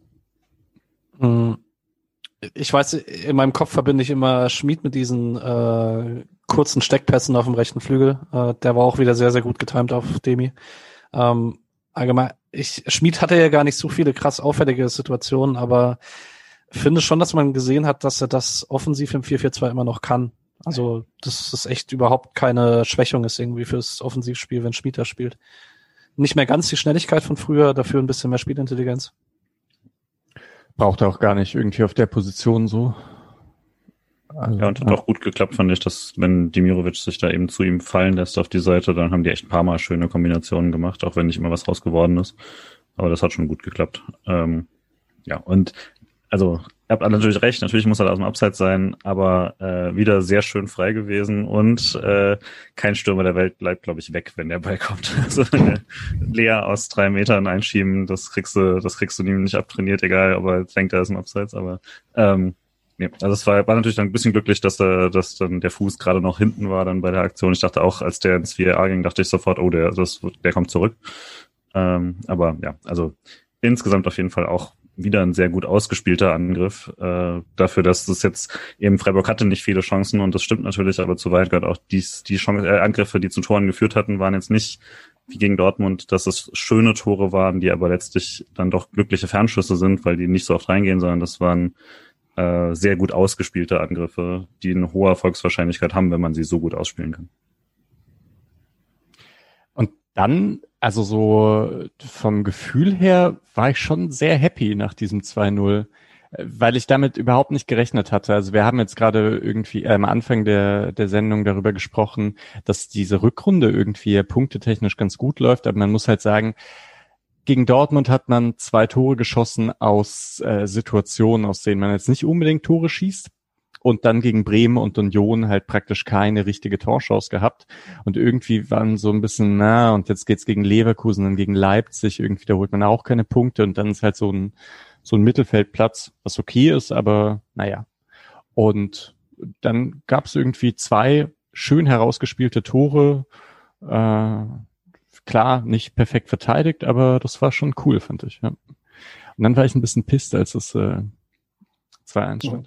Mhm. Ich weiß, in meinem Kopf verbinde ich immer Schmid mit diesen äh, kurzen Steckpässen auf dem rechten Flügel. Äh, der war auch wieder sehr, sehr gut getimt auf Demi. Ähm, allgemein, ich, Schmid hatte ja gar nicht so viele krass auffällige Situationen, aber finde schon, dass man gesehen hat, dass er das offensiv im vier vier zwei immer noch kann. Also, dass es echt überhaupt keine Schwächung ist irgendwie fürs Offensivspiel, wenn Schmid da spielt. Nicht mehr ganz die Schnelligkeit von früher, dafür ein bisschen mehr Spielintelligenz. Braucht er auch gar nicht irgendwie auf der Position so. Also, ja, und hat ja. auch gut geklappt, fand ich, dass wenn Demirovic sich da eben zu ihm fallen lässt auf die Seite, dann haben die echt ein paar Mal schöne Kombinationen gemacht, auch wenn nicht immer was raus geworden ist. Aber das hat schon gut geklappt. Ähm, ja, und also, ihr habt natürlich recht, natürlich muss er aus dem Abseits sein, aber äh, wieder sehr schön frei gewesen und äh, kein Stürmer der Welt bleibt, glaube ich, weg, wenn der Ball kommt. Also leer aus drei Metern einschieben, das kriegst du, das kriegst du ihm nicht abtrainiert, egal, ob er denkt, er ist im Abseits, aber ähm, nee, also es war, war natürlich dann ein bisschen glücklich, dass er, dass dann der Fuß gerade noch hinten war dann bei der Aktion. Ich dachte auch, als der ins V A R ging, dachte ich sofort, oh, der, das, der kommt zurück. Ähm, aber ja, also insgesamt auf jeden Fall auch wieder ein sehr gut ausgespielter Angriff, äh, dafür, dass es jetzt eben Freiburg hatte nicht viele Chancen und das stimmt natürlich, aber zu weit gehört auch dies, die Chance, äh, Angriffe, die zu Toren geführt hatten, waren jetzt nicht wie gegen Dortmund, dass es schöne Tore waren, die aber letztlich dann doch glückliche Fernschüsse sind, weil die nicht so oft reingehen, sondern das waren äh, sehr gut ausgespielte Angriffe, die eine hohe Erfolgswahrscheinlichkeit haben, wenn man sie so gut ausspielen kann. Und dann, also so vom Gefühl her, war ich schon sehr happy nach diesem zwei null, weil ich damit überhaupt nicht gerechnet hatte. Also wir haben jetzt gerade irgendwie äh, am Anfang der der Sendung darüber gesprochen, dass diese Rückrunde irgendwie punktetechnisch ganz gut läuft, aber man muss halt sagen, gegen Dortmund hat man zwei Tore geschossen aus äh, Situationen, aus denen man jetzt nicht unbedingt Tore schießt. Und dann gegen Bremen und Union halt praktisch keine richtige Torchance gehabt. Und irgendwie waren so ein bisschen, na, und jetzt geht's gegen Leverkusen, dann gegen Leipzig. Irgendwie, da holt man auch keine Punkte. Und dann ist halt so ein, so ein Mittelfeldplatz, was okay ist, aber naja. Und dann gab's irgendwie zwei schön herausgespielte Tore. Äh, klar, nicht perfekt verteidigt, aber das war schon cool, fand ich. Ja. Und dann war ich ein bisschen pisst, als es äh, zwei eins stand.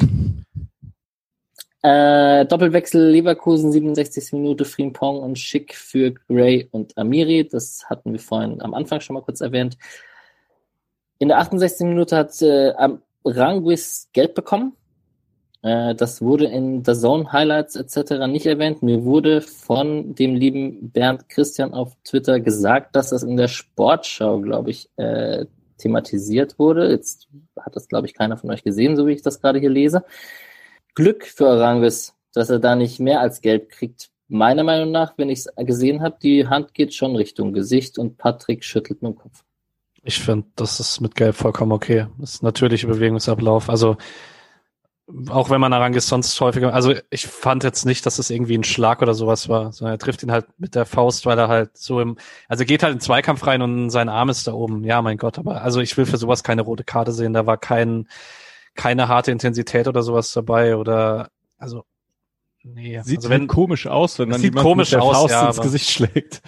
Äh, Doppelwechsel Leverkusen, siebenundsechzigste Minute, Frimpong und Schick für Gray und Amiri. Das hatten wir vorhin am Anfang schon mal kurz erwähnt. In der achtundsechzigsten Minute hat äh, Aranguiz gelb bekommen. Äh, das wurde in der Zone Highlights et cetera nicht erwähnt. Mir wurde von dem lieben Bernd Christian auf Twitter gesagt, dass das in der Sportschau, glaube ich, äh, thematisiert wurde. Jetzt hat das, glaube ich, keiner von euch gesehen, so wie ich das gerade hier lese. Glück für Aranguiz, dass er da nicht mehr als gelb kriegt. Meiner Meinung nach, wenn ich es gesehen habe, die Hand geht schon Richtung Gesicht und Patrick schüttelt mit dem Kopf. Ich finde, das ist mit Gelb vollkommen okay. Das ist natürlicher Bewegungsablauf. Also auch wenn man Arangis sonst häufiger, also ich fand jetzt nicht, dass es irgendwie ein Schlag oder sowas war, sondern er trifft ihn halt mit der Faust, weil er halt so im, also er geht halt in den Zweikampf rein und sein Arm ist da oben. Ja, mein Gott, aber also ich will für sowas keine rote Karte sehen. Da war kein, keine harte Intensität oder sowas dabei oder, also, nee. Sieht also wenn, wenn, komisch aus, wenn man sieht jemand komisch mit der aus, Faust ja, ins aber- Gesicht schlägt.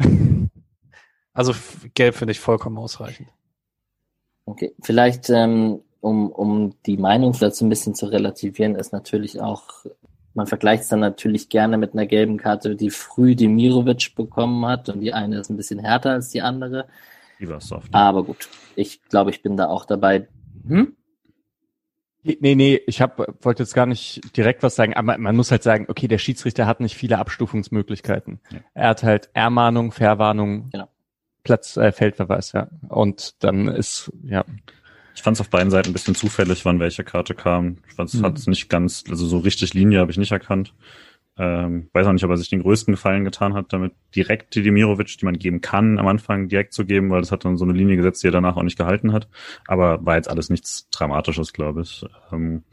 also Gelb finde ich vollkommen ausreichend. Okay, vielleicht, ähm, um, um die Meinung dazu ein bisschen zu relativieren, ist natürlich auch, man vergleicht es dann natürlich gerne mit einer gelben Karte, die früh Demirovic bekommen hat und die eine ist ein bisschen härter als die andere. Die war soft. Aber gut, ich glaube, ich bin da auch dabei. Hm? Nee, nee, ich hab, wollte jetzt gar nicht direkt was sagen, aber man muss halt sagen, okay, der Schiedsrichter hat nicht viele Abstufungsmöglichkeiten. Ja. Er hat halt Ermahnung, Verwarnung, Genau. Platz, äh, Feldverweis, ja. Und dann ist, ja. Ich fand es auf beiden Seiten ein bisschen zufällig, wann welche Karte kam. Ich fand es Mhm. hat es nicht ganz, also so richtig Linie habe ich nicht erkannt. Ähm, weiß auch nicht, ob er sich den größten Gefallen getan hat, damit direkt die Demirovic, die man geben kann, am Anfang direkt zu geben, weil das hat dann so eine Linie gesetzt, die er danach auch nicht gehalten hat. Aber war jetzt alles nichts Dramatisches, glaube ich. Ähm,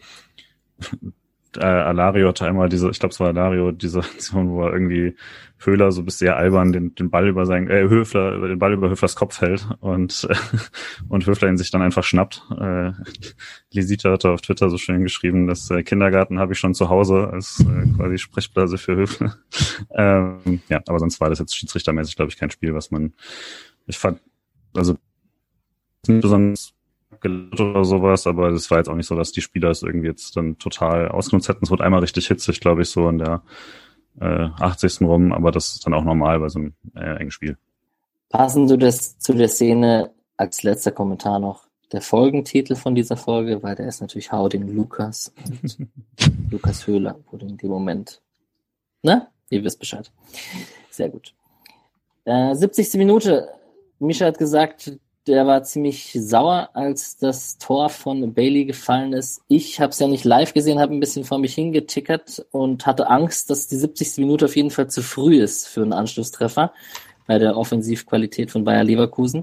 äh, Alario hatte einmal diese, ich glaube, es war Alario, diese Aktion, wo er irgendwie Höhler so bis sehr albern den, den Ball über seinen, äh, Höfler, über den Ball über Höflers Kopf hält und, äh, und Höfler ihn sich dann einfach schnappt. Äh, Lisita hatte auf Twitter so schön geschrieben, dass äh, Kindergarten habe ich schon zu Hause als äh, quasi Sprechblase für Höfler. ähm, ja, aber sonst war das jetzt schiedsrichtermäßig, glaube ich, kein Spiel, was man, ich fand, also nicht besonders gelernt oder sowas, aber es war jetzt auch nicht so, dass die Spieler es irgendwie jetzt dann total ausgenutzt hätten. Es wurde einmal richtig hitzig, glaube ich, so in der äh, achtzigsten rum, aber das ist dann auch normal bei so einem äh, engen Spiel. Passend zu, das, zu der Szene als letzter Kommentar noch der Folgentitel von dieser Folge, weil der ist natürlich Hau den Lukas und Lukas Höhler wurde in dem Moment, ne? Ihr wisst Bescheid. Sehr gut. Äh, siebzigste Minute. Mischa hat gesagt, der war ziemlich sauer, als das Tor von Bailey gefallen ist. Ich habe es ja nicht live gesehen, habe ein bisschen vor mich hingetickert und hatte Angst, dass die siebzigste Minute auf jeden Fall zu früh ist für einen Anschlusstreffer bei der Offensivqualität von Bayer Leverkusen.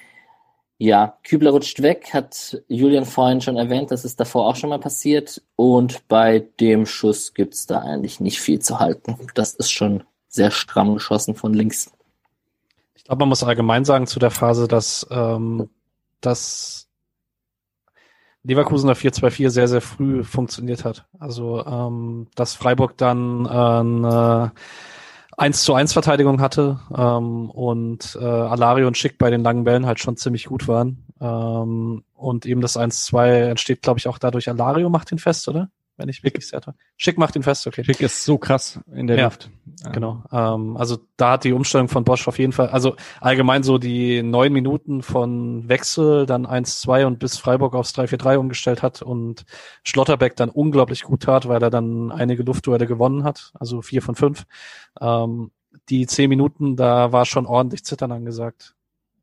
Ja, Kübler rutscht weg, hat Julian vorhin schon erwähnt, das ist davor auch schon mal passiert. Und bei dem Schuss gibt's da eigentlich nicht viel zu halten. Das ist schon sehr stramm geschossen von links. Ich glaube, man muss allgemein sagen zu der Phase, dass, ähm, dass Leverkusener vier zwei vier sehr, sehr früh funktioniert hat. Also, ähm, dass Freiburg dann äh, eine eins zu eins Verteidigung hatte ähm, und äh, Alario und Schick bei den langen Bällen halt schon ziemlich gut waren. Ähm, und eben das eins zwei entsteht, glaube ich, auch dadurch. Alario macht ihn fest, oder? Wenn ich wirklich sehr toll. Schick macht ihn fest, okay. Schick ist so krass in der Ja. Luft. Genau. Ähm, also da hat die Umstellung von Bosch auf jeden Fall, also allgemein so die neun Minuten von Wechsel, dann eins zwei und bis Freiburg aufs drei vier drei umgestellt hat und Schlotterbeck dann unglaublich gut tat, weil er dann einige Luftduelle gewonnen hat, also vier von fünf. Ähm, die zehn Minuten, da war schon ordentlich Zittern angesagt.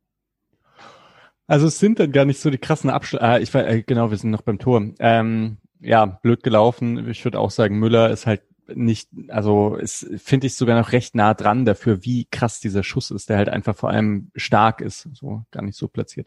Also es sind dann gar nicht so die krassen Abschlüsse. Ah, ich war, äh, genau, wir sind noch beim Tor. Ähm, ja, blöd gelaufen. Ich würde auch sagen, Müller ist halt nicht, also ist, finde ich sogar noch recht nah dran dafür, wie krass dieser Schuss ist, der halt einfach vor allem stark ist, so gar nicht so platziert.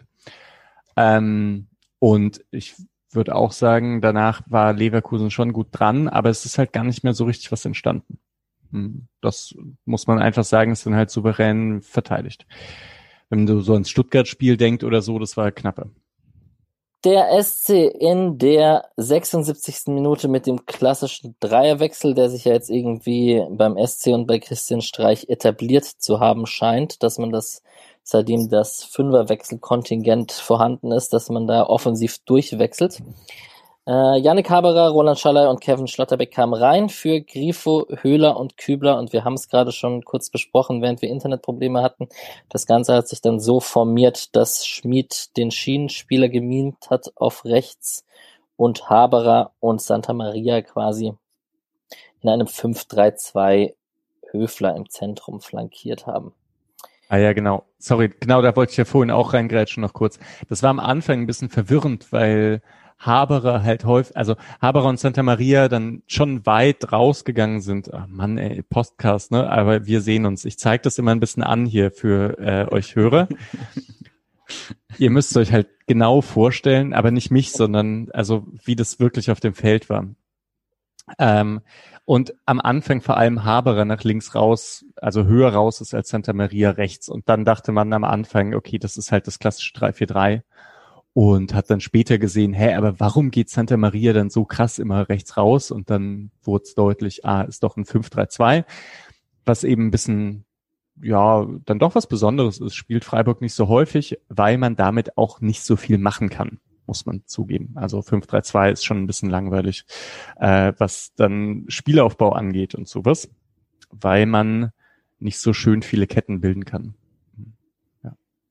Ähm, und ich würde auch sagen, danach war Leverkusen schon gut dran, aber es ist halt gar nicht mehr so richtig was entstanden. Hm, Das muss man einfach sagen, ist dann halt souverän verteidigt. Wenn du so ans Stuttgart-Spiel denkst oder so, das war knappe. Der S C in der sechsundsiebzigsten Minute mit dem klassischen Dreierwechsel, der sich ja jetzt irgendwie beim S C und bei Christian Streich etabliert zu haben scheint, dass man das, seitdem das Fünferwechselkontingent vorhanden ist, dass man da offensiv durchwechselt. Äh, Yannick Haberer, Roland Schallei und Kevin Schlotterbeck kamen rein für Grifo, Höhler und Kübler und wir haben es gerade schon kurz besprochen, während wir Internetprobleme hatten. Das Ganze hat sich dann so formiert, dass Schmid den Schienenspieler gemimt hat auf rechts und Haberer und Santa Maria quasi in einem fünf drei zwei Höfler im Zentrum flankiert haben. Ah ja, genau. Sorry, genau, da wollte ich ja vorhin auch reingrätschen noch kurz. Das war am Anfang ein bisschen verwirrend, weil Haberer halt häufig, also Haberer und Santa Maria dann schon weit rausgegangen sind. Ach Mann, ey, Podcast, ne? Aber wir sehen uns. Ich zeige das immer ein bisschen an hier für äh, euch Hörer. Ihr müsst euch halt genau vorstellen, aber nicht mich, sondern also wie das wirklich auf dem Feld war. Ähm, und am Anfang vor allem Haberer nach links raus, also höher raus ist als Santa Maria rechts. Und dann dachte man am Anfang, okay, das ist halt das klassische drei vier drei. Und hat dann später gesehen, hä, aber warum geht Santa Maria dann so krass immer rechts raus? Und dann wurde es deutlich, ah, ist doch ein fünf drei zwei, was eben ein bisschen, ja, dann doch was Besonderes ist. Spielt Freiburg nicht so häufig, weil man damit auch nicht so viel machen kann, muss man zugeben. Also fünf drei zwei ist schon ein bisschen langweilig, äh, was dann Spielaufbau angeht und sowas, weil man nicht so schön viele Ketten bilden kann. Ja.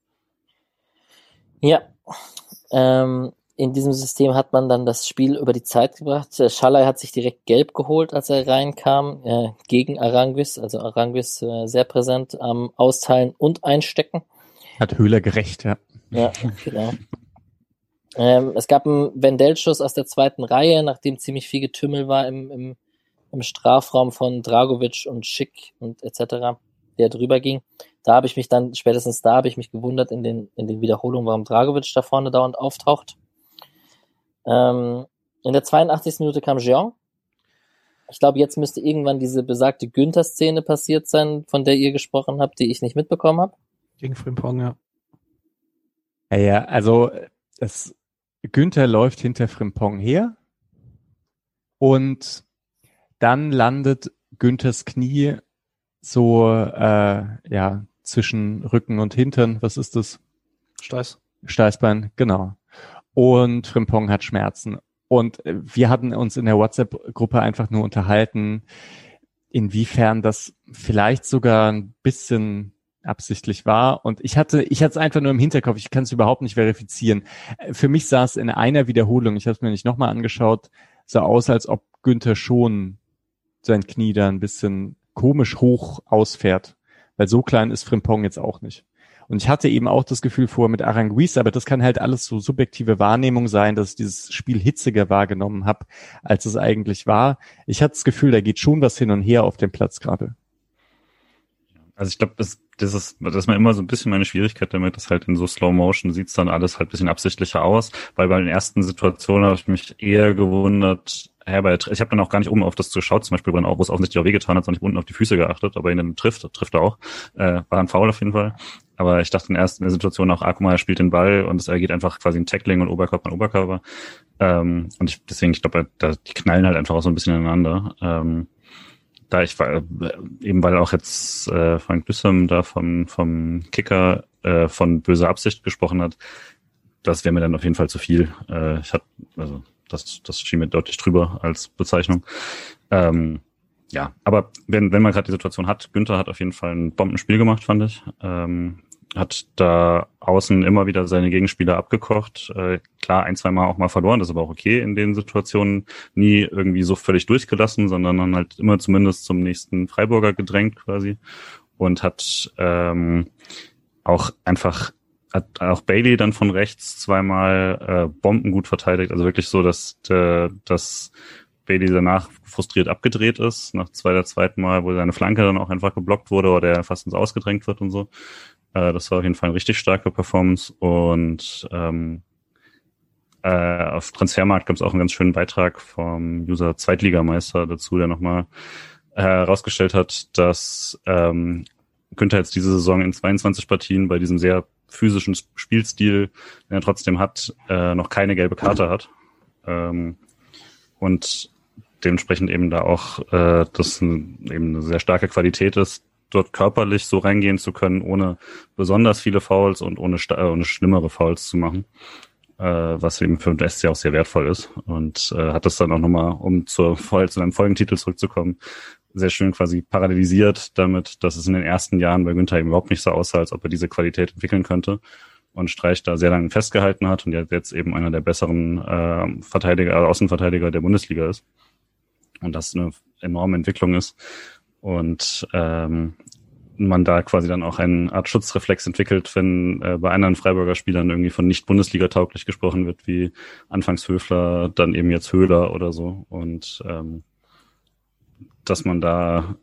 Ja. Ähm, in diesem System hat man dann das Spiel über die Zeit gebracht. Schalay hat sich direkt gelb geholt, als er reinkam, äh, gegen Aranguiz. Also Aranguiz äh, sehr präsent am Austeilen und Einstecken. Hat Höhler gerecht, ja. Ja, genau. ähm, es gab einen Wendell-Schuss aus der zweiten Reihe, nachdem ziemlich viel Getümmel war im, im, im Strafraum von Dragovic und Schick und et cetera, der drüber ging. Da habe ich mich dann, spätestens da habe ich mich gewundert in den, in den Wiederholungen, warum Dragovic da vorne dauernd auftaucht. Ähm, in der zweiundachtzigsten Minute kam Jean. Ich glaube, jetzt müsste irgendwann diese besagte Günther-Szene passiert sein, von der ihr gesprochen habt, die ich nicht mitbekommen habe. Gegen Frimpong, ja. Ja, ja, also es, Günther läuft hinter Frimpong her und dann landet Günthers Knie so, äh, ja, zwischen Rücken und Hintern, was ist das? Steiß. Steißbein, genau. Und Frimpong hat Schmerzen. Und wir hatten uns in der WhatsApp-Gruppe einfach nur unterhalten, inwiefern das vielleicht sogar ein bisschen absichtlich war. Und ich hatte, ich hatte es einfach nur im Hinterkopf, ich kann es überhaupt nicht verifizieren. Für mich sah es in einer Wiederholung, ich habe es mir nicht nochmal angeschaut, so aus, als ob Günther schon sein Knie da ein bisschen komisch hoch ausfährt. Weil so klein ist Frimpong jetzt auch nicht. Und ich hatte eben auch das Gefühl vorher mit Aranguiz, aber das kann halt alles so subjektive Wahrnehmung sein, dass ich dieses Spiel hitziger wahrgenommen habe, als es eigentlich war. Ich hatte das Gefühl, da geht schon was hin und her auf dem Platz gerade. Also ich glaube, das, das ist, das ist mal immer so ein bisschen meine Schwierigkeit damit, dass halt in so Slow Motion sieht's dann alles halt ein bisschen absichtlicher aus, weil bei den ersten Situationen habe ich mich eher gewundert, ja, bei, ich habe dann auch gar nicht oben auf das geschaut, zum Beispiel, wo es offensichtlich auch wehgetan hat, sondern ich habe unten auf die Füße geachtet, aber ihn dann trifft, trifft er auch, äh, war ein Foul auf jeden Fall. Aber ich dachte erst in der Situation auch, Akuma spielt den Ball und es geht einfach quasi ein Tackling und Oberkörper an Oberkörper. Ähm, und ich, deswegen, ich glaube, da, die knallen halt einfach auch so ein bisschen ineinander. Ähm, da ich war, eben weil auch jetzt äh, Frank Büssum da vom, vom Kicker äh, von böser Absicht gesprochen hat, das wäre mir dann auf jeden Fall zu viel. Äh, ich hatte, also das, das schien mir deutlich drüber als Bezeichnung. Ähm, ja, aber wenn, wenn man gerade die Situation hat, Günther hat auf jeden Fall ein Bombenspiel gemacht, fand ich. Ähm, hat da außen immer wieder seine Gegenspieler abgekocht. Äh, klar, ein, zwei Mal auch mal verloren, das ist aber auch okay in den Situationen. Nie irgendwie so völlig durchgelassen, sondern dann halt immer zumindest zum nächsten Freiburger gedrängt quasi. Und hat ähm, auch einfach, hat auch Bailey dann von rechts zweimal äh, Bomben gut verteidigt. Also wirklich so, dass, äh, dass Bailey danach frustriert abgedreht ist, nach zwei der zweiten Mal, wo seine Flanke dann auch einfach geblockt wurde oder er fast ins Ausgedrängt wird und so. Das war auf jeden Fall eine richtig starke Performance und ähm, äh, auf Transfermarkt gab es auch einen ganz schönen Beitrag vom User Zweitligameister dazu, der nochmal herausgestellt hat, dass ähm, Günther jetzt diese Saison in zweiundzwanzig Partien bei diesem sehr physischen Spielstil, den er trotzdem hat, äh, noch keine gelbe Karte hat ähm, und dementsprechend eben da auch äh, das ein, eben eine sehr starke Qualität ist, dort körperlich so reingehen zu können, ohne besonders viele Fouls und ohne, sta- ohne schlimmere Fouls zu machen, äh, was eben für den S C auch sehr wertvoll ist. Und äh, hat das dann auch nochmal, um zur, zu einem Folgentitel zurückzukommen, sehr schön quasi parallelisiert damit, dass es in den ersten Jahren bei Günther eben überhaupt nicht so aussah, als ob er diese Qualität entwickeln könnte. Und Streich da sehr lange festgehalten hat und jetzt eben einer der besseren äh, Verteidiger, äh, Außenverteidiger der Bundesliga ist. Und das eine enorme Entwicklung ist. Und ähm, man da quasi dann auch eine Art Schutzreflex entwickelt, wenn äh, bei anderen Freiburger Spielern irgendwie von nicht Bundesliga-tauglich gesprochen wird, wie anfangs Höfler, dann eben jetzt Höhler oder so. Und ähm, dass man da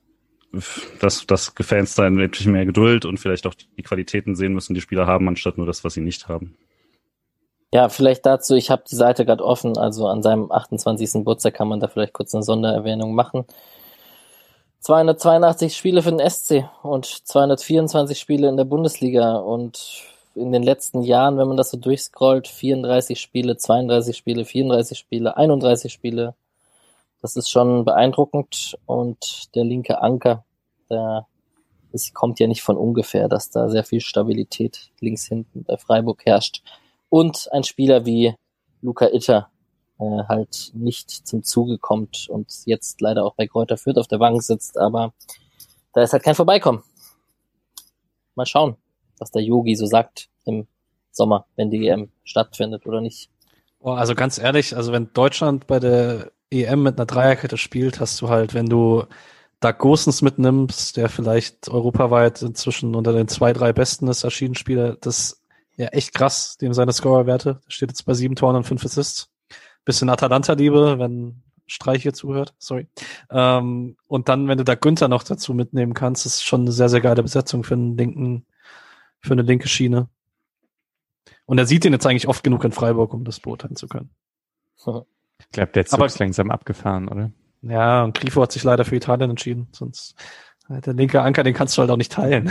dass, dass Fans da natürlich mehr Geduld und vielleicht auch die Qualitäten sehen müssen, die Spieler haben, anstatt nur das, was sie nicht haben. Ja, vielleicht dazu, ich habe die Seite gerade offen, also an seinem achtundzwanzigsten Geburtstag kann man da vielleicht kurz eine Sondererwähnung machen. zweihundertzweiundachtzig Spiele für den S C und zweihundertvierundzwanzig Spiele in der Bundesliga und in den letzten Jahren, wenn man das so durchscrollt, vierunddreißig Spiele, zweiunddreißig Spiele, vierunddreißig Spiele, einunddreißig Spiele. Das ist schon beeindruckend und der linke Anker, der es kommt ja nicht von ungefähr, dass da sehr viel Stabilität links hinten bei Freiburg herrscht. Und ein Spieler wie Luca Itter äh, halt nicht zum Zuge kommt und jetzt leider auch bei Greuther Fürth auf der Bank sitzt, aber da ist halt kein Vorbeikommen. Mal schauen, was der Yogi so sagt im Sommer, wenn die E M stattfindet oder nicht. Oh, also ganz ehrlich, also wenn Deutschland bei der E M mit einer Dreierkette spielt, hast du halt, wenn du Doug Gosens mitnimmst, der vielleicht europaweit inzwischen unter den zwei, drei Besten ist, erschienen Spieler, das ist ja echt krass, dem seine Scorerwerte. Der steht jetzt bei sieben Toren und fünf Assists. Bisschen Atalanta-Liebe, wenn Streich hier zuhört, sorry. Ähm, und dann, wenn du da Günther noch dazu mitnehmen kannst, ist schon eine sehr, sehr geile Besetzung für einen linken, für eine linke Schiene. Und er sieht ihn jetzt eigentlich oft genug in Freiburg, um das beurteilen zu können. Ich glaube, der Zug Aber- ist langsam abgefahren, oder? Ja, und Grifo hat sich leider für Italien entschieden, sonst äh, der linke Anker, den kannst du halt auch nicht teilen.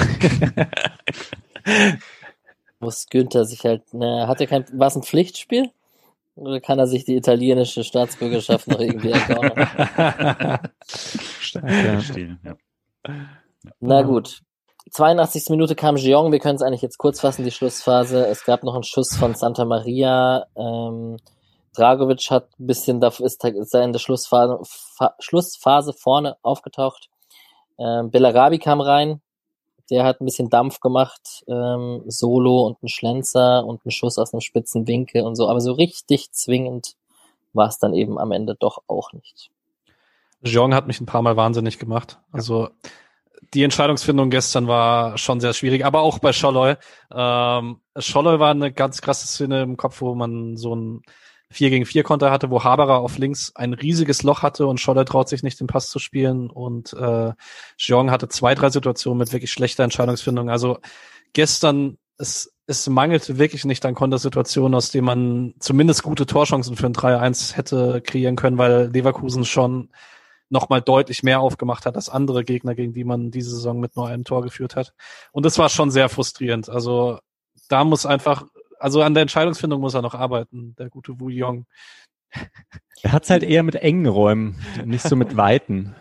Muss Günther sich halt, ne, hat er kein, war es ein Pflichtspiel? Oder kann er sich die italienische Staatsbürgerschaft noch irgendwie ergaunern? Stark, ja. Stil, ja. Na gut. zweiundachtzigste Minute kam Jeong, wir können es eigentlich jetzt kurz fassen, die Schlussphase. Es gab noch einen Schuss von Santa Maria. Ähm, Dragovic hat ein bisschen, dafür ist, ist er in der Schlussphase, Fa, Schlussphase vorne aufgetaucht. Ähm, Bellarabi kam rein. Der hat ein bisschen Dampf gemacht, ähm, Solo und ein Schlenzer und ein Schuss aus einem spitzen Winkel und so. Aber so richtig zwingend war es dann eben am Ende doch auch nicht. Jeong hat mich ein paar Mal wahnsinnig gemacht. Also die Entscheidungsfindung gestern war schon sehr schwierig, aber auch bei Scholloy. Ähm, Scholloy war eine ganz krasse Szene im Kopf, wo man so ein vier gegen vier Konter hatte, wo Haberer auf links ein riesiges Loch hatte und Scholloy traut sich nicht, den Pass zu spielen und äh, Jeong hatte zwei, drei Situationen mit wirklich schlechter Entscheidungsfindung. Also gestern, es, es mangelte wirklich nicht an Kontersituationen, aus denen man zumindest gute Torchancen für ein drei eins hätte kreieren können, weil Leverkusen schon nochmal deutlich mehr aufgemacht hat als andere Gegner, gegen die man diese Saison mit nur einem Tor geführt hat. Und das war schon sehr frustrierend. Also da muss einfach, also an der Entscheidungsfindung muss er noch arbeiten, der gute Wu Yong. Er hat's halt eher mit engen Räumen, nicht so mit weiten.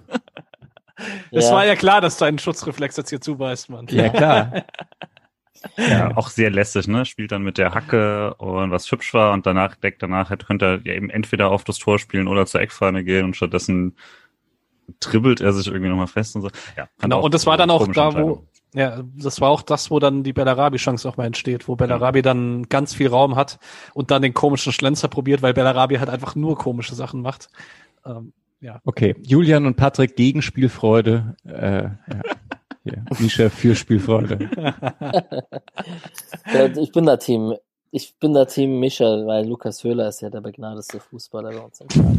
Es Ja. war ja klar, dass dein Schutzreflex jetzt hier zubeißt, Mann. Ja, klar. Ja, auch sehr lässig, ne? Spielt dann mit der Hacke und was hübsch war und danach, direkt danach hätte, könnte er ja eben entweder auf das Tor spielen oder zur Eckfahne gehen und stattdessen dribbelt er sich irgendwie nochmal fest und so. Ja, Genau, und das war dann auch komische da, Entscheidung. wo, ja, das war auch das, wo dann die Bellarabi-Chance auch mal entsteht, wo Bellarabi dann ganz viel Raum hat und dann den komischen Schlenzer probiert, weil Bellarabi halt einfach nur komische Sachen macht. Ähm, ja. Okay, Julian und Patrick gegen Spielfreude. Äh, ja. Hier, Mischa für Spielfreude. Ja, ich bin da Team, ich bin da Team Michel, weil Lukas Höhler ist ja der begnadeste Fußballer bei uns im Kader.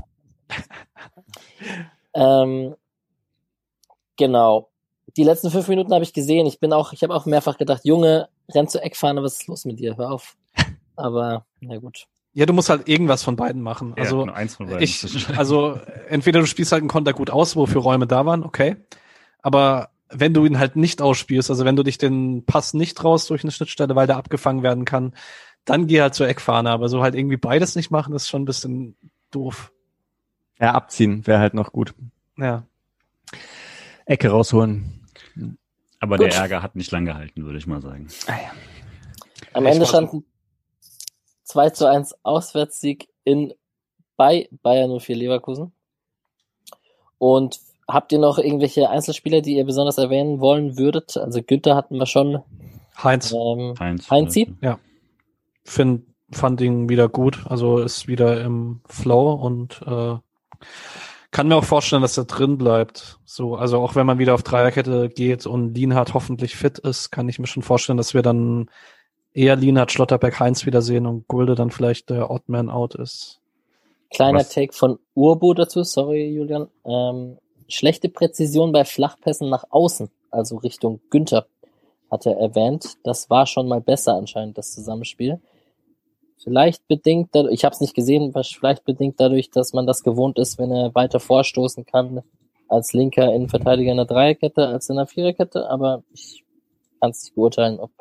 ähm, genau. Die letzten fünf Minuten habe ich gesehen. Ich bin auch, ich habe auch mehrfach gedacht, Junge, renn zur Eckfahne, was ist los mit dir? Hör auf. Aber, na gut. Ja, du musst halt irgendwas von beiden machen. Ja, Also, nur eins von beiden. ich, also, entweder du spielst halt einen Konter gut aus, wofür Räume da waren, okay. Aber wenn du ihn halt nicht ausspielst, also wenn du dich den Pass nicht traust durch eine Schnittstelle, weil der abgefangen werden kann, dann geh halt zur Eckfahne. Aber so halt irgendwie beides nicht machen, ist schon ein bisschen doof. Ja, abziehen wäre halt noch gut. Ja. Ecke rausholen. Aber Gut. der Ärger hat nicht lang gehalten, würde ich mal sagen. Am Ich Ende war so- stand ein zwei zu eins Auswärtssieg in, bei Bayern null vier Leverkusen. Und habt ihr noch irgendwelche Einzelspieler, die ihr besonders erwähnen wollen würdet? Also Günther hatten wir schon. Heinz, Ähm, Heinz. Heinzi? find, fand ihn wieder gut, also ist wieder im Flow und äh, kann mir auch vorstellen, dass er drin bleibt. So, also auch wenn man wieder auf Dreierkette geht und Lienhardt hoffentlich fit ist, kann ich mir schon vorstellen, dass wir dann eher Lienhardt, Schlotterbeck, Heinz wiedersehen und Gulde dann vielleicht der Oddman out ist. Kleiner Was? Take von Urbo dazu, sorry Julian. Ähm, schlechte Präzision bei Flachpässen nach außen, also Richtung Günther, hat er erwähnt. Das war schon mal besser anscheinend, das Zusammenspiel. Vielleicht bedingt, dadurch, ich habe es nicht gesehen, vielleicht bedingt dadurch, dass man das gewohnt ist, wenn er weiter vorstoßen kann, als linker Innenverteidiger in der Dreierkette als in der Viererkette, aber ich kann es nicht beurteilen, ob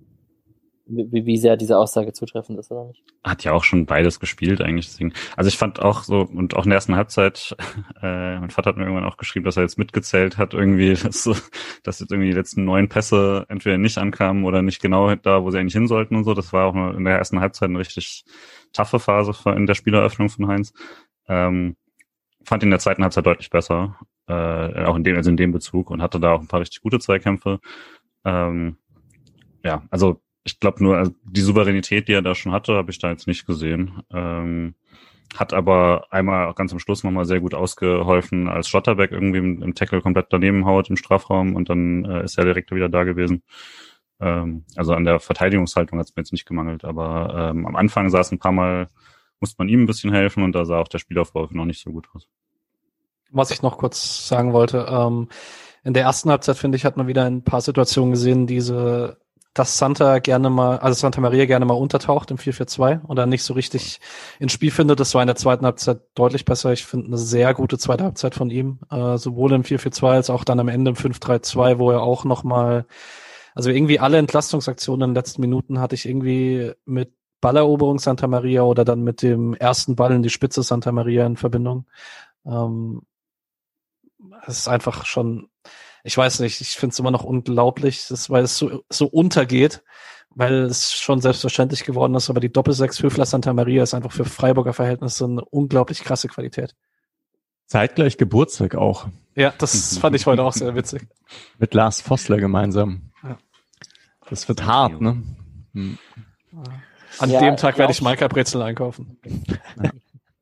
wie, wie sehr diese Aussage zutreffend ist oder nicht. Hat ja auch schon beides gespielt eigentlich. Deswegen. Also ich fand auch so, und auch in der ersten Halbzeit, äh, mein Vater hat mir irgendwann auch geschrieben, dass er jetzt mitgezählt hat, irgendwie, dass, so, dass jetzt irgendwie die letzten neun Pässe entweder nicht ankamen oder nicht genau da, wo sie eigentlich hin sollten und so. Das war auch in der ersten Halbzeit eine richtig taffe Phase in der Spieleröffnung von Heinz. Ähm, fand ihn in der zweiten Halbzeit deutlich besser, äh, auch in dem, also in dem Bezug, und hatte da auch ein paar richtig gute Zweikämpfe. Ähm, ja, also ich glaube nur, also die Souveränität, die er da schon hatte, habe ich da jetzt nicht gesehen. Ähm, hat aber einmal ganz am Schluss nochmal sehr gut ausgeholfen, als Schlotterbeck irgendwie im, im Tackle komplett daneben haut im Strafraum, und dann äh, ist er direkt wieder da gewesen. Ähm, also an der Verteidigungshaltung hat es mir jetzt nicht gemangelt, aber ähm, am Anfang sah es ein paar Mal, musste man ihm ein bisschen helfen, und da sah auch der Spielaufbau noch nicht so gut aus. Was ich noch kurz sagen wollte, ähm, in der ersten Halbzeit, finde ich, hat man wieder ein paar Situationen gesehen, diese dass Santa gerne mal, also Santa Maria gerne mal untertaucht im vier vier zwei und dann nicht so richtig ins Spiel findet. Das war in der zweiten Halbzeit deutlich besser. Ich finde eine sehr gute zweite Halbzeit von ihm, äh, sowohl im vier vier zwei als auch dann am Ende im fünf drei zwei, wo er auch nochmal, also irgendwie alle Entlastungsaktionen in den letzten Minuten hatte ich irgendwie mit Balleroberung Santa Maria oder dann mit dem ersten Ball in die Spitze Santa Maria in Verbindung. Ähm, es ist einfach schon, ich weiß nicht, ich finde es immer noch unglaublich, das, weil es so, so untergeht, weil es schon selbstverständlich geworden ist, aber die Doppelsechs Höfler Santa Maria ist einfach für Freiburger Verhältnisse eine unglaublich krasse Qualität. Zeitgleich Geburtstag auch. Ja, das fand ich heute auch sehr witzig. Mit Lars Vossler gemeinsam. Ja. Das wird hart, ne? Hm. An ja, dem Tag werde ich Maika Brezel einkaufen. Ja.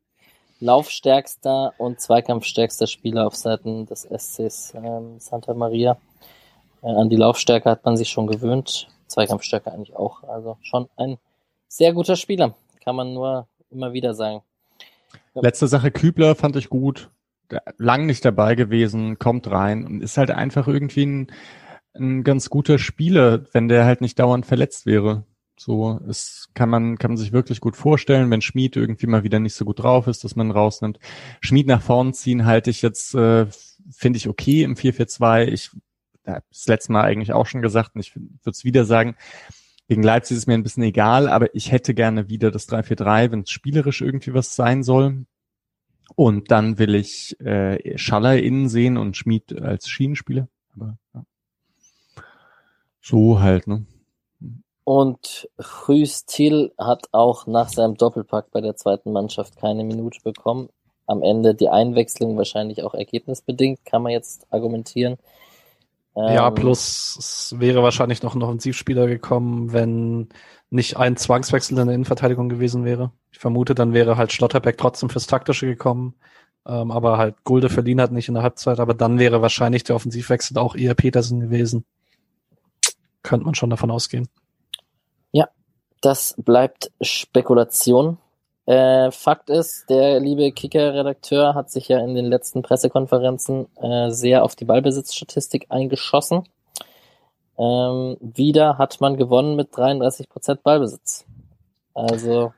Laufstärkster und zweikampfstärkster Spieler auf Seiten des S Cs ähm, Santa Maria. Äh, an die Laufstärke hat man sich schon gewöhnt, Zweikampfstärke eigentlich auch. Also schon ein sehr guter Spieler, kann man nur immer wieder sagen. Ja. Letzte Sache, Kübler fand ich gut. Lang nicht dabei gewesen, kommt rein und ist halt einfach irgendwie ein, ein ganz guter Spieler, wenn der halt nicht dauernd verletzt wäre. So, es kann man, kann man sich wirklich gut vorstellen, wenn Schmid irgendwie mal wieder nicht so gut drauf ist, dass man ihn rausnimmt. Schmid nach vorn ziehen halte ich jetzt, äh, finde ich okay im vier vier zwei. Ich habe das letzte Mal eigentlich auch schon gesagt und ich würde es wieder sagen, gegen Leipzig ist mir ein bisschen egal, aber ich hätte gerne wieder das drei vier drei, wenn es spielerisch irgendwie was sein soll. Und dann will ich äh, Schaller innen sehen und Schmid als Schienenspieler. Aber ja. So halt, ne? Und Guus Til hat auch nach seinem Doppelpack bei der zweiten Mannschaft keine Minute bekommen. Am Ende die Einwechslung wahrscheinlich auch ergebnisbedingt, kann man jetzt argumentieren. Ähm, ja, plus es wäre wahrscheinlich noch ein Offensivspieler gekommen, wenn nicht ein Zwangswechsel in der Innenverteidigung gewesen wäre. Ich vermute, dann wäre halt Schlotterbeck trotzdem fürs Taktische gekommen, ähm, aber halt Gulde verliehen hat nicht in der Halbzeit, aber dann wäre wahrscheinlich der Offensivwechsel auch eher Petersen gewesen. Könnte man schon davon ausgehen. Ja, das bleibt Spekulation. Äh, Fakt ist, der liebe Kicker-Redakteur hat sich ja in den letzten Pressekonferenzen äh, sehr auf die Ballbesitzstatistik eingeschossen. Ähm, wieder hat man gewonnen mit dreiunddreißig Prozent Ballbesitz. Also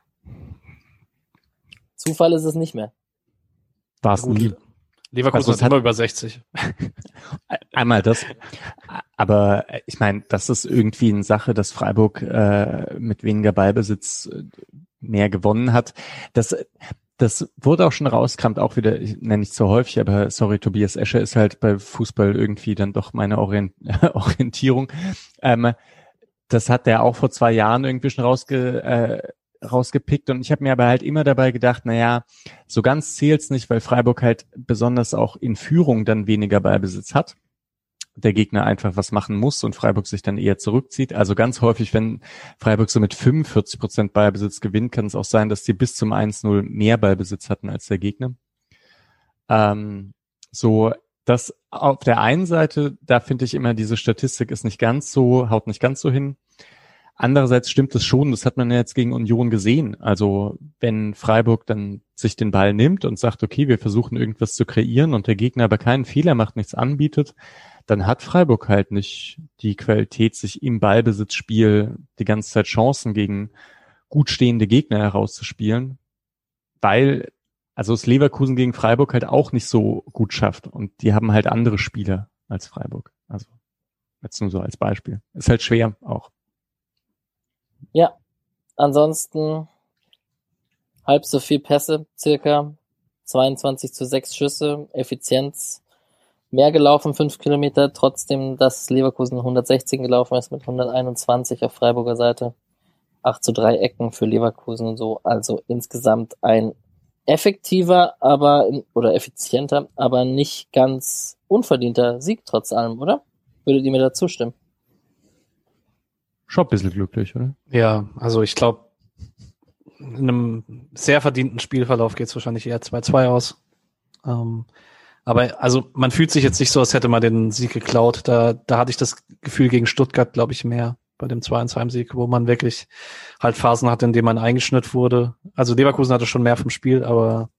Zufall ist es nicht mehr. War es nie. Leverkusen also, ist immer über sechzig. Einmal das. Aber ich meine, das ist irgendwie eine Sache, dass Freiburg äh, mit weniger Ballbesitz mehr gewonnen hat. Das, das wurde auch schon rauskramt, auch wieder, ich nenne nicht so häufig, aber sorry, Tobias Escher ist halt bei Fußball irgendwie dann doch meine Orient- Orientierung. Ähm, das hat der auch vor zwei Jahren irgendwie schon rausge... Äh, rausgepickt und ich habe mir aber halt immer dabei gedacht, naja, so ganz zählt's nicht, weil Freiburg halt besonders auch in Führung dann weniger Ballbesitz hat. Der Gegner einfach was machen muss und Freiburg sich dann eher zurückzieht. Also ganz häufig, wenn Freiburg so mit fünfundvierzig Prozent Ballbesitz gewinnt, kann es auch sein, dass die bis zum eins null mehr Ballbesitz hatten als der Gegner. Ähm, so, das auf der einen Seite, da finde ich immer, diese Statistik ist nicht ganz so, haut nicht ganz so hin. andererseits stimmt es schon, das hat man ja jetzt gegen Union gesehen. Also wenn Freiburg dann sich den Ball nimmt und sagt, okay, wir versuchen irgendwas zu kreieren und der Gegner aber keinen Fehler macht, nichts anbietet, dann hat Freiburg halt nicht die Qualität, sich im Ballbesitzspiel die ganze Zeit Chancen gegen gut stehende Gegner herauszuspielen, weil also es Leverkusen gegen Freiburg halt auch nicht so gut schafft und die haben halt andere Spieler als Freiburg. Also jetzt nur so als Beispiel. Ist halt schwer auch. Ja, ansonsten halb so viel Pässe, circa zweiundzwanzig zu sechs Schüsse, Effizienz mehr gelaufen, fünf Kilometer, trotzdem, dass Leverkusen hundertsechzehn gelaufen ist mit hunderteinundzwanzig auf Freiburger Seite, acht zu drei Ecken für Leverkusen und so, also insgesamt ein effektiver, aber oder effizienter, aber nicht ganz unverdienter Sieg trotz allem, oder? Würdet ihr mir da zustimmen? Schon ein bisschen glücklich, oder? Ja, also ich glaube, in einem sehr verdienten Spielverlauf geht es wahrscheinlich eher zwei zwei aus. Ähm, aber also man fühlt sich jetzt nicht so, als hätte man den Sieg geklaut. Da, da hatte ich das Gefühl gegen Stuttgart, glaube ich, mehr bei dem zwei eins Heimsieg, wo man wirklich halt Phasen hatte, in denen man eingeschnitten wurde. Also Leverkusen hatte schon mehr vom Spiel, aber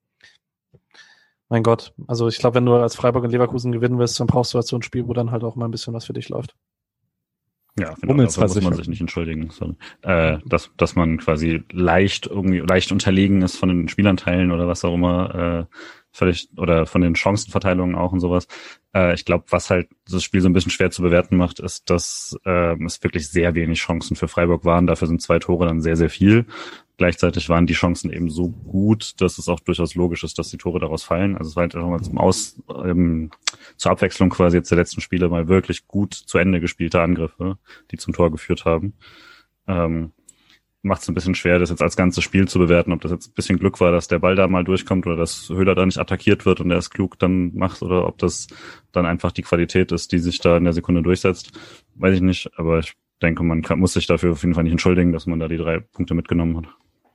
mein Gott, also ich glaube, wenn du als Freiburg und Leverkusen gewinnen willst, dann brauchst du halt so ein Spiel, wo dann halt auch mal ein bisschen was für dich läuft. Ja, genau, dafür muss man sich nicht entschuldigen, sondern, äh, dass, dass man quasi leicht irgendwie, leicht unterlegen ist von den Spielanteilen oder was auch immer, äh, völlig, oder von den Chancenverteilungen auch und sowas. Äh, ich glaube, was halt das Spiel so ein bisschen schwer zu bewerten macht, ist, dass äh, es wirklich sehr wenig Chancen für Freiburg waren. Dafür sind zwei Tore dann sehr, sehr viel. Gleichzeitig waren die Chancen eben so gut, dass es auch durchaus logisch ist, dass die Tore daraus fallen. Also es war halt auch mal zum Aus, ähm, zur Abwechslung quasi jetzt der letzten Spiele mal wirklich gut zu Ende gespielte Angriffe, die zum Tor geführt haben. Ähm, macht es ein bisschen schwer, das jetzt als ganzes Spiel zu bewerten, ob das jetzt ein bisschen Glück war, dass der Ball da mal durchkommt oder dass Höhler da nicht attackiert wird und er es klug dann macht oder ob das dann einfach die Qualität ist, die sich da in der Sekunde durchsetzt. Weiß ich nicht, aber ich denke, man kann, muss sich dafür auf jeden Fall nicht entschuldigen, dass man da die drei Punkte mitgenommen hat.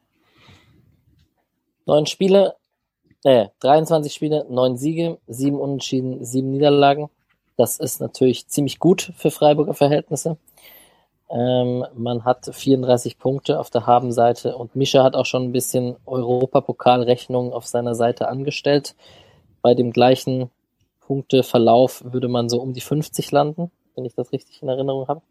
Neun Spiele, äh, dreiundzwanzig Spiele, neun Siege, sieben Unentschieden, sieben Niederlagen. Das ist natürlich ziemlich gut für Freiburger Verhältnisse. Ähm, man hat vierunddreißig Punkte auf der Habenseite und Mischa hat auch schon ein bisschen Europapokalrechnung auf seiner Seite angestellt. Bei dem gleichen Punkteverlauf würde man so um die fünfzig landen, wenn ich das richtig in Erinnerung habe.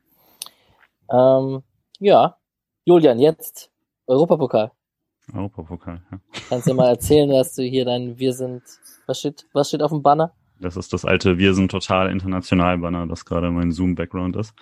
Ähm, ja, Julian, jetzt Europapokal. Europapokal, ja. Kannst du mal erzählen, dass du hier dein Wir sind, was steht, was steht auf dem Banner? Das ist das alte Wir sind total international Banner, das gerade mein Zoom-Background ist.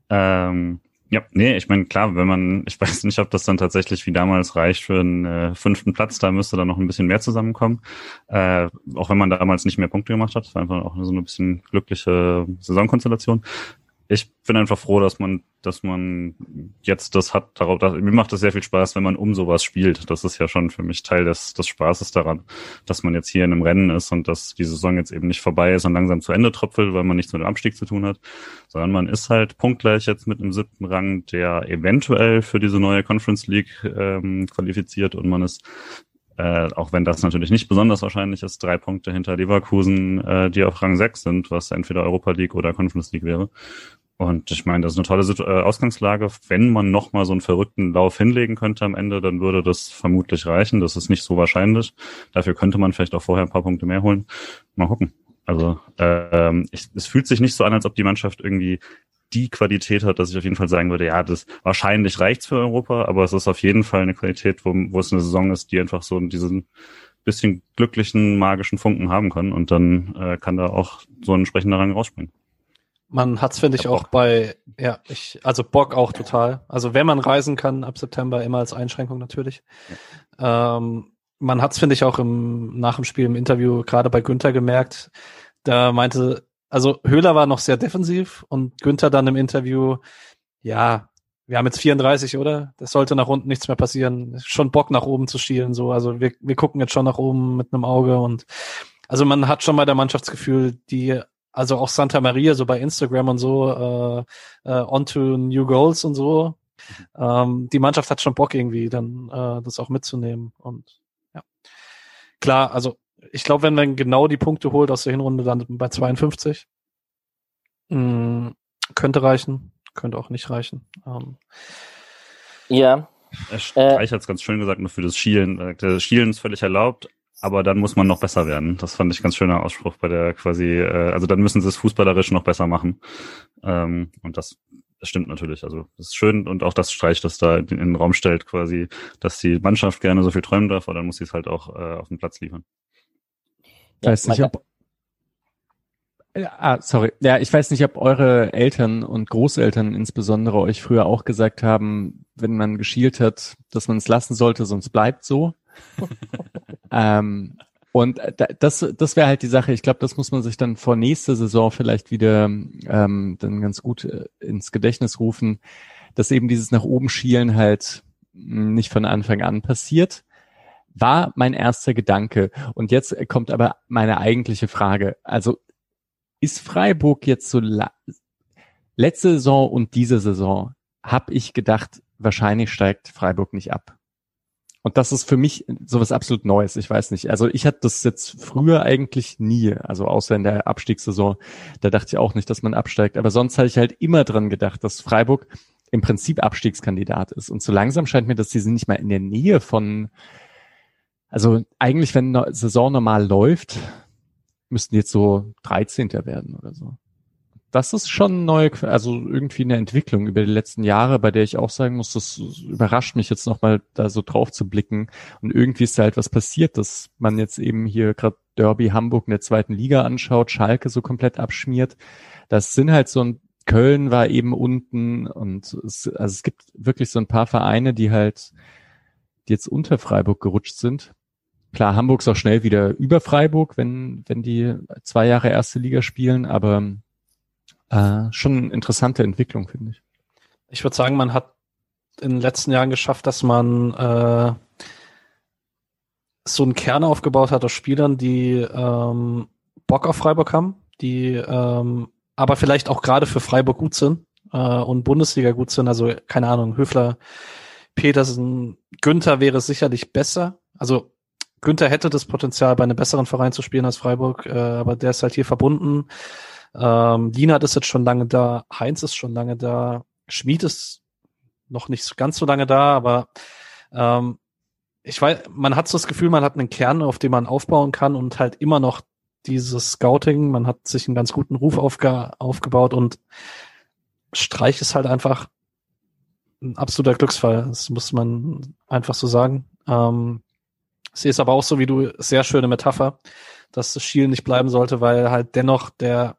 Ähm, ja, nee, ich meine, klar, wenn man, ich weiß nicht, ob das dann tatsächlich wie damals reicht für einen äh, fünften Platz, da müsste dann noch ein bisschen mehr zusammenkommen. Äh, auch wenn man damals nicht mehr Punkte gemacht hat, das war einfach auch so eine bisschen glückliche Saisonkonstellation. Ich bin einfach froh, dass man, dass man jetzt das hat, darauf, dass, mir macht es sehr viel Spaß, wenn man um sowas spielt. Das ist ja schon für mich Teil des, des Spaßes daran, dass man jetzt hier in einem Rennen ist und dass die Saison jetzt eben nicht vorbei ist und langsam zu Ende tröpfelt, weil man nichts mit dem Abstieg zu tun hat, sondern man ist halt punktgleich jetzt mit einem siebten Rang, der eventuell für diese neue Conference League ähm, qualifiziert und man ist Äh, auch wenn das natürlich nicht besonders wahrscheinlich ist, drei Punkte hinter Leverkusen, äh, die auf Rang sechs sind, was entweder Europa League oder Conference League wäre. Und ich meine, das ist eine tolle Situ- äh, Ausgangslage. Wenn man nochmal so einen verrückten Lauf hinlegen könnte am Ende, dann würde das vermutlich reichen. Das ist nicht so wahrscheinlich. Dafür könnte man vielleicht auch vorher ein paar Punkte mehr holen. Mal gucken. Also äh, ich, es fühlt sich nicht so an, als ob die Mannschaft irgendwie die Qualität hat, dass ich auf jeden Fall sagen würde, ja, das wahrscheinlich reicht's für Europa, aber es ist auf jeden Fall eine Qualität, wo, wo es eine Saison ist, die einfach so diesen bisschen glücklichen, magischen Funken haben kann und dann äh, kann da auch so ein entsprechender Rang rausspringen. Man hat's, finde ich, auch Bock. bei, ja, ich, also Bock auch total. Also wenn man reisen kann, ab September immer als Einschränkung natürlich. Ja. Ähm, man hat's, finde ich, auch im, nach dem Spiel im Interview gerade bei Günther gemerkt, da meinte, also Höhler war noch sehr defensiv und Günther dann im Interview, ja, wir haben jetzt vierunddreißig, oder? Das sollte nach unten nichts mehr passieren. Schon Bock nach oben zu schielen, so. Also wir, wir gucken jetzt schon nach oben mit einem Auge und also man hat schon mal der Mannschaftsgefühl, die, also auch Santa Maria, so bei Instagram und so, äh, äh, on to new goals und so. Ähm, die Mannschaft hat schon Bock irgendwie, dann äh, das auch mitzunehmen und ja. Klar, also ich glaube, wenn man genau die Punkte holt aus der Hinrunde, dann bei zweiundfünfzig. Mh, könnte reichen, könnte auch nicht reichen. Ähm, Ja. Streich hat es ganz schön gesagt, nur für das Schielen. Das Schielen ist völlig erlaubt, aber dann muss man noch besser werden. Das fand ich ganz schöner Ausspruch bei der quasi, äh, also dann müssen sie es fußballerisch noch besser machen. Ähm, und das, das stimmt natürlich. Also das ist schön und auch das Streich, das da in, in den Raum stellt quasi, dass die Mannschaft gerne so viel träumen darf, aber dann muss sie es halt auch äh, auf den Platz liefern. Ich weiß nicht, ob Ah, sorry. Ja, ich weiß nicht, ob eure Eltern und Großeltern insbesondere euch früher auch gesagt haben, wenn man geschielt hat, dass man es lassen sollte, sonst bleibt so. ähm, und das, das wäre halt die Sache. Ich glaube, das muss man sich dann vor nächster Saison vielleicht wieder ähm, dann ganz gut äh, ins Gedächtnis rufen, dass eben dieses nach oben schielen halt nicht von Anfang an passiert. War mein erster Gedanke. Und jetzt kommt aber meine eigentliche Frage. Also ist Freiburg jetzt so la- letzte Saison und diese Saison habe ich gedacht, wahrscheinlich steigt Freiburg nicht ab. Und das ist für mich sowas absolut Neues. Ich weiß nicht. Also ich hatte das jetzt früher eigentlich nie, also außer in der Abstiegssaison. Da dachte ich auch nicht, dass man absteigt. Aber sonst hatte ich halt immer dran gedacht, dass Freiburg im Prinzip Abstiegskandidat ist. Und so langsam scheint mir, dass sie nicht mal in der Nähe von, also eigentlich, wenn eine Saison normal läuft, müssten jetzt so dreizehnter werden oder so. Das ist schon neu, also irgendwie eine Entwicklung über die letzten Jahre, bei der ich auch sagen muss, das überrascht mich jetzt nochmal, da so drauf zu blicken. Und irgendwie ist da halt was passiert, dass man jetzt eben hier gerade Derby Hamburg in der zweiten Liga anschaut, Schalke so komplett abschmiert. Das sind halt so ein, Köln war eben unten und es, also es gibt wirklich so ein paar Vereine, die halt, die jetzt unter Freiburg gerutscht sind. Klar, Hamburg ist auch schnell wieder über Freiburg, wenn wenn die zwei Jahre erste Liga spielen, aber äh, schon eine interessante Entwicklung, finde ich. Ich würde sagen, man hat in den letzten Jahren geschafft, dass man äh, so einen Kern aufgebaut hat aus Spielern, die ähm, Bock auf Freiburg haben, die ähm, aber vielleicht auch gerade für Freiburg gut sind äh, und Bundesliga gut sind. Also keine Ahnung, Höfler, Petersen, Günther wäre sicherlich besser. Also Günther hätte das Potenzial, bei einem besseren Verein zu spielen als Freiburg, äh, aber der ist halt hier verbunden. Ähm, Lienhardt ist jetzt schon lange da, Heinz ist schon lange da, Schmid ist noch nicht so ganz so lange da, aber ähm, ich weiß, man hat so das Gefühl, man hat einen Kern, auf dem man aufbauen kann und halt immer noch dieses Scouting, man hat sich einen ganz guten Ruf aufge- aufgebaut und Streich ist halt einfach ein absoluter Glücksfall, das muss man einfach so sagen. Ähm, Sie ist aber auch so wie du, sehr schöne Metapher, dass das Schielen nicht bleiben sollte, weil halt dennoch der,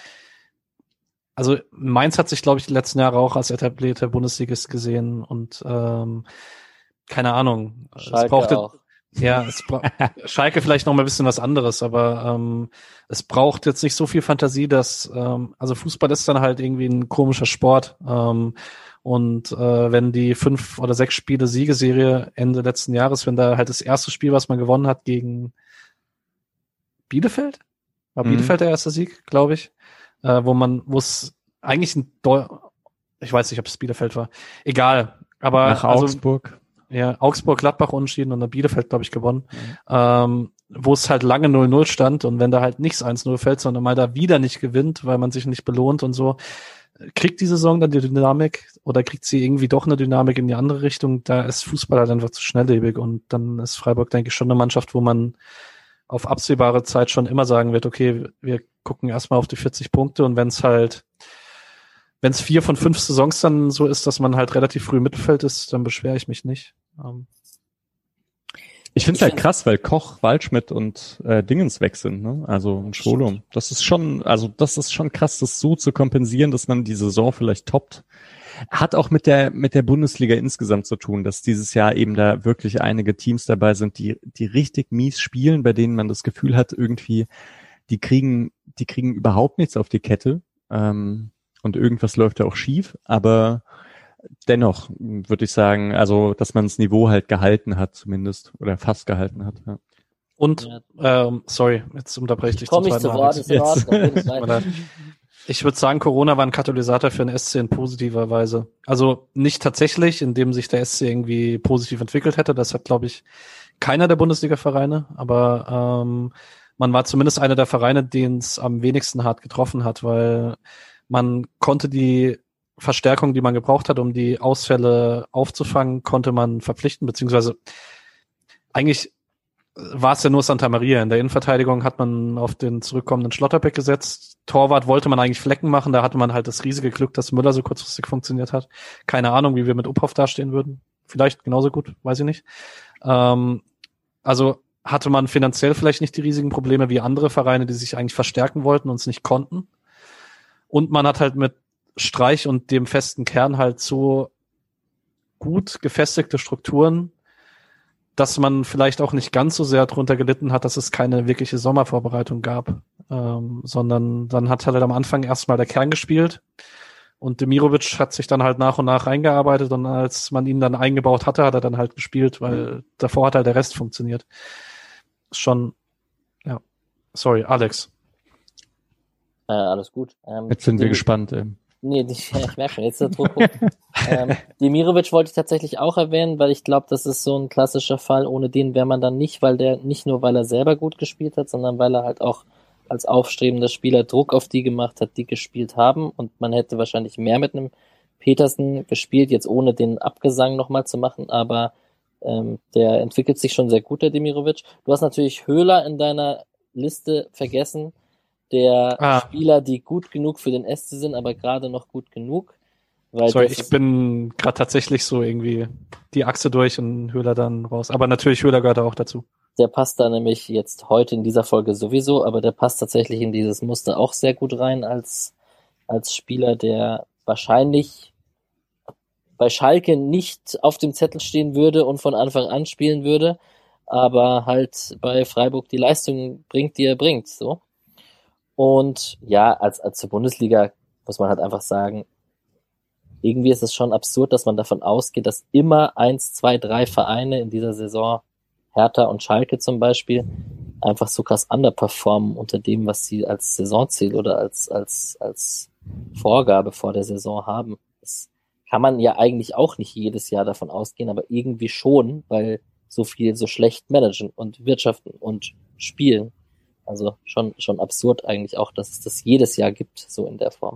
also Mainz hat sich, glaube ich, die letzten Jahre auch als etablierter Bundesligist gesehen und ähm, keine Ahnung. Schalke es brauchte, auch. Ja, es bra- Schalke vielleicht noch mal ein bisschen was anderes, aber ähm, es braucht jetzt nicht so viel Fantasie, dass, ähm, also Fußball ist dann halt irgendwie ein komischer Sport ähm, und äh, wenn die fünf oder sechs Spiele Siegeserie Ende letzten Jahres, wenn da halt das erste Spiel, was man gewonnen hat gegen Bielefeld, war Mhm. Bielefeld der erste Sieg, glaube ich, äh, wo man, wo es eigentlich ein, Deu- ich weiß nicht, ob es Bielefeld war, egal, aber Nach also, Augsburg. ja, Augsburg-Gladbach unentschieden und dann Bielefeld, glaube ich, gewonnen. Mhm. Ähm, wo es halt lange null null stand und wenn da halt nichts eins null fällt, sondern mal da wieder nicht gewinnt, weil man sich nicht belohnt und so, kriegt die Saison dann die Dynamik oder kriegt sie irgendwie doch eine Dynamik in die andere Richtung? Da ist Fußball halt einfach zu schnelllebig und dann ist Freiburg, denke ich, schon eine Mannschaft, wo man auf absehbare Zeit schon immer sagen wird, okay, wir gucken erstmal auf die vierzig Punkte und wenn es halt wenn es vier von fünf Saisons dann so ist, dass man halt relativ früh im Mittelfeld ist, dann beschwere ich mich nicht. Ähm, Ich finde es halt krass, weil Koch, Waldschmidt und äh, Dingens weg sind, ne? Also und Scholum. Das ist schon, also das ist schon krass, das so zu kompensieren, dass man die Saison vielleicht toppt. Hat auch mit der mit der Bundesliga insgesamt zu tun, dass dieses Jahr eben da wirklich einige Teams dabei sind, die die richtig mies spielen, bei denen man das Gefühl hat, irgendwie die kriegen die kriegen überhaupt nichts auf die Kette ähm, und irgendwas läuft ja auch schief, aber dennoch würde ich sagen, also dass man das Niveau halt gehalten hat zumindest oder fast gehalten hat. Ja. Und, ja. ähm, sorry, jetzt unterbreche ich dich zum zweiten Mal. Ist in Ordnung. Ich würde sagen, Corona war ein Katalysator für den S C in positiver Weise. Also nicht tatsächlich, indem sich der S C irgendwie positiv entwickelt hätte. Das hat, glaube ich, keiner der Bundesliga-Vereine. Aber ähm, man war zumindest einer der Vereine, den es am wenigsten hart getroffen hat, weil man konnte die Verstärkung, die man gebraucht hat, um die Ausfälle aufzufangen, konnte man verpflichten, beziehungsweise eigentlich war es ja nur Santa Maria. In der Innenverteidigung hat man auf den zurückkommenden Schlotterbeck gesetzt. Torwart wollte man eigentlich Flecken machen, da hatte man halt das riesige Glück, dass Müller so kurzfristig funktioniert hat. Keine Ahnung, wie wir mit Uphoff dastehen würden. Vielleicht genauso gut, weiß ich nicht. Ähm, also hatte man finanziell vielleicht nicht die riesigen Probleme wie andere Vereine, die sich eigentlich verstärken wollten und es nicht konnten. Und man hat halt mit Streich und dem festen Kern halt so gut gefestigte Strukturen, dass man vielleicht auch nicht ganz so sehr drunter gelitten hat, dass es keine wirkliche Sommervorbereitung gab, ähm, sondern dann hat halt am Anfang erstmal der Kern gespielt und Demirovic hat sich dann halt nach und nach reingearbeitet und als man ihn dann eingebaut hatte, hat er dann halt gespielt, weil davor hat halt der Rest funktioniert. Schon, ja, sorry, Alex. Äh, alles gut. Ähm, Jetzt sind wir die, gespannt. Ähm. Nee, die, ich merke schon, jetzt der Druck. ähm, Demirovic wollte ich tatsächlich auch erwähnen, weil ich glaube, das ist so ein klassischer Fall, ohne den wäre man dann nicht, weil der, nicht nur weil er selber gut gespielt hat, sondern weil er halt auch als aufstrebender Spieler Druck auf die gemacht hat, die gespielt haben und man hätte wahrscheinlich mehr mit einem Petersen gespielt, jetzt ohne den Abgesang nochmal zu machen, aber ähm, der entwickelt sich schon sehr gut, der Demirovic. Du hast natürlich Höhler in deiner Liste vergessen, der Ah. Spieler, die gut genug für den S C sind, aber gerade noch gut genug. Weil Sorry, das ich bin gerade tatsächlich so irgendwie die Achse durch und Höhler dann raus. Aber natürlich, Höhler gehört auch dazu. Der passt da nämlich jetzt heute in dieser Folge sowieso, aber der passt tatsächlich in dieses Muster auch sehr gut rein als, als Spieler, der wahrscheinlich bei Schalke nicht auf dem Zettel stehen würde und von Anfang an spielen würde, aber halt bei Freiburg die Leistung bringt, die er bringt, so. Und ja, als, als zur Bundesliga muss man halt einfach sagen, irgendwie ist es schon absurd, dass man davon ausgeht, dass immer eins, zwei, drei Vereine in dieser Saison, Hertha und Schalke zum Beispiel, einfach so krass underperformen unter dem, was sie als Saisonziel oder als, als, als Vorgabe vor der Saison haben. Das kann man ja eigentlich auch nicht jedes Jahr davon ausgehen, aber irgendwie schon, weil so viel so schlecht managen und wirtschaften und spielen. Also schon, schon absurd eigentlich auch, dass es das jedes Jahr gibt, so in der Form.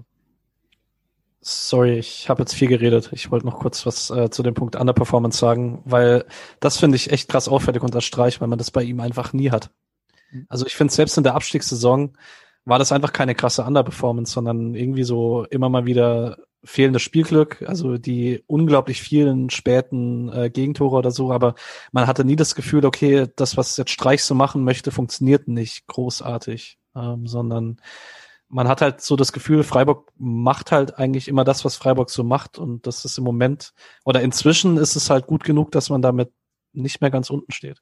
Sorry, ich habe jetzt viel geredet. Ich wollte noch kurz was äh, zu dem Punkt Underperformance sagen, weil das finde ich echt krass auffällig unter Streich, weil man das bei ihm einfach nie hat. Also ich finde, selbst in der Abstiegssaison war das einfach keine krasse Underperformance, sondern irgendwie so immer mal wieder fehlendes Spielglück, also die unglaublich vielen späten äh, Gegentore oder so, aber man hatte nie das Gefühl, okay, das, was jetzt Streich so machen möchte, funktioniert nicht großartig, ähm, sondern man hat halt so das Gefühl, Freiburg macht halt eigentlich immer das, was Freiburg so macht und das ist im Moment, oder inzwischen ist es halt gut genug, dass man damit nicht mehr ganz unten steht.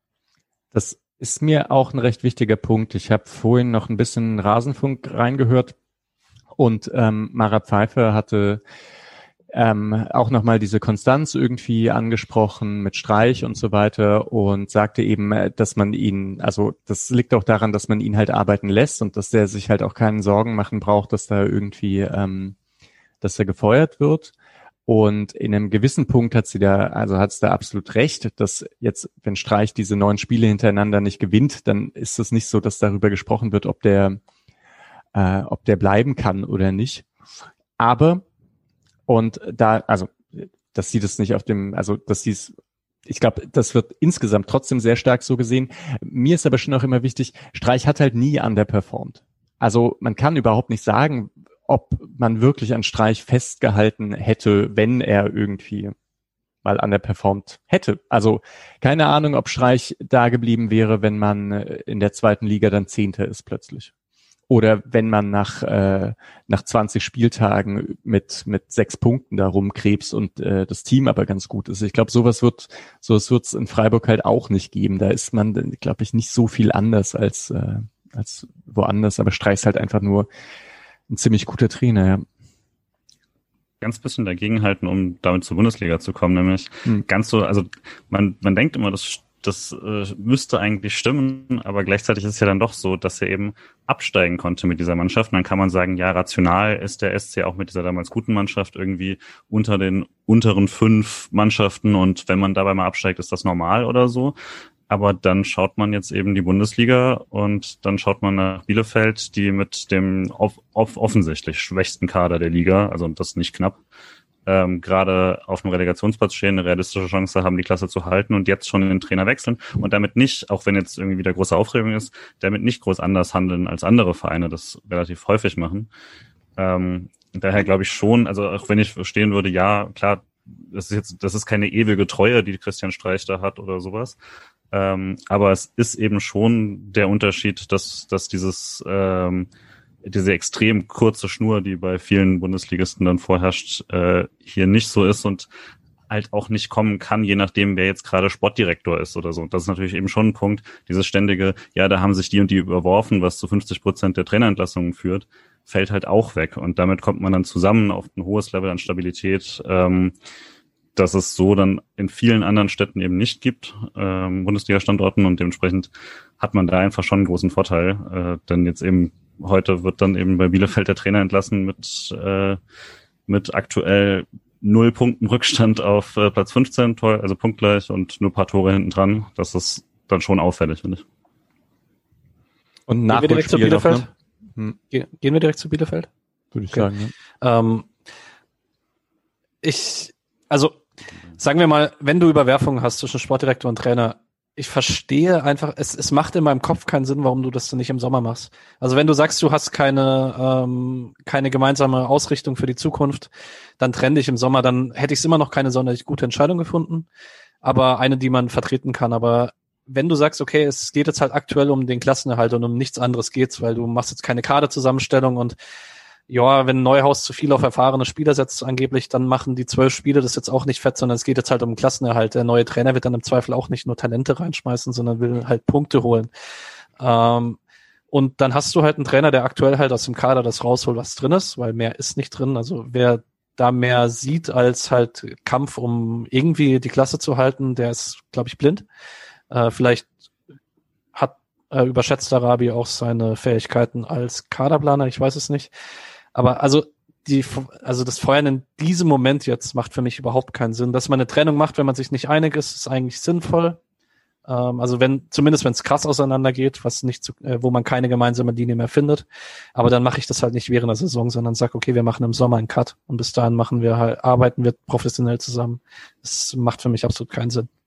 Das ist mir auch ein recht wichtiger Punkt. Ich habe vorhin noch ein bisschen Rasenfunk reingehört und ähm, Mara Pfeiffer hatte ähm, auch nochmal diese Konstanz irgendwie angesprochen mit Streich und so weiter und sagte eben, dass man ihn, also das liegt auch daran, dass man ihn halt arbeiten lässt und dass der sich halt auch keinen Sorgen machen braucht, dass da irgendwie, ähm, dass er gefeuert wird. Und in einem gewissen Punkt hat sie da, also hat es da absolut recht, dass jetzt, wenn Streich diese neun Spiele hintereinander nicht gewinnt, dann ist es nicht so, dass darüber gesprochen wird, ob der, äh, ob der bleiben kann oder nicht. Aber Und da, also, dass sie das nicht auf dem, also, dass sie es, ich glaube, das wird insgesamt trotzdem sehr stark so gesehen. Mir ist aber schon auch immer wichtig, Streich hat halt nie underperformed. Also, man kann überhaupt nicht sagen, ob man wirklich an Streich festgehalten hätte, wenn er irgendwie mal underperformed hätte. Also, keine Ahnung, ob Streich da geblieben wäre, wenn man in der zweiten Liga dann Zehnter ist plötzlich. Oder wenn man nach äh, nach zwanzig Spieltagen mit mit sechs Punkten da rumkrebst und äh, das Team aber ganz gut ist. Ich glaube, sowas wird sowas wird's in Freiburg halt auch nicht geben. Da ist man, glaube ich, nicht so viel anders als äh, als woanders. Aber Streich ist halt einfach nur ein ziemlich guter Trainer. Ja. Ganz bisschen dagegenhalten, um damit zur Bundesliga zu kommen, nämlich hm. ganz so. Also man man denkt immer, das Das äh, müsste eigentlich stimmen, aber gleichzeitig ist es ja dann doch so, dass er eben absteigen konnte mit dieser Mannschaft. Und dann kann man sagen, ja, rational ist der S C auch mit dieser damals guten Mannschaft irgendwie unter den unteren fünf Mannschaften und wenn man dabei mal absteigt, ist das normal oder so. Aber dann schaut man jetzt eben die Bundesliga und dann schaut man nach Bielefeld, die mit dem off- off- offensichtlich schwächsten Kader der Liga, also das nicht knapp, ähm, gerade auf dem Relegationsplatz stehen, eine realistische Chance haben, die Klasse zu halten und jetzt schon den Trainer wechseln und damit nicht, auch wenn jetzt irgendwie wieder große Aufregung ist, damit nicht groß anders handeln, als andere Vereine das relativ häufig machen. Ähm, daher glaube ich schon, also auch wenn ich verstehen würde, ja, klar, das ist jetzt, das ist keine ewige Treue, die Christian Streich da hat oder sowas. Ähm, aber es ist eben schon der Unterschied, dass, dass dieses, ähm, diese extrem kurze Schnur, die bei vielen Bundesligisten dann vorherrscht, äh, hier nicht so ist und halt auch nicht kommen kann, je nachdem, wer jetzt gerade Sportdirektor ist oder so. Das ist natürlich eben schon ein Punkt, dieses ständige, ja, da haben sich die und die überworfen, was zu fünfzig Prozent der Trainerentlassungen führt, fällt halt auch weg. Und damit kommt man dann zusammen auf ein hohes Level an Stabilität, ähm, dass es so dann in vielen anderen Städten eben nicht gibt, ähm, Bundesliga-Standorten, und dementsprechend hat man da einfach schon einen großen Vorteil. Äh, denn jetzt eben heute wird dann eben bei Bielefeld der Trainer entlassen mit äh, mit aktuell null Punkten Rückstand auf äh, Platz fünfzehn, also punktgleich und nur ein paar Tore hinten dran. Das ist dann schon auffällig, finde ich. Und Gehen wir direkt zu Bielefeld? Noch, ne? hm. Ge- Gehen wir direkt zu Bielefeld? Würde ich Okay. sagen, ja. Ähm, ich, also sagen wir mal, wenn du Überwerfungen hast zwischen Sportdirektor und Trainer, ich verstehe einfach, es, es macht in meinem Kopf keinen Sinn, warum du das nicht im Sommer machst. Also wenn du sagst, du hast keine ähm, keine gemeinsame Ausrichtung für die Zukunft, dann trenn dich im Sommer, dann hätte ich es immer noch keine sonderlich gute Entscheidung gefunden, aber eine, die man vertreten kann. Aber wenn du sagst, okay, es geht jetzt halt aktuell um den Klassenerhalt und um nichts anderes geht's, weil du machst jetzt keine Kaderzusammenstellung und ja, wenn Neuhaus zu viel auf erfahrene Spieler setzt angeblich, dann machen die zwölf Spiele das jetzt auch nicht fett, sondern es geht jetzt halt um Klassenerhalt. Der neue Trainer wird dann im Zweifel auch nicht nur Talente reinschmeißen, sondern will halt Punkte holen. Ähm, und dann hast du halt einen Trainer, der aktuell halt aus dem Kader das rausholt, was drin ist, weil mehr ist nicht drin. Also wer da mehr sieht als halt Kampf, um irgendwie die Klasse zu halten, der ist, glaube ich, blind. Äh, vielleicht hat äh, überschätzt Arabi auch seine Fähigkeiten als Kaderplaner, ich weiß es nicht. Aber also die, also das Feuern in diesem Moment jetzt macht für mich überhaupt keinen Sinn. Dass man eine Trennung macht, wenn man sich nicht einig ist, ist eigentlich sinnvoll. Ähm, also wenn, zumindest wenn es krass auseinandergeht, was nicht zu, äh, wo man keine gemeinsame Linie mehr findet. Aber dann mache ich das halt nicht während der Saison, sondern sag, okay, wir machen im Sommer einen Cut und bis dahin machen wir halt, arbeiten wir professionell zusammen. Das macht für mich absolut keinen Sinn.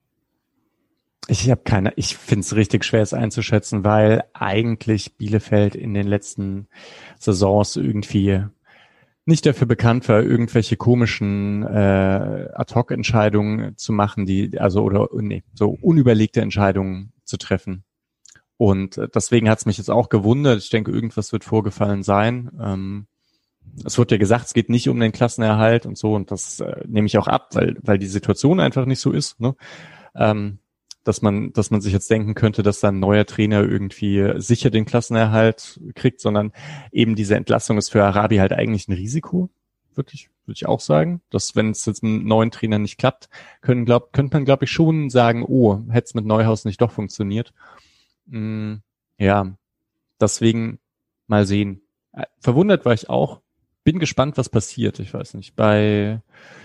Ich habe keine, ich finde es richtig schwer, es einzuschätzen, weil eigentlich Bielefeld in den letzten Saisons irgendwie nicht dafür bekannt war, irgendwelche komischen äh, Ad-hoc-Entscheidungen zu machen, die, also oder nee, so unüberlegte Entscheidungen zu treffen. Und äh, deswegen hat es mich jetzt auch gewundert. Ich denke, irgendwas wird vorgefallen sein. Ähm, es wird ja gesagt, es geht nicht um den Klassenerhalt und so, und das äh, nehme ich auch ab, weil weil die Situation einfach nicht so ist, ne? Ähm, dass man, dass man sich jetzt denken könnte, dass dann ein neuer Trainer irgendwie sicher den Klassenerhalt kriegt, sondern eben diese Entlassung ist für Arabi halt eigentlich ein Risiko, wirklich, würde ich auch sagen, dass wenn es jetzt mit einem neuen Trainer nicht klappt, können, glaub, könnte man, glaube ich, schon sagen, oh, hätte es mit Neuhaus nicht doch funktioniert. Mm, ja, deswegen mal sehen. Verwundert war ich auch, bin gespannt, was passiert, ich weiß nicht, bei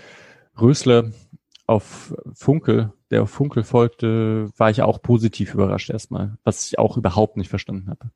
Rösler auf Funkel, der auf Funkel folgte, war ich auch positiv überrascht erstmal, was ich auch überhaupt nicht verstanden habe.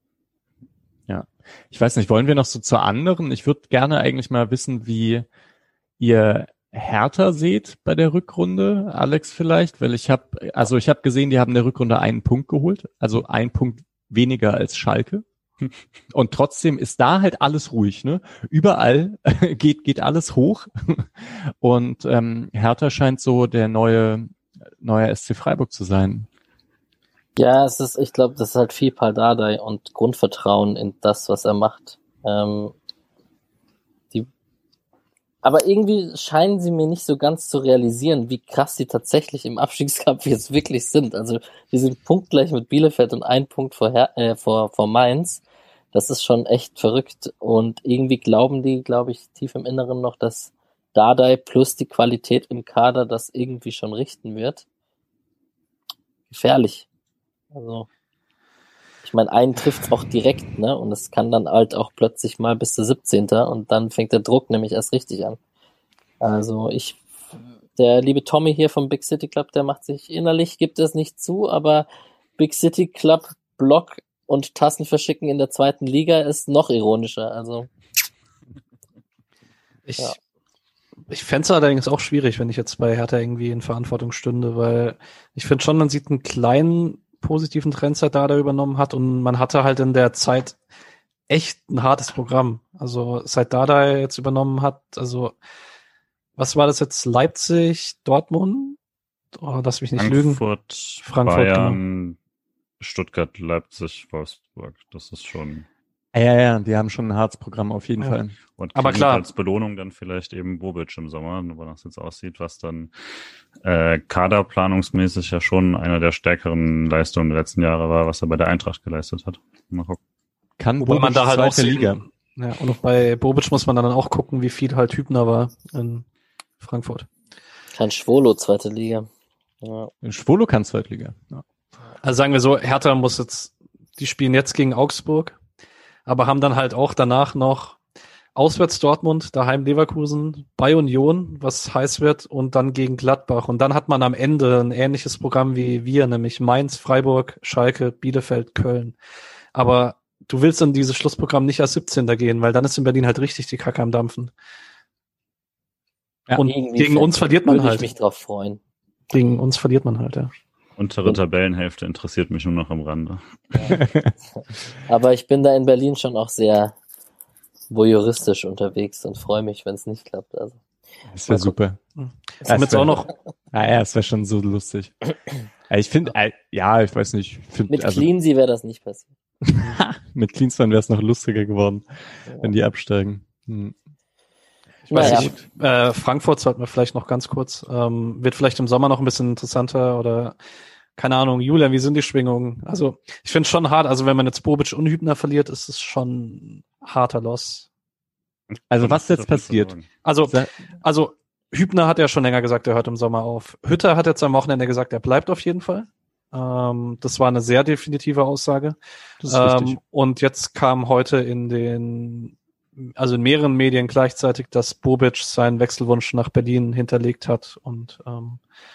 Ja, ich weiß nicht, wollen wir noch so zur anderen? Ich würde gerne eigentlich mal wissen, wie ihr Hertha seht bei der Rückrunde, Alex vielleicht, weil ich habe, also ich habe gesehen, die haben in der Rückrunde einen Punkt geholt, also ein Punkt weniger als Schalke. Und trotzdem ist da halt alles ruhig, ne? Überall geht geht alles hoch. Und ähm, Hertha scheint so der neue neue S C Freiburg zu sein. Ja, es ist, ich glaube, das ist halt viel Pardadei und Grundvertrauen in das, was er macht. Ähm, die, aber irgendwie scheinen sie mir nicht so ganz zu realisieren, wie krass sie tatsächlich im Abstiegskampf jetzt wirklich sind. Also die sind punktgleich mit Bielefeld und ein Punkt vor, Her- äh, vor, vor Mainz. Das ist schon echt verrückt. Und irgendwie glauben die, glaube ich, tief im Inneren noch, dass Dardai plus die Qualität im Kader das irgendwie schon richten wird. Gefährlich. Also, ich meine, einen trifft's auch direkt, ne? Und es kann dann halt auch plötzlich mal bis zu siebzehnten und dann fängt der Druck nämlich erst richtig an. Also ich, der liebe Tommy hier vom Big City Club, der macht sich innerlich, gibt es nicht zu, aber Big City Club Block und Tassen verschicken in der zweiten Liga ist noch ironischer. Also Ich, ja. ich fände es allerdings auch schwierig, wenn ich jetzt bei Hertha irgendwie in Verantwortung stünde, weil ich finde schon, man sieht einen kleinen positiven Trend, seit Dada übernommen hat, und man hatte halt in der Zeit echt ein hartes Programm. Also seit Dada jetzt übernommen hat, also was war das jetzt? Leipzig, Dortmund? Oh, lass mich nicht Frankfurt, lügen. Frankfurt, Bayern, genau. Stuttgart, Leipzig, Wolfsburg. Das ist schon... Ja, ja, die haben schon ein hartes Programm auf jeden Ja. Fall. Und Aber klar. als Belohnung dann vielleicht eben Bobic im Sommer, wonach es jetzt aussieht, was dann äh, kaderplanungsmäßig ja schon einer der stärkeren Leistungen der letzten Jahre war, was er bei der Eintracht geleistet hat. Mal gucken. Kann Wobei Bobic man da halt auch zweite sehen, Liga. Ja, und auch bei Bobic muss man dann auch gucken, wie viel halt Hübner war in Frankfurt. Kein Schwolo, zweite Liga. Ja. Schwolo kann zweite Liga. Ja. Also sagen wir so, Hertha muss jetzt, die spielen jetzt gegen Augsburg, aber haben dann halt auch danach noch auswärts Dortmund, daheim Leverkusen, bei Union, was heiß wird, und dann gegen Gladbach. Und dann hat man am Ende ein ähnliches Programm wie wir, nämlich Mainz, Freiburg, Schalke, Bielefeld, Köln. Aber du willst in dieses Schlussprogramm nicht als siebzehnter gehen, weil dann ist in Berlin halt richtig die Kacke am Dampfen. Ja, und Irgendwie gegen uns verliert man würde halt. ich mich drauf freuen. Gegen uns verliert man halt, ja. Untere Tabellenhälfte interessiert mich nur noch am Rande. Aber ich bin da in Berlin schon auch sehr voyeuristisch unterwegs und freue mich, wenn es nicht klappt. Also Das wäre super. Ist jetzt auch noch Ah ja, es wäre schon so lustig. Ich finde, ja, ich weiß nicht. Ich find, mit also, Cleansy wäre das nicht passiert. mit Cleansman wäre es noch lustiger geworden, Ja. wenn die absteigen. Hm. Ich weiß Naja. nicht, äh, Frankfurt sollten wir vielleicht noch ganz kurz, ähm, wird vielleicht im Sommer noch ein bisschen interessanter oder, keine Ahnung, Julian, wie sind die Schwingungen? Also, ich finde es schon hart, also wenn man jetzt Bobic und Hübner verliert, ist es schon harter Loss. Also was jetzt passiert? Also, Sa- also, Hübner hat ja schon länger gesagt, er hört im Sommer auf. Hütter hat jetzt am Wochenende gesagt, er bleibt auf jeden Fall. Ähm, das war eine sehr definitive Aussage. Das ist richtig. Ähm, und jetzt kam heute in den, also in mehreren Medien gleichzeitig, dass Bobic seinen Wechselwunsch nach Berlin hinterlegt hat, und ähm,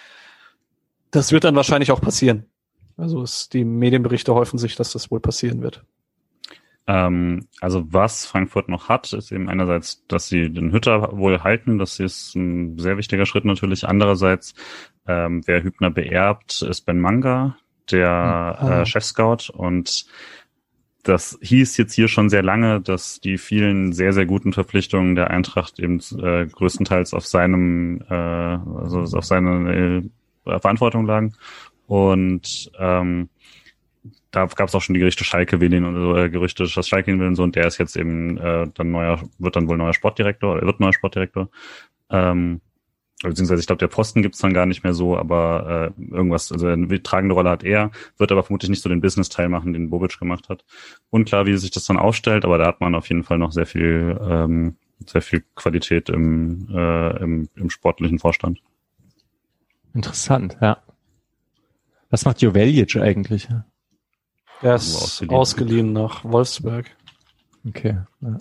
das wird dann wahrscheinlich auch passieren. Also es, die Medienberichte häufen sich, dass das wohl passieren wird. Ähm, also was Frankfurt noch hat, ist eben einerseits, dass sie den Hütter wohl halten. Das ist ein sehr wichtiger Schritt natürlich. Andererseits, ähm, wer Hübner beerbt, ist Ben Manga, der Hm. Ah. äh, Chefscout. Und das hieß jetzt hier schon sehr lange, dass die vielen sehr, sehr guten Verpflichtungen der Eintracht eben äh, größtenteils auf seinem, äh, also auf seine äh, Verantwortung lagen. Und ähm, da gab es auch schon die Gerüchte, Schalke will ihn oder so, äh, Gerüchte, dass Schalke ihn will und so, und der ist jetzt eben äh, dann neuer, wird dann wohl neuer Sportdirektor, oder wird neuer Sportdirektor. Ähm, beziehungsweise ich glaube, der Posten gibt's dann gar nicht mehr so, aber äh, irgendwas, also eine tragende Rolle hat er, wird aber vermutlich nicht so den Business-Teil machen, den Bobic gemacht hat. Unklar, wie sich das dann aufstellt, aber da hat man auf jeden Fall noch sehr viel, ähm, sehr viel Qualität im, äh, im, im sportlichen Vorstand. Interessant, ja. Was macht Joveljic eigentlich? Der ist ausgeliehen. ausgeliehen nach Wolfsburg. Okay. Ja.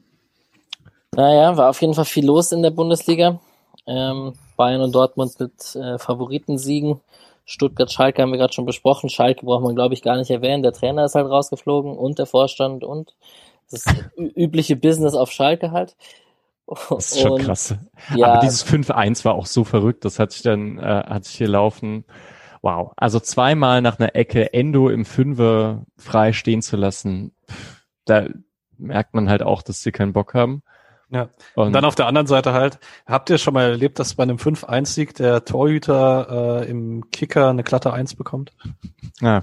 Naja, war auf jeden Fall viel los in der Bundesliga. Ähm, Bayern und Dortmund mit äh, Favoritensiegen. Stuttgart, Schalke haben wir gerade schon besprochen. Schalke braucht man, glaube ich, gar nicht erwähnen. Der Trainer ist halt rausgeflogen und der Vorstand und das ü- übliche Business auf Schalke halt. Das ist schon Und, krass. Ja, Aber dieses fünf eins war auch so verrückt. Das hat sich dann, äh, hat sich hier laufen. Wow. Also zweimal nach einer Ecke Endo im Fünfer frei stehen zu lassen. Pff, da merkt man halt auch, dass sie keinen Bock haben. Ja. Und, Und dann auf der anderen Seite halt, habt ihr schon mal erlebt, dass bei einem fünf eins Sieg der Torhüter äh, im Kicker eine glatte eins bekommt? ja.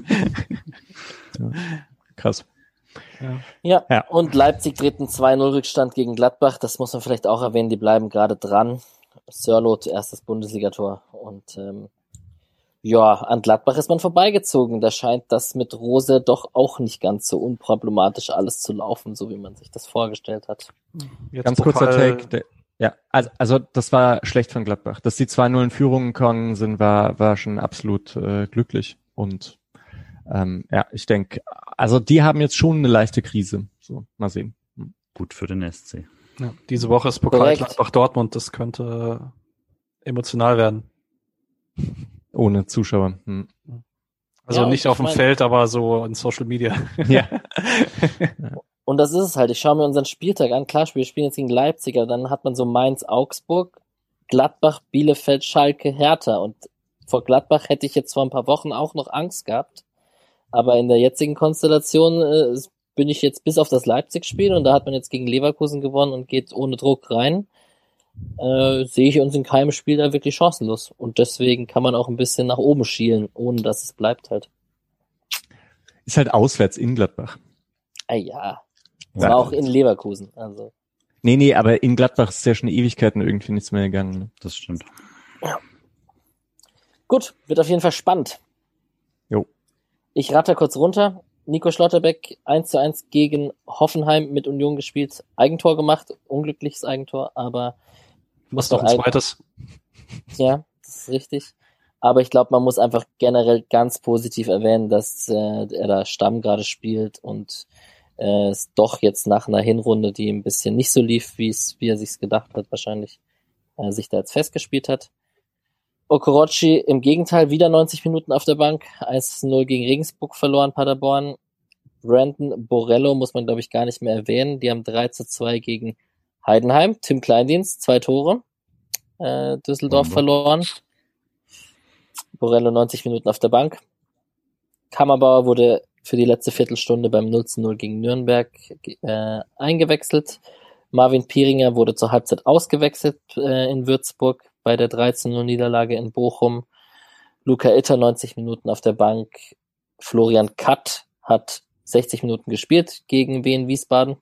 Ja. Krass. Ja. ja. Ja. Und Leipzig dreht einen zwei null Rückstand gegen Gladbach. Das muss man vielleicht auch erwähnen. Die bleiben gerade dran. Sörloth, erstes Bundesligator. Und ähm, ja, an Gladbach ist man vorbeigezogen. Da scheint das mit Rose doch auch nicht ganz so unproblematisch alles zu laufen, so wie man sich das vorgestellt hat. Jetzt Ganz kurzer Pokal- Take. Der, ja, also, also das war schlecht von Gladbach. Dass die zwei null in Führung gekommen sind, war, war schon absolut äh, glücklich. Und ähm, ja, ich denke, also die haben jetzt schon eine leichte Krise. So, mal sehen. Gut für den S C. Ja, diese Woche ist Pokal Korrekt. Gladbach Dortmund, das könnte emotional werden. Ohne Zuschauer. Hm. Also Ja, nicht ich auf dem mein- Feld, aber so in Social Media. Ja. Und das ist es halt. Ich schaue mir unseren Spieltag an. Klar, wir spielen jetzt gegen Leipzig, aber dann hat man so Mainz, Augsburg, Gladbach, Bielefeld, Schalke, Hertha. Und vor Gladbach hätte ich jetzt vor ein paar Wochen auch noch Angst gehabt. Aber in der jetzigen Konstellation äh, bin ich jetzt bis auf das Leipzig-Spiel und da hat man jetzt gegen Leverkusen gewonnen und geht ohne Druck rein. Äh, sehe ich uns in keinem Spiel da wirklich chancenlos. Und deswegen kann man auch ein bisschen nach oben schielen, ohne dass es bleibt halt. Ist halt auswärts in Gladbach. Ah ja. Das Ja. war auch in Leverkusen. Also. Nee, nee, aber in Gladbach ist ja schon Ewigkeiten irgendwie nichts mehr gegangen. Ne? Das stimmt. Gut, wird auf jeden Fall spannend. Jo. Ich ratter kurz runter. Nico Schlotterbeck eins zu eins gegen Hoffenheim mit Union gespielt. Eigentor gemacht, unglückliches Eigentor, aber Was noch ein Ein- zweites? ja, das ist richtig. Aber ich glaube, man muss einfach generell ganz positiv erwähnen, dass äh, er da Stamm gerade spielt und äh, es doch jetzt nach einer Hinrunde, die ein bisschen nicht so lief, wie es, wie er sich's gedacht hat, wahrscheinlich äh, sich da jetzt festgespielt hat. Okorochi im Gegenteil wieder neunzig Minuten auf der Bank, eins zu null gegen Regensburg verloren, Paderborn. Brandon Borello muss man, glaube ich, gar nicht mehr erwähnen. Die haben drei zu zwei gegen Heidenheim. Tim Kleindienst, zwei Tore. Äh, Düsseldorf Bombe. verloren. Borello neunzig Minuten auf der Bank. Kammerbauer wurde für die letzte Viertelstunde beim null zu null gegen Nürnberg äh, eingewechselt. Marvin Pieringer wurde zur Halbzeit ausgewechselt äh, in Würzburg bei der drei zu null Niederlage in Bochum. Luca Itter neunzig Minuten auf der Bank. Florian Katt hat sechzig Minuten gespielt gegen Wien Wiesbaden.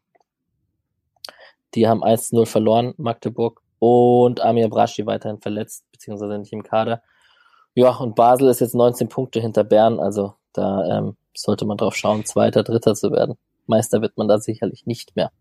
Die haben eins zu null verloren, Magdeburg. Und Amir Braschi weiterhin verletzt, beziehungsweise nicht im Kader. Ja, und Basel ist jetzt neunzehn Punkte hinter Bern, also da ähm, sollte man drauf schauen, Zweiter, Dritter zu werden. Meister wird man da sicherlich nicht mehr.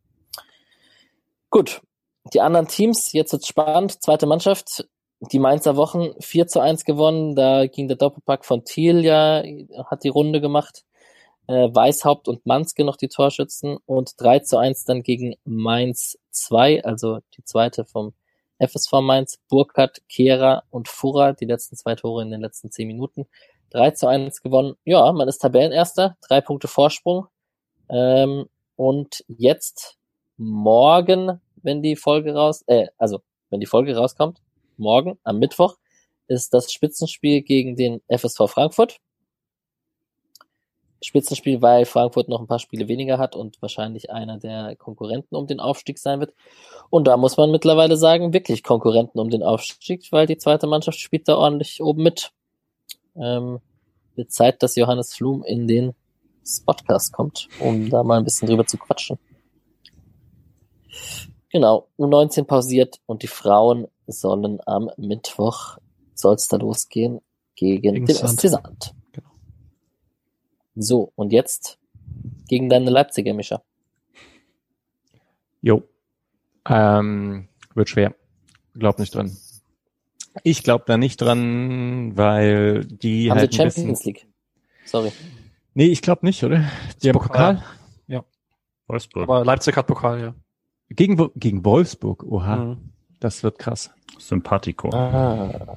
Gut, die anderen Teams, jetzt wird's spannend. Zweite Mannschaft, die Mainzer Wochen vier zu eins gewonnen, da ging der Doppelpack von Thiel ja, hat die Runde gemacht. Äh, Weishaupt und Manske noch die Torschützen und drei zu eins dann gegen Mainz zwei, also die zweite vom F S V Mainz, Burkhardt, Kehrer und Furrer, die letzten zwei Tore in den letzten zehn Minuten. drei zu eins gewonnen. Ja, man ist Tabellenerster, drei Punkte Vorsprung. Ähm, und jetzt morgen, wenn die Folge raus, äh, also wenn die Folge rauskommt, morgen am Mittwoch ist das Spitzenspiel gegen den F S V Frankfurt. Spitzenspiel, weil Frankfurt noch ein paar Spiele weniger hat und wahrscheinlich einer der Konkurrenten um den Aufstieg sein wird. Und da muss man mittlerweile sagen, wirklich Konkurrenten um den Aufstieg, weil die zweite Mannschaft spielt da ordentlich oben mit. Ähm, wird Zeit, dass Johannes Flum in den Spotcast kommt, um da mal ein bisschen drüber zu quatschen. Genau, U neunzehn pausiert und die Frauen sollen am Mittwoch, soll es da losgehen, gegen Gegen den Sand. S C Sand. Genau. So, und jetzt gegen deine Leipziger, Mischa. Jo. Ähm, wird schwer. Glaub nicht dran. Ich glaube da nicht dran, weil die Haben halt sie ein bisschen... Champions League? Sorry. Nee, ich glaube nicht, oder? Die haben Pokal. Pokal? Wolfsburg. Aber Leipzig hat Pokal, ja. Gegen, Wo- gegen Wolfsburg. Oha, Mhm. das wird krass. Sympathico. Ah.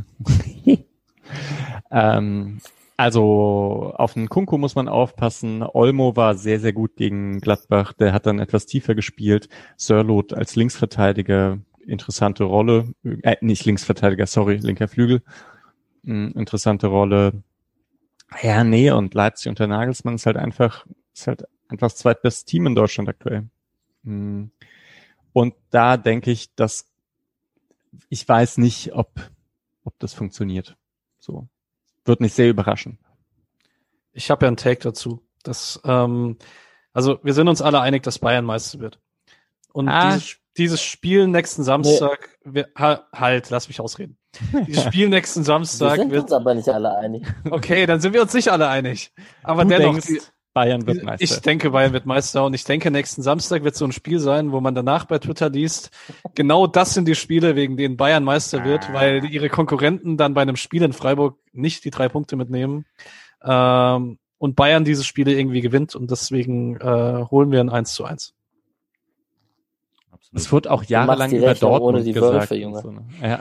ähm, also auf den Kunku muss man aufpassen. Olmo war sehr, sehr gut gegen Gladbach. Der hat dann etwas tiefer gespielt. Sörloth als Linksverteidiger, interessante Rolle. Äh, nicht Linksverteidiger, sorry, linker Flügel. Mm, interessante Rolle. Ja, nee, und Leipzig unter Nagelsmann ist halt einfach, ist halt einfach das zweitbeste Team in Deutschland aktuell. Mm. Und da denke ich, dass ich weiß nicht, ob, ob das funktioniert. So. Wird mich sehr überraschen. Ich habe ja einen Take dazu. Das, ähm, also wir sind uns alle einig, dass Bayern Meister wird. Und Ah. dieses, dieses Spiel nächsten Samstag, wir, ha, halt, lass mich ausreden. Dieses Spiel nächsten Wir Samstag sind wird, uns aber nicht alle einig. okay, dann sind wir uns nicht alle einig. Aber Du dennoch, denkst, die, Bayern wird Meister. ich denke, Bayern wird Meister und ich denke, nächsten Samstag wird so ein Spiel sein, wo man danach bei Twitter liest, genau das sind die Spiele, wegen denen Bayern Meister wird, weil ihre Konkurrenten dann bei einem Spiel in Freiburg nicht die drei Punkte mitnehmen ähm, und Bayern diese Spiele irgendwie gewinnt und deswegen äh, holen wir ein eins zu eins. Es wurde auch machst jahrelang die über Rechnung Dortmund ohne die gesagt. Wölfe, Junge. So, ne?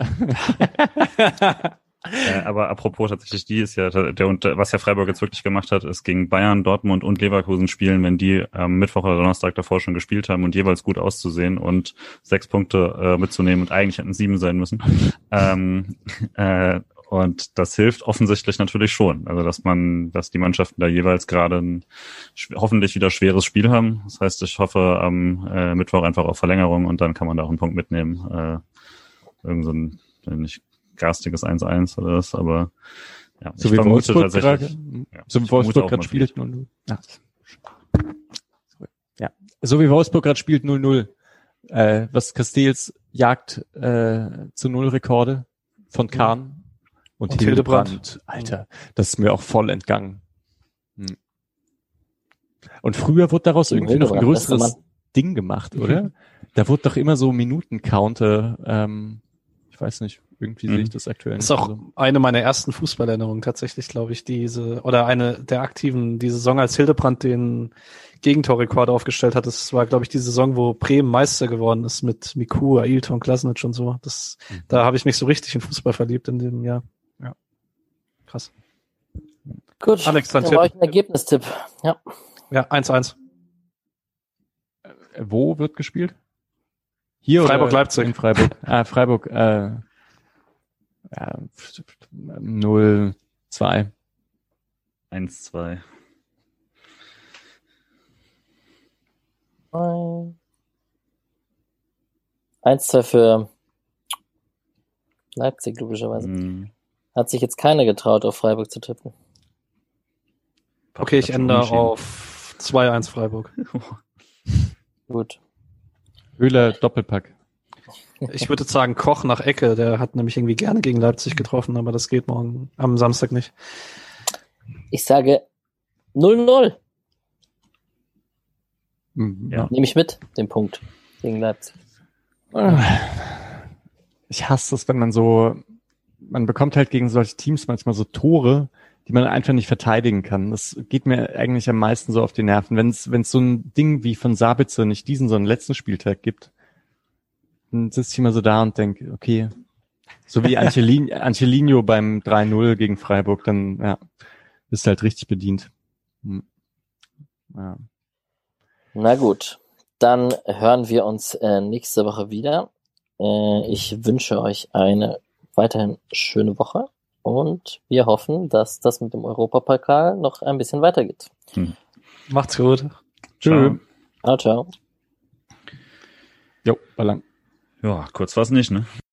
Ja. Äh, aber apropos tatsächlich, die ist ja, der, der, was ja Freiburg jetzt wirklich gemacht hat, ist gegen Bayern, Dortmund und Leverkusen spielen, wenn die am Mittwoch oder Donnerstag davor schon gespielt haben und jeweils gut auszusehen und sechs Punkte äh, mitzunehmen und eigentlich hätten sieben sein müssen. ähm, äh, und das hilft offensichtlich natürlich schon. Also, dass man, dass die Mannschaften da jeweils gerade ein hoffentlich wieder schweres Spiel haben. Das heißt, ich hoffe am äh, Mittwoch einfach auf Verlängerung und dann kann man da auch einen Punkt mitnehmen. Äh, irgend so ein, nicht garstiges eins eins oder das, aber ja, So ich wie vermute Wolfsburg tatsächlich. gerade, Ja, so wie ich vermute Wolfsburg auch, gerade man spielt null null. Ja. ja. So wie Wolfsburg gerade spielt null null. Äh, was Castells jagt äh, zu Null Rekorde von Kahn und, Und Hildebrand. Hildebrand. Alter, das ist mir auch voll entgangen. Hm. Und früher wurde daraus Team irgendwie noch ein Hildebrand, bester größeres Ding gemacht, oder? Da wurde doch immer so Minuten-Counter, ähm, ich weiß nicht, irgendwie Mhm. sehe ich das aktuell Das nicht. ist auch so. eine meiner ersten Fußballerinnerungen tatsächlich, glaube ich, diese, oder eine der aktiven, die Saison, als Hildebrand den Gegentorrekord aufgestellt hat. Das war, glaube ich, die Saison, wo Bremen Meister geworden ist mit Miku, Ailton, Klasnic und so. Das, Mhm. da habe ich mich so richtig in Fußball verliebt in dem Jahr. Ja. Krass. Gut, Alex, dein dann Tipp. brauche ich einen Ergebnistipp. Ja. Ja, eins eins. Äh, Wo wird gespielt? Hier Freiburg, oder Leipzig. in Freiburg? Ah, Freiburg, äh, ja, null zwei. eins zwei. eins zwei für Leipzig, logischerweise. Hm. Hat sich jetzt keiner getraut, auf Freiburg zu tippen. Okay, ich Hat schon ändere unentschieden. auf zwei eins Freiburg. Gut. Höhler Doppelpack. Ich würde sagen, Koch nach Ecke, der hat nämlich irgendwie gerne gegen Leipzig getroffen, aber das geht morgen am Samstag nicht. Ich sage null null. Mhm, Ja. Nehme ich mit, den Punkt gegen Leipzig. Ich hasse es, wenn man so, man bekommt halt gegen solche Teams manchmal so Tore, die man einfach nicht verteidigen kann. Das geht mir eigentlich am meisten so auf die Nerven. Wenn es wenn es so ein Ding wie von Sabitzer nicht diesen, so einen letzten Spieltag gibt, dann sitze ich immer so da und denke, okay, so wie Angelin, Angelino beim drei null gegen Freiburg, dann ja, bist halt richtig bedient. Hm. Ja. Na gut, dann hören wir uns äh, nächste Woche wieder. Äh, ich wünsche euch eine weiterhin schöne Woche und wir hoffen, dass das mit dem Europapokal noch ein bisschen weitergeht. Macht's gut. Tschö. Ciao, ciao. Jo, war lang. Ja, kurz war's nicht, ne?